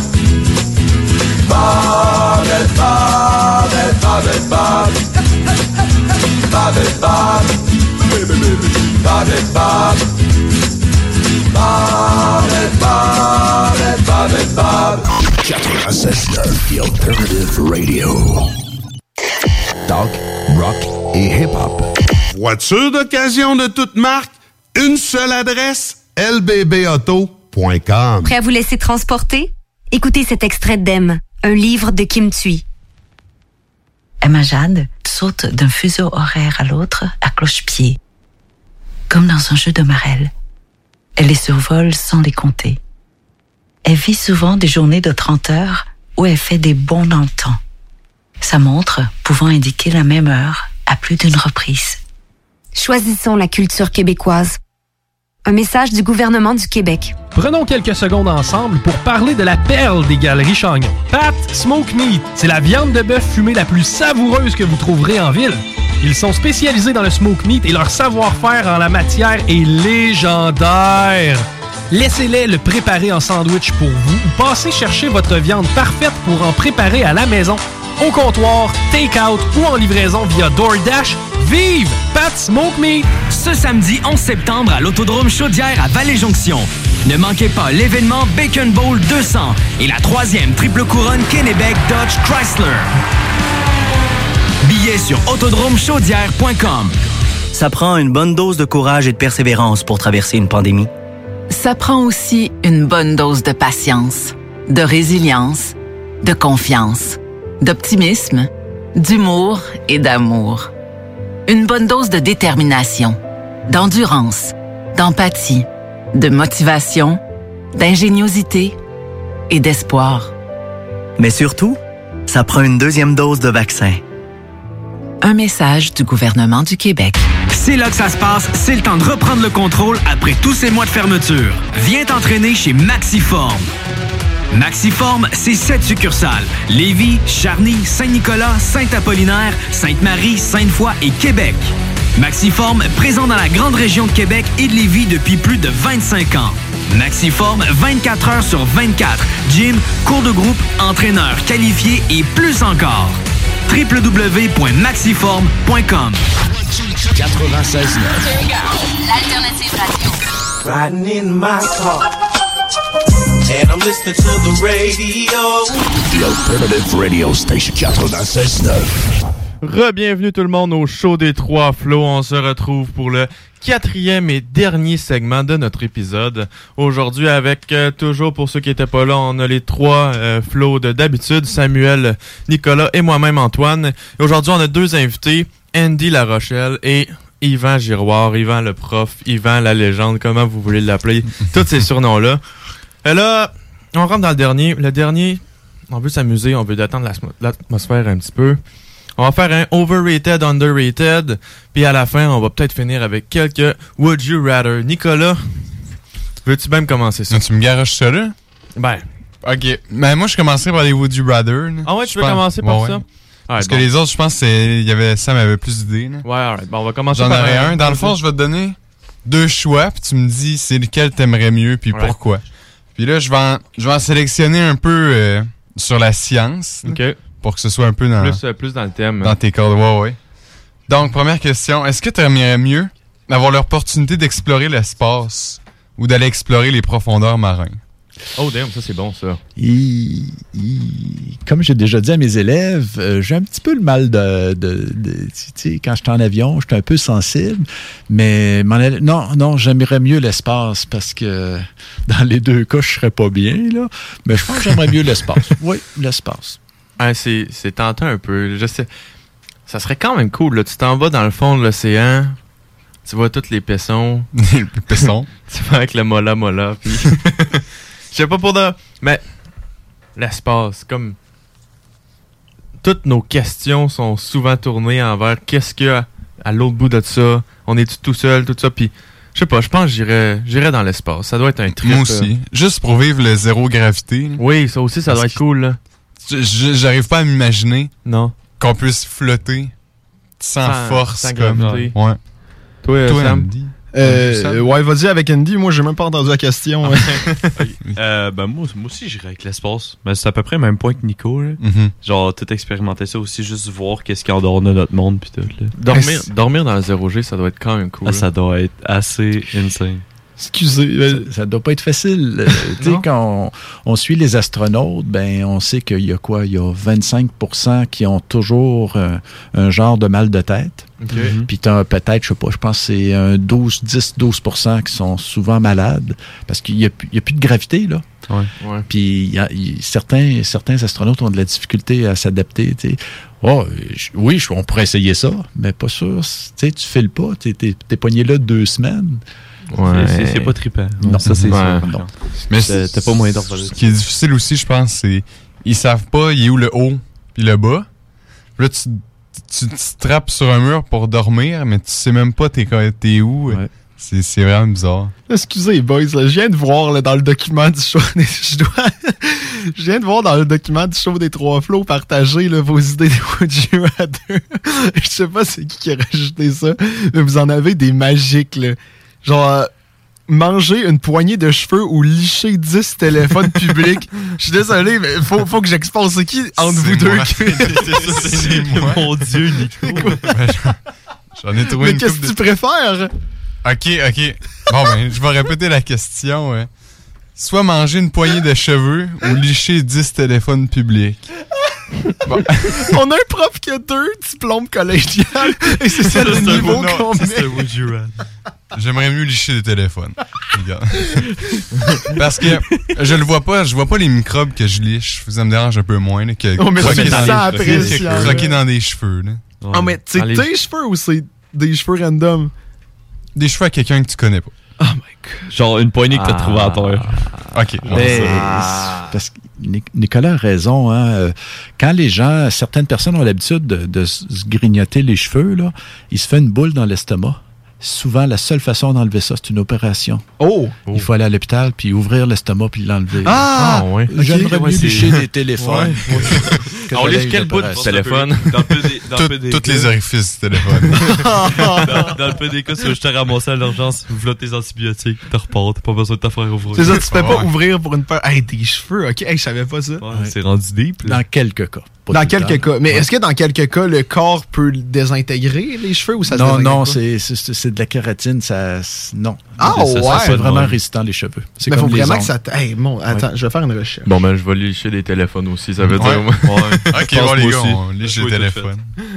bobette, bobette, bobette, bob, bobette, bob, bobette, bob, bobette, bobette, bobette, bob. quatre-vingt-seize neuf, The Alternative Radio. Talk, rock et hip-hop. Voiture d'occasion de toute marque, une seule adresse, L B B auto point com. Prêt à vous laisser transporter? Écoutez cet extrait d'Em, un livre de Kim Thuy. Emma Jade saute d'un fuseau horaire à l'autre à cloche-pied, comme dans un jeu de marelle. Elle les survole sans les compter. Elle vit souvent des journées de trente heures où elle fait des bonds dans le temps. Sa montre pouvant indiquer la même heure à plus d'une reprise. Choisissons la culture québécoise. Un message du gouvernement du Québec. Prenons quelques secondes ensemble pour parler de la perle des Galeries Chagnon. Pat Smoke Meat, c'est la viande de bœuf fumée la plus savoureuse que vous trouverez en ville. Ils sont spécialisés dans le smoke meat et leur savoir-faire en la matière est légendaire. Laissez-les le préparer en sandwich pour vous ou passez chercher votre viande parfaite pour en préparer à la maison, au comptoir, take-out ou en livraison via DoorDash. Vive Pat Smoke Meat! Ce samedi onze septembre à l'Autodrome Chaudière à Vallée-Jonction. Ne manquez pas l'événement Bacon Bowl deux cents et la troisième triple couronne Kennebec Dodge Chrysler. Billets sur autodrome chaudière point com. Ça prend une bonne dose de courage et de persévérance pour traverser une pandémie. Ça prend aussi une bonne dose de patience, de résilience, de confiance, d'optimisme, d'humour et d'amour. Une bonne dose de détermination, d'endurance, d'empathie, de motivation, d'ingéniosité et d'espoir. Mais surtout, ça prend une deuxième dose de vaccin. Un message du gouvernement du Québec. C'est là que ça se passe, c'est le temps de reprendre le contrôle après tous ces mois de fermeture. Viens t'entraîner chez Maxiform. Maxiform, c'est sept succursales. Lévis, Charny, Saint-Nicolas, Saint-Apollinaire, Sainte-Marie, Sainte-Foy et Québec. Maxiform, présent dans la grande région de Québec et de Lévis depuis plus de vingt-cinq ans. Maxiform, vingt-quatre heures sur vingt-quatre. Gym, cours de groupe, entraîneur qualifié et plus encore. w w w point maxiform point com. quatre-vingt-seize neuf. L'alternative radio. Riding in my car. And I'm listening to the radio. The Alternative Radio Station quatre-vingt-seize neuf. Re-bienvenue tout le monde au show des Trois Flots. On se retrouve pour le quatrième et dernier segment de notre épisode. Aujourd'hui avec, euh, toujours pour ceux qui n'étaient pas là, on a les trois euh, flots de d'habitude, Samuel, Nicolas et moi-même Antoine. Et aujourd'hui on a deux invités, Andy La Rochelle et Yvan Giroir, Yvan le prof, Yvan la légende, comment vous voulez l'appeler, tous ces surnoms-là. Et là, on rentre dans le dernier. Le dernier, on veut s'amuser, on veut détendre l'atmosphère un petit peu. On va faire un overrated, underrated, puis à la fin, on va peut-être finir avec quelques would you rather. Nicolas, veux-tu même commencer ça? Non, tu me garoches ça là? Ben. Ok. Ben, moi, je commencerai par les would you rather. Là. Ah ouais, tu je veux pense... commencer par ouais, ça? Ouais. Right, Parce bon. que les autres, je pense que y avait, Sam avait plus d'idées. Là. Ouais, alright. Bon, on va commencer J'en par aurais un. Dans le fond, je vais te donner deux choix, puis tu me dis c'est lequel t'aimerais mieux, puis right. pourquoi. Puis là, je vais en, je vais en sélectionner un peu euh, sur la science. OK. Pour que ce soit un peu dans... Plus, euh, plus dans le thème. Dans tes cordes, ouais, ouais. Donc, première question. Est-ce que tu aimerais mieux avoir l'opportunité d'explorer l'espace ou d'aller explorer les profondeurs marines? Oh, damn, ça, c'est bon, ça. Il, il, comme j'ai déjà dit à mes élèves, euh, j'ai un petit peu le mal de... de, de tu sais, quand je suis en avion, je suis un peu sensible, mais mon, non, non, j'aimerais mieux l'espace parce que dans les deux cas, je serais pas bien, là. Mais je pense que j'aimerais mieux l'espace. Oui, l'espace. Ah, c'est, c'est tentant un peu. Je sais. Ça serait quand même cool, là. Tu t'en vas dans le fond de l'océan, tu vois tous les pessons. Les pessons. Tu vas avec le mola mola, puis... Je sais pas pour de... Mais l'espace, comme... Toutes nos questions sont souvent tournées envers qu'est-ce qu'il y a à l'autre bout de ça. On est tout seul, tout ça, puis... Je sais pas, je pense que j'irais, j'irais dans l'espace. Ça doit être un trip. Moi aussi. Euh... Juste pour vivre le zéro gravité. Là. Oui, ça aussi, ça Parce doit être cool, là. J'arrive pas à m'imaginer non. qu'on puisse flotter sans, sans force. Sans comme... gravité. Ouais. Toi, Toi Sam? Andy? Euh, ouais, vas-y avec Andy. Moi, j'ai même pas entendu la question. Okay. euh, ben, moi, moi aussi, j'irais avec l'espace. Ben, c'est à peu près le même point que Nico. Là. Mm-hmm. Genre, tout expérimenter ça aussi, juste voir qu'est-ce qu'il y a en dehors de notre monde. Pis tout, là. Dormir, dormir dans le zéro G, ça doit être quand même cool. Ah, ça doit être assez insane. Excusez, ça, ça doit pas être facile. Euh, tu sais, quand on, on suit les astronautes, ben on sait qu'il y a quoi? Il y a vingt-cinq pour cent qui ont toujours euh, un genre de mal de tête. Okay. Mm-hmm. Puis t'as peut-être, je sais pas, je pense que c'est un douze, dix, douze pour cent qui sont souvent malades parce qu'il y a, il y a plus de gravité, là. Ouais, ouais. Puis il y a, il, certains, certains astronautes ont de la difficulté à s'adapter, tu sais. Oh, je, oui, je, on pourrait essayer ça, mais pas sûr. Tu sais, tu files pas, t'es, t'es, t'es pogné là deux semaines. Ouais. C'est, c'est, c'est pas trippant. Non, non ça c'est ouais. sûr. Non. Mais t'as, t'as pas moyen d'en parler. Ce qui est difficile aussi, je pense, c'est ils savent pas il est où le haut puis le bas. Là, tu, tu, tu te trappes sur un mur pour dormir, mais tu sais même pas t'es, t'es où. Ouais. C'est, c'est vraiment bizarre. Excusez, boys, là, je viens de voir là, dans le document du show. Je dois. Je viens de voir dans le document du show des Trois Flots partager là, vos idées de Would You Rather. Je sais pas c'est qui qui a rajouté ça, mais vous en avez des magiques, là. Genre, euh, manger une poignée de cheveux ou licher dix téléphones publics. Je suis désolé, mais faut, faut que j'expose. C'est qui entre c'est vous deux? Moi. Que... c'est, c'est moi. Mon Dieu, Nico. J'en ai trouvé mais une qu'est-ce que de... tu préfères? Ok, ok. Bon, ben, je vais répéter la question. Ouais. Soit manger une poignée de cheveux ou licher dix téléphones publics. Bon. On a un prof qui a deux diplômes collégiales et c'est ça, ça le niveau qu'on met. J'aimerais mieux licher des téléphones. Parce que je le vois pas, je vois pas les microbes que je liche. Ça me dérange un peu moins là, que oh, mais croquer, dans, dans, les, que croquer dans des cheveux. Là. Oh, oh mais c'est les... tes cheveux ou c'est des cheveux random? Des cheveux à quelqu'un que tu connais pas. Oh my god. Genre une poignée que t'as ah. trouvée à terre. Ok. Mais ah. Parce que Nicolas a raison. Hein, quand les gens, certaines personnes ont l'habitude de, de se grignoter les cheveux, là, il se fait une boule dans l'estomac. Souvent, la seule façon d'enlever ça, c'est une opération. Oh! Il faut aller à l'hôpital, puis ouvrir l'estomac, puis l'enlever. Ah! ah ouais. J'aimerais okay. mieux licher des téléphones. Ouais. que on de lit linge quel de bout de paresse. téléphone? Dans le P D dans le Tout- P D Tous les orifices du téléphone. dans, dans le P D K, si je t'ai ramassé à l'urgence, vous tes antibiotiques, t'as repars, t'as pas besoin de t'en faire ouvrir. C'est ça, tu te fais pas Ouais. ouvrir pour une paire. Hey, des cheveux, ok, hey, je savais pas ça. Ouais, c'est rendu deep. Là. Dans quelques cas. Pas Dans tout le quelques temps. cas. Mais Ouais. est-ce que dans quelques cas, le corps peut désintégrer les cheveux ou ça se Non, désintègre non, pas? c'est, c'est, c'est de la kératine, ça. c'est- Non. Ah, ça, ça, ouais. c'est vraiment résistant, les cheveux. C'est Mais comme faut les vraiment ongles. que ça. t- Hey, bon, attends, Ouais. je vais faire une recherche. Bon, ben, je vais licher des téléphones aussi, ça veut Ouais. dire. Ouais. Ok, Je pense bon, les moi gars, aussi. on liche Je le vois tout téléphone.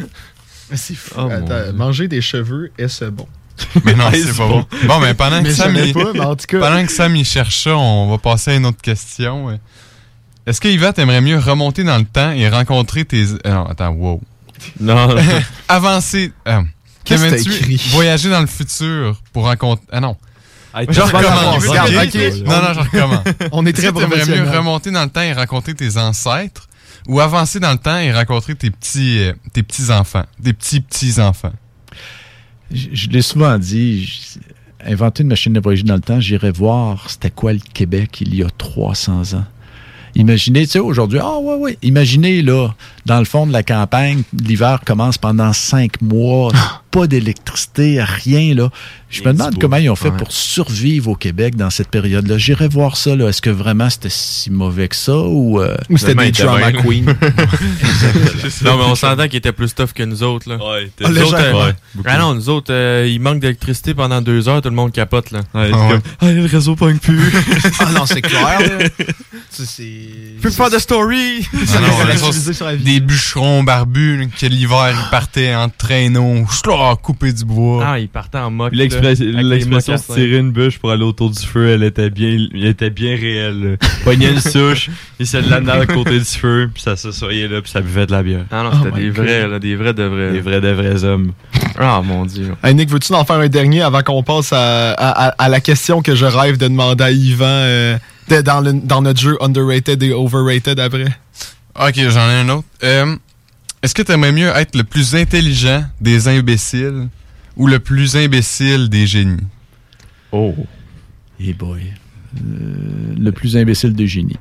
C'est fou. Oh, mon attends, Dieu. manger des cheveux, est-ce bon? Mais non, Hey, c'est c'est pas bon. bon. Bon, mais pendant que Mais je Sam savais il- pas, mais en tout cas. pendant que Sam il cherche ça, on va passer à une autre question. Est-ce que Yvette aimerait mieux remonter dans le temps et rencontrer tes... euh, non, attends, wow. Non. Avancer... Euh, Qu'est-ce que t'as t'aimerais-tu écrit? voyager dans le futur pour rencontrer... Ah non. Hey, Je t'as- recommence. Regarde, ok? ok. Non, non, je recommence. On est Est-ce très que t'aimerais mieux professionnels. remonter dans le temps et rencontrer tes ancêtres ou avancer dans le temps et rencontrer tes petits, euh, tes petits-enfants, tes petits-petits-enfants? Je, je l'ai souvent dit, j- inventer une machine à voyager dans le temps, j'irais voir c'était quoi le Québec il y a trois cents ans. Imaginez, tu sais, aujourd'hui, ah ouais, ouais, imaginez, là, dans le fond de la campagne, l'hiver commence pendant cinq mois, pas d'électricité, rien, là. Je me demande comment ils ont fait Ouais. pour survivre au Québec dans cette période-là. J'irais voir ça, là. Est-ce que vraiment c'était si mauvais que ça ou... euh, Ou c'était Finalement, des il était drama bien. queens. Non, mais on s'entend qu'il était plus tough que nous autres, là. Ouais, t'es- Ah, Nous autres, légèrement. euh, Ouais, beaucoup. ah non, nous autres, euh, il manque d'électricité pendant deux heures, tout le monde capote, là. Ouais, c'est Ah ouais. comme, ah, le réseau pogne plus. Ah non, c'est clair, là. Ça, c'est. Plus faire de story! Ça Ah non, les la a sauce- utilisés sur la vie. Des bûcherons barbus là, que l'hiver ils partaient en traîneau, ch'tla, couper du bois. Ah, il partait en moque. L'express- là, avec les L'expression mocassins. se tirer une bûche pour aller autour du feu, elle était bien, elle était bien réelle. là. Pognait une souche, il s'est de la à côté du feu, puis ça s'assoyait là, puis ça buvait de la bière. Ah non, Oh c'était my des God. vrais, là, des vrais de vrais. Des vrais de vrais hommes. Ah, mon Dieu. Hey Nick, veux-tu en faire un dernier avant qu'on passe à, à, à- à la question que je rêve de demander à Yvan euh, de- dans, le, dans notre jeu Underrated et Overrated après? Ok, j'en ai un autre. Euh, Est-ce que t'aimerais mieux être le plus intelligent des imbéciles ou le plus imbécile des génies? Oh. Hey boy. Euh, le plus imbécile de génie.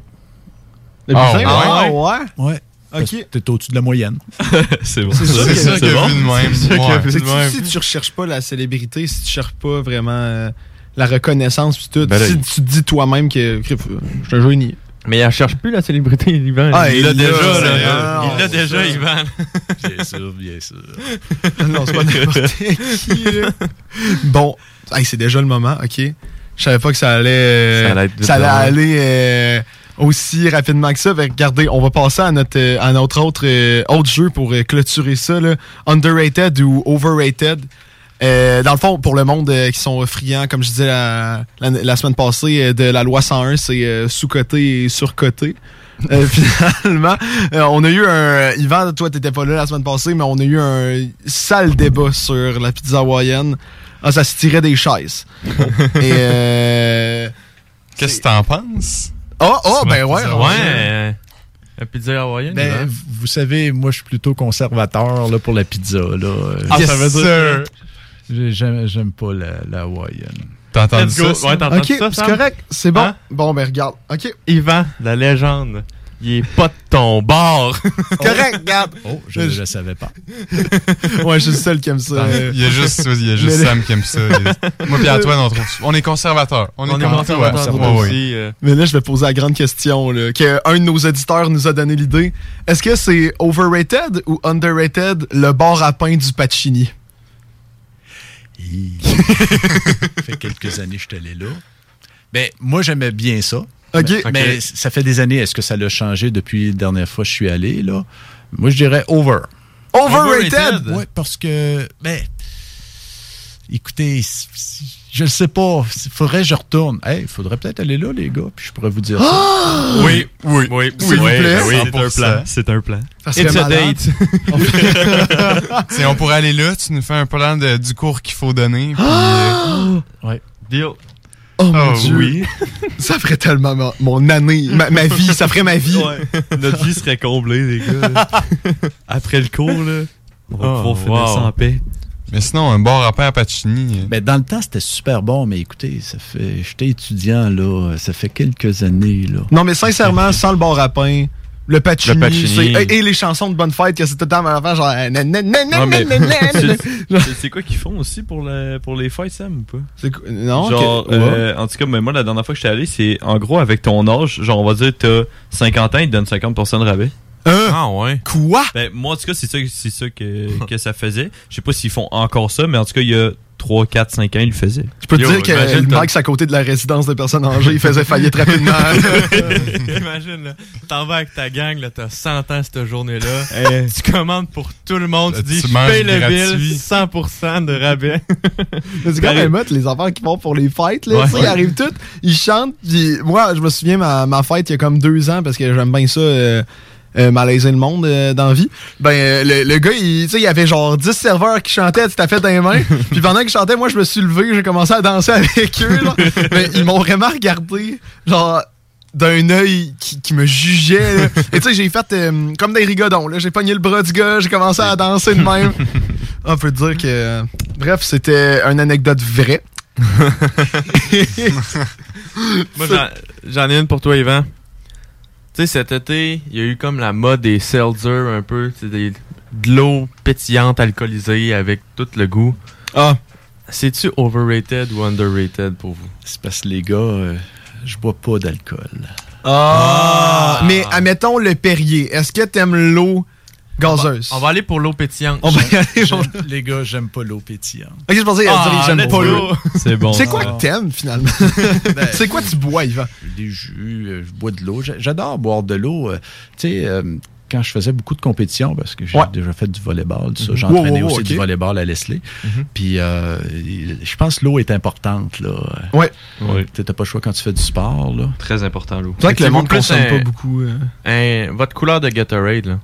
Le Ah, plus simple? ouais? Ah, ouais? Ouais. Parce Ok. que T'es au-dessus de la moyenne. C'est bon. C'est sûr que- C'est ça c'est qu'il a bon. vu de même. C'est sûr qu'il a Ouais. vu de C'est que même. si tu recherches pas la célébrité, si tu cherches pas vraiment euh, la reconnaissance pis tout, Ben là, si il- tu te dis toi-même que crif, euh, je suis un génie. Mais il cherche plus la célébrité, Yvan. Ah, il l'a il déjà, l'a, là. c'est- ah, Il l'a non, déjà, ça. Yvan. Bien sûr, bien sûr. Non, c'est pas n'importe qui, là. Bon, hey, c'est déjà le moment, ok. Je savais pas que ça allait, euh, Ça allait être vite ça allait de même. aller euh, aussi rapidement que ça. Fait que regardez, on va passer à notre, euh, à notre autre, euh, autre jeu pour euh, clôturer ça, là. Underrated ou overrated. Euh, dans le fond, pour le monde euh, qui sont friands, comme je disais la, la, la semaine passée, euh, de la loi cent un, c'est euh, sous-coté et surcoté. Euh, finalement, euh, on a eu un... Yvan, toi, t'étais pas là la semaine passée, mais on a eu un sale débat sur la pizza hawaïenne. Ah, ça se tirait des chaises. Et euh... Qu'est-ce que t'en penses? Oh, oh, ben ouais. pizza on- Ouais. euh, La pizza hawaïenne. Ben, Yvan. v- vous savez, moi, je suis plutôt conservateur là, pour la pizza. Là. Euh, Ah, ça veut dire- j'ai- J'aime, j'aime pas la, la hawaïenne. T'as entendu Let's go. ça? Ouais, t'as entendu Ok, ça, c'est Sam? correct. C'est bon. Hein? Bon, ben regarde. Ok. Yvan, la légende. Il est pas de ton bord. Correct, regarde. Oh, je ne le savais pas. Ouais, je suis le seul qui aime ça. euh. Il y a juste, il y a juste Mais- Sam qui aime ça. Il- Moi et Antoine, on, trouve, on est conservateurs. On, On est comme conservateurs, toi. nous Ouais, ouais. aussi. euh. Mais là, je vais poser la grande question, là, qu'un de nos auditeurs nous a donné l'idée. Est-ce que c'est overrated ou underrated le bar à pain du Pacini? Hi. Ça fait quelques années que je suis allé là. Ben, moi, j'aimais bien ça. OK. Mais, mais ça fait des années. Est-ce que ça l'a changé depuis la dernière fois que je suis allé, là? Moi, je dirais over. Overrated? Oui, parce que, ben, écoutez, c- c- je ne sais pas. Il faudrait que je retourne. Hey, il faudrait peut-être aller là, les gars, puis je pourrais vous dire ça. Oui, oui, oui. S'il vous plaît. Ben oui, c'est un cent pour cent. plan. C'est un plan. Ça serait It's a malade. date. T'sais, on pourrait aller là, tu nous fais un plan de- du cours qu'il faut donner. Puis, euh, Ouais. Deal. Oh mon Oh, Dieu. oui. Ça ferait tellement ma- mon année, ma, ma vie, ça ferait ma vie. Ouais. Notre vie serait comblée, les gars. là. Après le cours, là, on va Oh, pouvoir finir wow. ça en paix. mais sinon, un bar à pain à Pacini. euh, Ben, dans le temps, c'était super bon, mais écoutez, ça fait. J'étais étudiant, là. Ça fait quelques années, là. Non, mais sincèrement, sans le bar à pain, Le Pacini. Le Pacini. c'est- Et, et les chansons de Bonne Fête, que c'est tout le temps à faire genre. euh, nan, nan, nan, Ouais, nan, mais nan, nan, nan. c'est- c'est- c'est quoi qu'ils font aussi pour, le, pour les fêtes, Sam, ou pas? C'est quoi- non, Genre, ok, euh, en tout cas, mais moi, la dernière fois que j'étais allé, c'est en gros avec ton âge, genre, on va dire, t'as cinquante ans, ils te donnent cinquante pour cent de rabais. Ah ouais. Quoi? Ben, moi, en tout cas, c'est ça, c'est ça que, que ça faisait. Je sais pas s'ils font encore ça, mais en tout cas, il y a trois, quatre, cinq ans, ils le faisaient. Je peux te dire que le Max à côté de la résidence des personnes âgées, il faisait faillite rapidement. Imagine, là, t'en vas avec ta gang, là, t'as cent ans cette journée-là. Hey. Tu commandes pour tout le monde, tu Là, dis, tu je manges paye le gratuit. bill, cent pour cent de rabais. Mais c'est quand même hot, les affaires qu'ils font pour les fêtes. Là, Ouais. tu sais, ils arrivent tous, ils chantent. Puis moi, je me souviens, ma, ma fête, il y a comme deux ans, parce que j'aime bien ça, euh, euh, malaiser le monde euh, dans la vie. Ben, euh, le, le gars, il, tu sais, il y avait genre dix serveurs qui chantaient, tu t'as fait dans les mains. Puis pendant qu'ils chantaient, moi, je me suis levé, j'ai commencé à danser avec eux. Là. Mais ils m'ont vraiment regardé, genre d'un œil qui, qui me jugeait. Là. Et tu sais, j'ai fait euh, comme des rigodons. Là. J'ai pogné le bras du gars, j'ai commencé à danser de même. On peut dire que... euh, bref, c'était une anecdote vraie. Moi, j'en- j'en ai une pour toi, Yvan. Tu sais, cet été, il y a eu comme la mode des seltzer un peu, tu sais, des- de l'eau pétillante alcoolisée avec tout le goût. Ah. C'est-tu overrated ou underrated pour vous? C'est parce que les gars, euh, je bois pas d'alcool. Ah! Mais admettons le Perrier. Est-ce que t'aimes l'eau gazeuse? On va aller pour l'eau pétillante. On va y aller pour- J'aime- Les gars, j'aime pas l'eau pétillante. Ok, je pensais Ah, dire que j'aime let's pas go. l'eau. C'est bon. C'est quoi Ah. que t'aimes finalement? C'est quoi tu bois, Yvan? Des jus, euh, je bois de l'eau. J'a- J'adore boire de l'eau. euh, tu sais, euh, quand je faisais beaucoup de compétitions, parce que j'ai Ouais. déjà fait du volleyball, tout ça, Mhm. j'entraînais Wow, wow, aussi ok. du volleyball à Leslie. Mhm. Puis, euh, je pense que l'eau est importante. Là. Ouais. Oui. Tu t'as pas le choix quand tu fais du sport. Là. Très important, l'eau. C'est vrai que le Mettez-vous monde plus consomme un- pas beaucoup. euh. Un- votre couleur de Gatorade, là.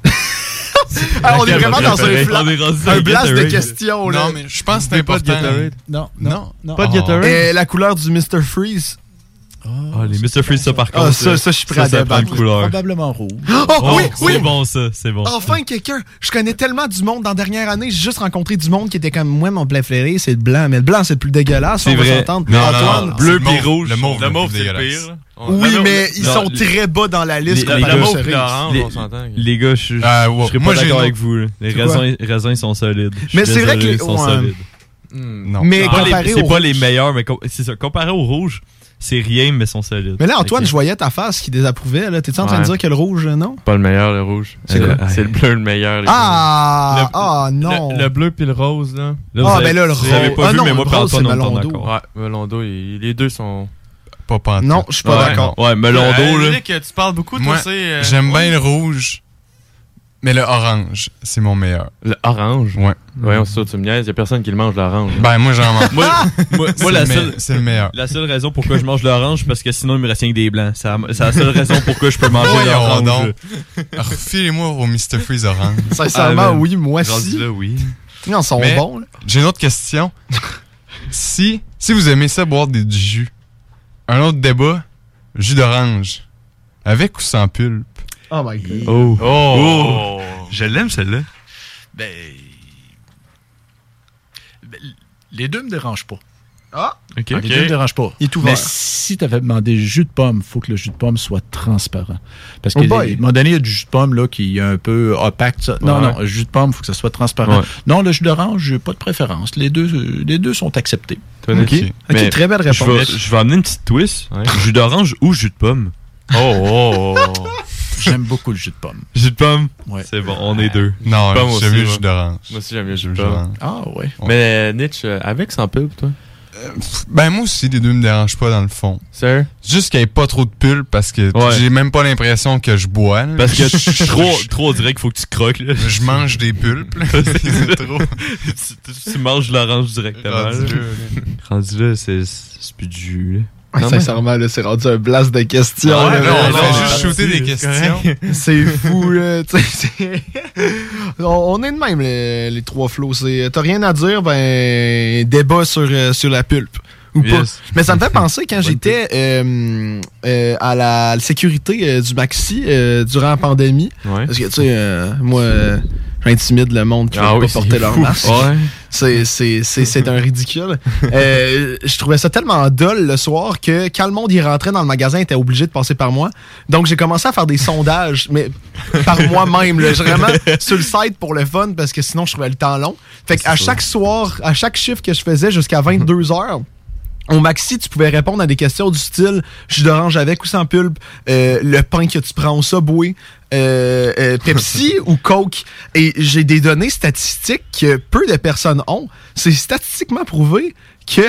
Ah, on est Laquelle vraiment votre dans un, préférée? fla- On est rendu un à blast de Gatorade. questions. Là. Non, mais je pense que c'est Pas de important. Gatorade. Non, Non. non. Pas de Ah. Gatorade? Et la couleur du mister Freeze. Ah, les mister Freeze, ça, par Ah, contre. ça, ça, je suis prêt à ça prend une débattre. couleur. Probablement rouge. Oh, Oh, oui, oui! c'est bon, ça. C'est bon. Enfin, quelqu'un. Je connais tellement du monde dans la dernière année. J'ai juste rencontré du monde qui était comme moi, mon préféré, c'est le blanc. Mais le blanc, c'est le plus dégueulasse. C'est on va vrai. s'entendre. Non, non, Antoine. non, Bleu c'est puis mauve. rouge. Le mauve, Le le mauve, plus c'est le dégueulasse. pire. là. Oui, Non, mais non, ils non, sont les- très bas dans la liste. les- La, comme la la mauve cerise. puis l'orange, Les- on s'entend. Les gars, je, je, Ah, ouais. je serais Moi, pas j'ai d'accord une avec vous. là. Les C'est quoi? raisins, raisins, ils sont solides. Je Mais suis c'est vrai désolé, que ils les- sont ouais. solides. Hmm. Non. Mais C'est pas les- comparé c'est au pas rouge. les meilleurs, mais com- c'est ça. Comparé au rouge, c'est rien, mais ils sont solides. Mais là, Antoine, Ok. je voyais ta face qui désapprouvait. Là. T'es-tu en train Ouais. de dire que le rouge, euh, non? Pas le meilleur, le rouge. C'est Euh, quoi? C'est le bleu, le meilleur. les Ah! gars. Le- Ah, non! Le, le bleu puis le rose, là. Là, vous Ah, avez- ben là, le vous avez rose- pas ah vu, non, mais moi, le par rose, Antoine, c'est on est Melondo. d'accord. Ouais, Melondo, il- les deux sont. Pas pantoute. Non, je suis pas Ouais. d'accord. Ouais, Melondo, Euh, là. Nick, tu parles beaucoup, toi, Moi, c'est. euh, j'aime ouais. bien le rouge, mais le orange, c'est mon meilleur. Le orange. Ouais. Ouais, c'est sûr, tu me niaises. Il y a personne qui le mange, l'orange. Ben, moi, j'en mange. Moi, moi, C'est moi, la le me- seule, c'est le meilleur. la seule raison pourquoi je mange l'orange, parce que sinon, il me reste rien que des blancs. C'est la, c'est la seule raison pourquoi je peux manger Voyons l'orange. donc. Refilez-moi au mister Freeze orange. Sincèrement, Ah, man. oui, moi Rendu aussi. là, oui. Ils en sont Mais- bons. Là. J'ai une autre question. si, si vous aimez ça boire des, du jus, un autre débat, jus d'orange, avec ou sans pulpe? Oh my god. Oh. Oh! Je l'aime, celle-là. Ben, ben, les deux me dérangent pas. Ah! OK. Les deux me dérangent pas. Il est ouvert. Mais si tu avais demandé jus de pomme, il faut que le jus de pomme soit transparent. Parce qu'à Oh un boy. moment donné, il y a du jus de pomme là, qui est un peu opaque. Ça. Non, Ouais. non, le jus de pomme, il faut que ça soit transparent. Ouais. Non, le jus d'orange, j'ai pas de préférence. Les deux, euh, les deux sont acceptés. Toi, Nick? Ok. Ok, Mais très belle Je réponse. vais, je vais amener une petite twist. Ouais. Jus d'orange ou jus de pomme? Oh, oh, oh. J'aime beaucoup le jus de pomme. Jus de pomme? Ouais. C'est bon, on est deux. Non, Pomme j'aime aussi, mieux le ouais. jus d'orange. Moi aussi, j'aime mieux le jus J'aime de le jus pomme. d'orange. Ah ouais. Mais euh, Nietzsche, euh, avec sans pulpe, toi? Ben, moi aussi, les deux me dérangent pas dans le fond. Sir? Juste qu'il n'y ait pas trop de pulpe parce que Ouais. j'ai même pas l'impression que je bois. là. Parce que trop, trop, on dirait qu'il faut que tu croques, là. Je mange des pulpes. là. C'est trop. tu, tu- tu manges l'orange directement. Rendu là. là, là. Rendu là, c'est c'est plus du jus, là. Ouais, Non, sincèrement, là, c'est rendu un blast de questions. Ouais, là, non, là, on là. fait juste shooter des c'est questions. correct. C'est fou, là. tu sais, c'est- on, on est de même, les, les trois flots. C'est- T'as rien à dire, ben, débat sur, euh, sur la pulpe. Ou Yes. pas. Mais ça me fait penser quand j'étais euh, euh, à la sécurité euh, du Maxi euh, durant la pandémie. Ouais. Parce que, tu sais, euh, moi, euh, j'intimide le monde qui Ah veut oui, pas c'est porter leur fou. masque. Ouais. C'est, c'est, c'est, c'est un ridicule. Euh, je trouvais ça tellement dull le soir que quand le monde y rentrait dans le magasin, il était obligé de passer par moi. Donc, j'ai commencé à faire des sondages, mais par moi-même. Là, vraiment sur le site pour le fun, parce que sinon, je trouvais le temps long. Fait qu'à chaque soir, à chaque chiffre que je faisais jusqu'à vingt-deux heures, au maxi, tu pouvais répondre à des questions du style jus d'orange avec ou sans pulpe, euh, le pain que tu prends au Subway, euh, euh, Pepsi ou Coke. Et j'ai des données statistiques que peu de personnes ont. C'est statistiquement prouvé que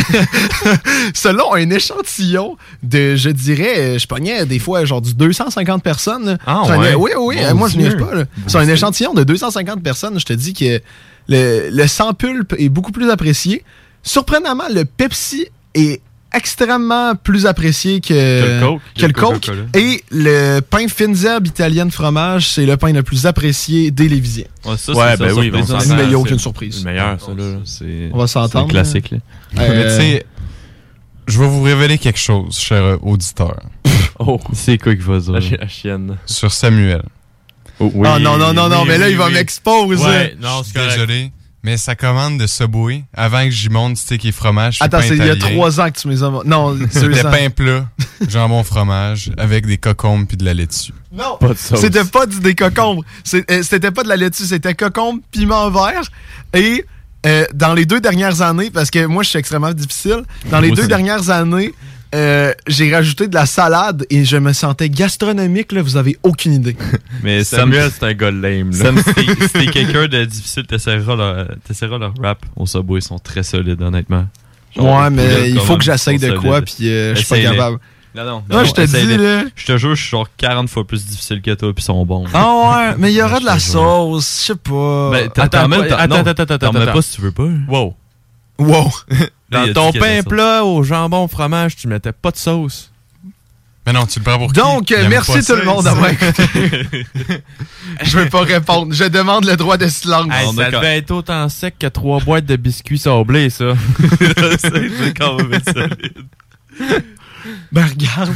selon un échantillon de, je dirais, je pognais des fois genre du deux cent cinquante personnes. Ah ouais? ouais? Oui, oui, Bon moi je Dieu. niaise pas. Là. C'est un échantillon de deux cent cinquante personnes. Je te dis que le, le sans pulpe est beaucoup plus apprécié. Surprenamment, le Pepsi est extrêmement plus apprécié que, Que le Coke. que le Que le Coke. Coca-Cola. Et le pain fines herbes italienne fromage, c'est le pain le plus apprécié des Lévisiens. Ouais, ça, ouais, ben oui, on s'entend. Mais il n'y a aucune C'est surprise. le meilleur, ça, là. C'est, On va s'entendre. c'est classique, là. Euh, Mais tu sais, je vais vous révéler quelque chose, cher auditeur. Oh, c'est quoi qu'il va dire? La, chi- la chienne. Sur Samuel. Oh, oui, Ah non, non, non, non, oui, mais là, oui, il va oui. m'exposer. Ouais, non, c'est correct. Désolé. Mais sa commande de Subway, avant que j'y monte steak et fromage, Attends, pain c'est il y a italien, trois ans que tu me les as... Non, deux c'était ans. pain plat, jambon fromage, avec des cocombes puis de la laitue. Non, Pas de sauce. c'était pas du, des cocombres. C'est- euh, C'était pas de la laitue, c'était cocombe, piment vert. Et euh, dans les deux dernières années, parce que moi, je suis extrêmement difficile, dans les Moi deux aussi. dernières années, euh, j'ai rajouté de la salade et je me sentais gastronomique, là, vous avez aucune idée. Mais Samuel, c'est un gars lame, là. Sam, si t'es- si t'es quelqu'un de difficile, t'essaieras leur, t'essaieras leur rap au Subway. Ils sont très solides, honnêtement. Genre, Ouais, les mais poulets il de faut commande que j'essaye sont de quoi, solides. puis euh, je suis pas Essaye-les. capable. Non, non. Non, je te dis, essaye-les. là. Je te jure, je suis genre quarante fois plus difficile que toi, puis ils sont bons. Ah ouais, mais il y aura de la Je te jure. sauce, je sais pas. Ben, t'en- Attends, t'en mets- pas- t'en- non, attends, attends, attends, t'en mets attends. pas si tu veux pas. Wow. Wow. Là, il Dans a ton dit qu'il y avait pain ça. plat au jambon au fromage, tu mettais pas de sauce. Mais non, tu le prends pour qui? Donc, Il aime merci pas tout le ça, monde il d'avoir dit. écouté. Je veux pas répondre. Je demande le droit de silence. Hey, ça devait être autant sec que trois boîtes de biscuits sablés, ça. C'est quand même solide. Ben regarde,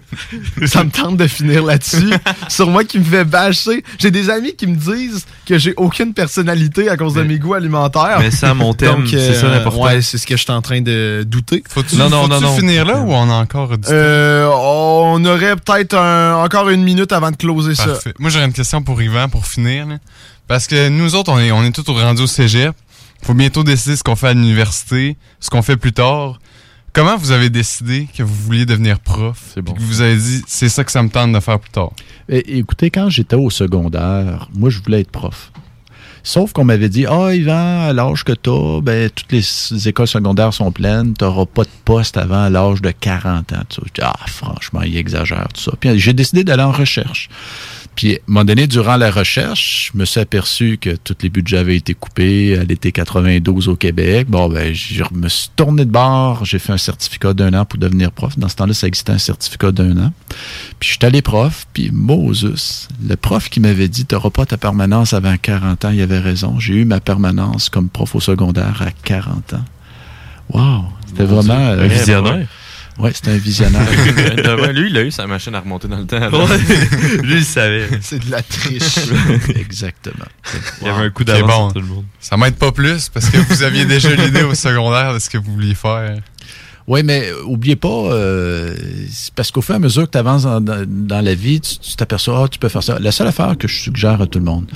ça me tente de finir là-dessus. Sur moi qui me fait bâcher. J'ai des amis qui me disent que j'ai aucune personnalité à cause de mes goûts alimentaires. mais ça, mon thème, Donc, c'est ça l'important. Ouais, c'est ce que je suis en train de douter. Faut-tu, Non, non, faut-tu non, non. finir là ou on a encore du temps? Euh, on aurait peut-être un- encore une minute avant de closer ça. Parfait. Moi, j'aurais une question pour Yvan pour finir. Là. Parce que nous autres, on est, on est tous rendus au cégep. Faut bientôt décider ce qu'on fait à l'université, ce qu'on fait plus tard. Comment vous avez décidé que vous vouliez devenir prof? C'est bon. Que vous avez dit, c'est ça que ça me tente de faire plus tard. É- Écoutez, quand j'étais au secondaire, moi, je voulais être prof. Sauf qu'on m'avait dit, ah, Yvan, à l'âge que t'as, ben, toutes les s- écoles secondaires sont pleines, t'auras pas de poste avant l'âge de quarante ans. Tu sais, je dis, ah, franchement, il exagère tout ça. Puis j'ai décidé d'aller en recherche. Puis, à un moment donné, durant la recherche, je me suis aperçu que tous les budgets avaient été coupés à l'été quatre-vingt-douze au Québec. Bon, ben, je me suis tourné de bord. J'ai fait un certificat d'un an pour devenir prof. Dans ce temps-là, ça existait un certificat d'un an. Puis, je suis allé prof. Puis, Moses, le prof qui m'avait dit, t'auras pas ta permanence avant quarante ans, il avait raison. J'ai eu ma permanence comme prof au secondaire à quarante ans. Wow! C'était Mon vraiment... Dieu, un visionnaire. Oui, c'était un visionnaire. Lui, il a eu sa machine à remonter dans le temps. là. Ouais. Lui, il savait. C'est de la triche. Exactement. Il y avait un coup Ok, d'avance bon. sur tout le monde. Ça m'aide pas plus parce que vous aviez déjà l'idée au secondaire de ce que vous vouliez faire. Oui, mais euh, oubliez pas, euh, c'est parce qu'au fur et à mesure que tu avances dans, dans- dans la vie, tu tu t'aperçois, ah, tu peux faire ça. La seule affaire que je suggère à tout le monde,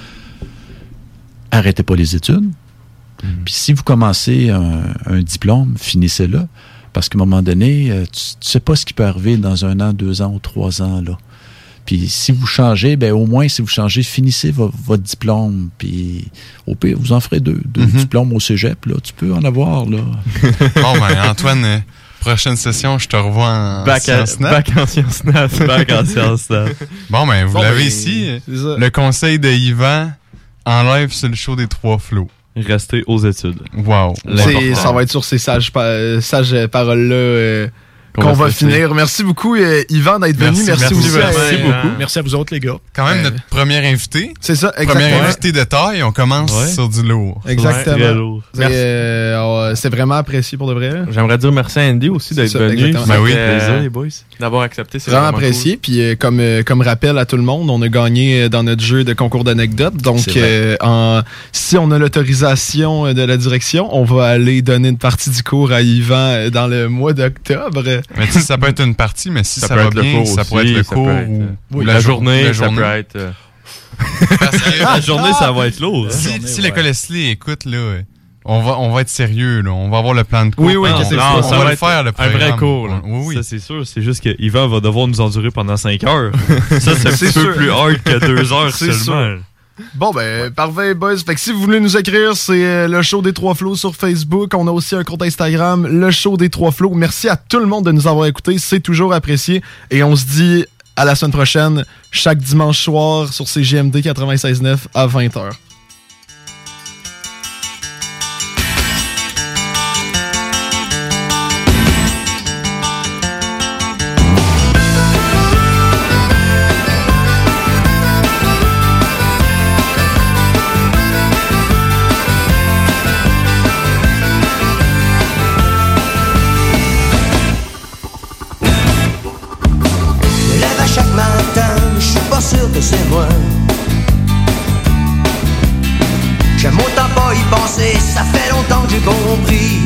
arrêtez pas les études. Puis si vous commencez un, un diplôme, finissez-le. Parce qu'à un moment donné, euh, tu, tu sais pas ce qui peut arriver dans un an, deux ans ou trois ans, là. Puis si vous changez, ben au moins, si vous changez, finissez vo- votre diplôme. Puis au pire, vous en ferez deux. Deux Mhm. diplômes au cégep, là. Tu peux en avoir, là. Bon, ben, Antoine, euh, prochaine session, je te revois en Bac, à, sciences nat. bac en sciences nat. Bac en sciences nat. Bon, ben, vous Bon, l'avez ben, ici. c'est ça. Le conseil de Yvan en live sur le show des trois flots. Restez aux études. Wow. C'est- ça va être sur ces sages, pa- euh, sages paroles-là euh, qu'on, qu'on va, va finir. Merci beaucoup, euh, Yvan, d'être merci, venu. Merci, merci aussi. Merci euh, beaucoup. Euh, merci à vous autres, les gars. Quand même, euh, notre premier invité. C'est ça, exactement. Premier invité de taille, on commence ouais. sur du lourd. Exactement. Ouais, très lourd. C'est, euh, c'est vraiment apprécié pour de vrai. Là. J'aimerais dire merci à Andy aussi d'être ça, venu. Ben oui, euh, plaisir, les boys. D'avoir accepté. C'est vraiment, vraiment apprécié. Cool. Puis, euh, comme, euh, comme rappel à tout le monde, on a gagné dans notre jeu de concours d'anecdotes. Donc, euh, en, si on a l'autorisation de la direction, on va aller donner une partie du cours à Yvan dans le mois d'octobre. Mais tu sais, ça peut être une partie, mais si ça, ça va bien, ça pourrait être le cours ou, ou la, la journée, la journée. Ça peut être... Euh... Parce que la journée, ça va être lourd. Hein? Si, journée, si ouais. l'école Leslie écoute, là, on va, on va être sérieux, là. On va avoir le plan de cours. Oui, oui, non, c'est non, ça. On, on va, va le faire, le programme. Un vrai cours. Là. Oui, oui. Ça, c'est sûr. C'est juste que Yvan va devoir nous endurer pendant cinq heures. Ça, c'est un c'est petit sûr. peu plus hard que deux heures c'est seulement. Sûr. Bon, ben, parfait, boys. Fait que si vous voulez nous écrire, c'est euh, le show des Trois Flots sur Facebook. On a aussi un compte Instagram, le show des Trois Flots. Merci à tout le monde de nous avoir écoutés. C'est toujours apprécié. Et on se dit à la semaine prochaine, chaque dimanche soir sur C G M D quatre-vingt-seize neuf à vingt heures. C'est moi. J'aime autant pas y penser, ça fait longtemps que j'ai compris.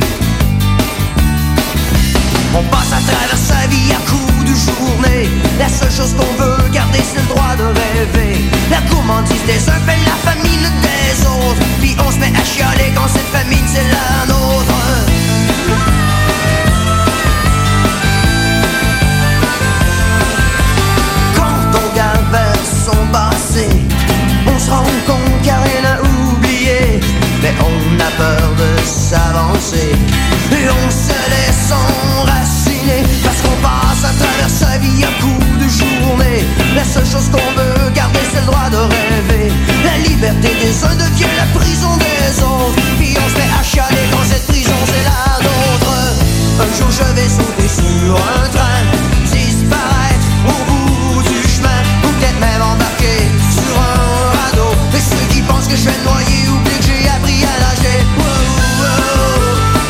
On passe à travers sa vie à coups de journée. La seule chose qu'on veut garder, c'est le droit de rêver. La gourmandise des uns fait la famine des autres. Puis on se met à chialer quand cette famine c'est la nôtre. Son passé, on se rend compte qu'il n'y a rien à oublier. Mais on a peur de s'avancer et on se laisse enraciner. Parce qu'on passe à travers sa vie à coups de journée. La seule chose qu'on veut garder, c'est le droit de rêver. La liberté des uns devient la prison des autres. Puis on se met à chialer quand cette prison c'est la nôtre. Un jour je vais sauter sur un train, disparaître au bout du chemin, ou peut-être même embarquer sur un radeau. Et ceux qui pensent que je vais noyer oublient que j'ai appris à nager. Wow, wow.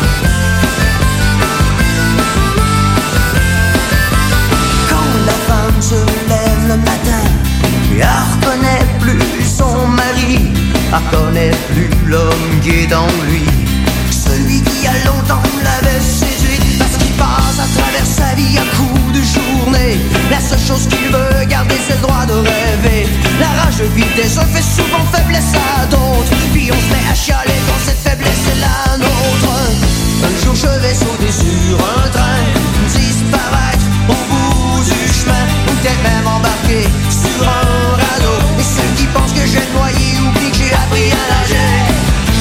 Quand la femme se lève le matin et elle reconnaît plus son mari, elle reconnaît plus l'homme qui est en lui, celui qui a longtemps l'avait séduit. Parce qu'il passe à travers sa vie à coups de journée. La seule chose qu'il veut garder, c'est le droit de rêver. La rage de vivre des uns fait souvent faiblesse à d'autres. Puis on se met à chialer quand cette faiblesse est la nôtre. Un jour je vais sauter sur un train, disparaître au bout du chemin, ou peut-être même embarquer sur un radeau. Et ceux qui pensent que je vais noyer oublient que j'ai appris à nager.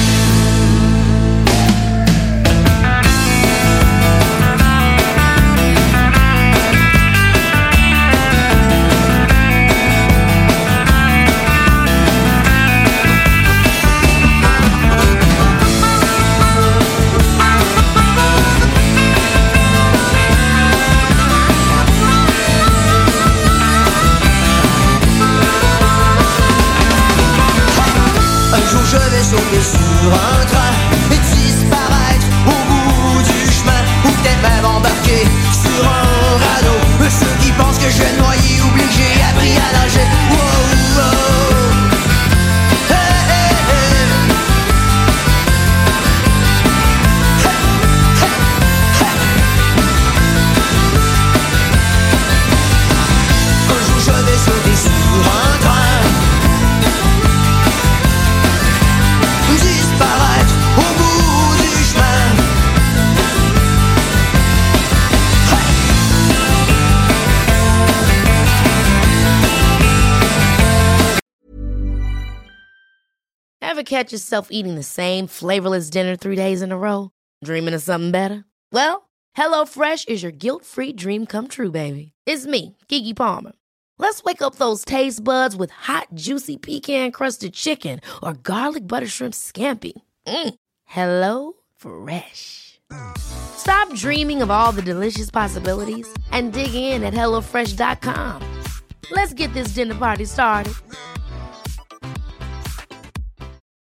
Je vais sauter sur un train et disparaître au bout du chemin, ou peut-être même embarquer sur un radeau. Ceux qui pensent que je vais noyer oublient que j'ai appris à nager. Wow, wow. Hey, hey, hey. Hey, hey, hey. Un jour je vais sauter sur un train, disparaître au bout du chemin. Ever catch yourself eating the same flavorless dinner three days in a row? Dreaming of something better? Well, HelloFresh is your guilt-free dream come true, baby. It's me, Keke Palmer. Let's wake up those taste buds with hot, juicy pecan-crusted chicken or garlic butter shrimp scampi. Mm. Hello Fresh. Stop dreaming of all the delicious possibilities and dig in at hello fresh dot com. Let's get this dinner party started.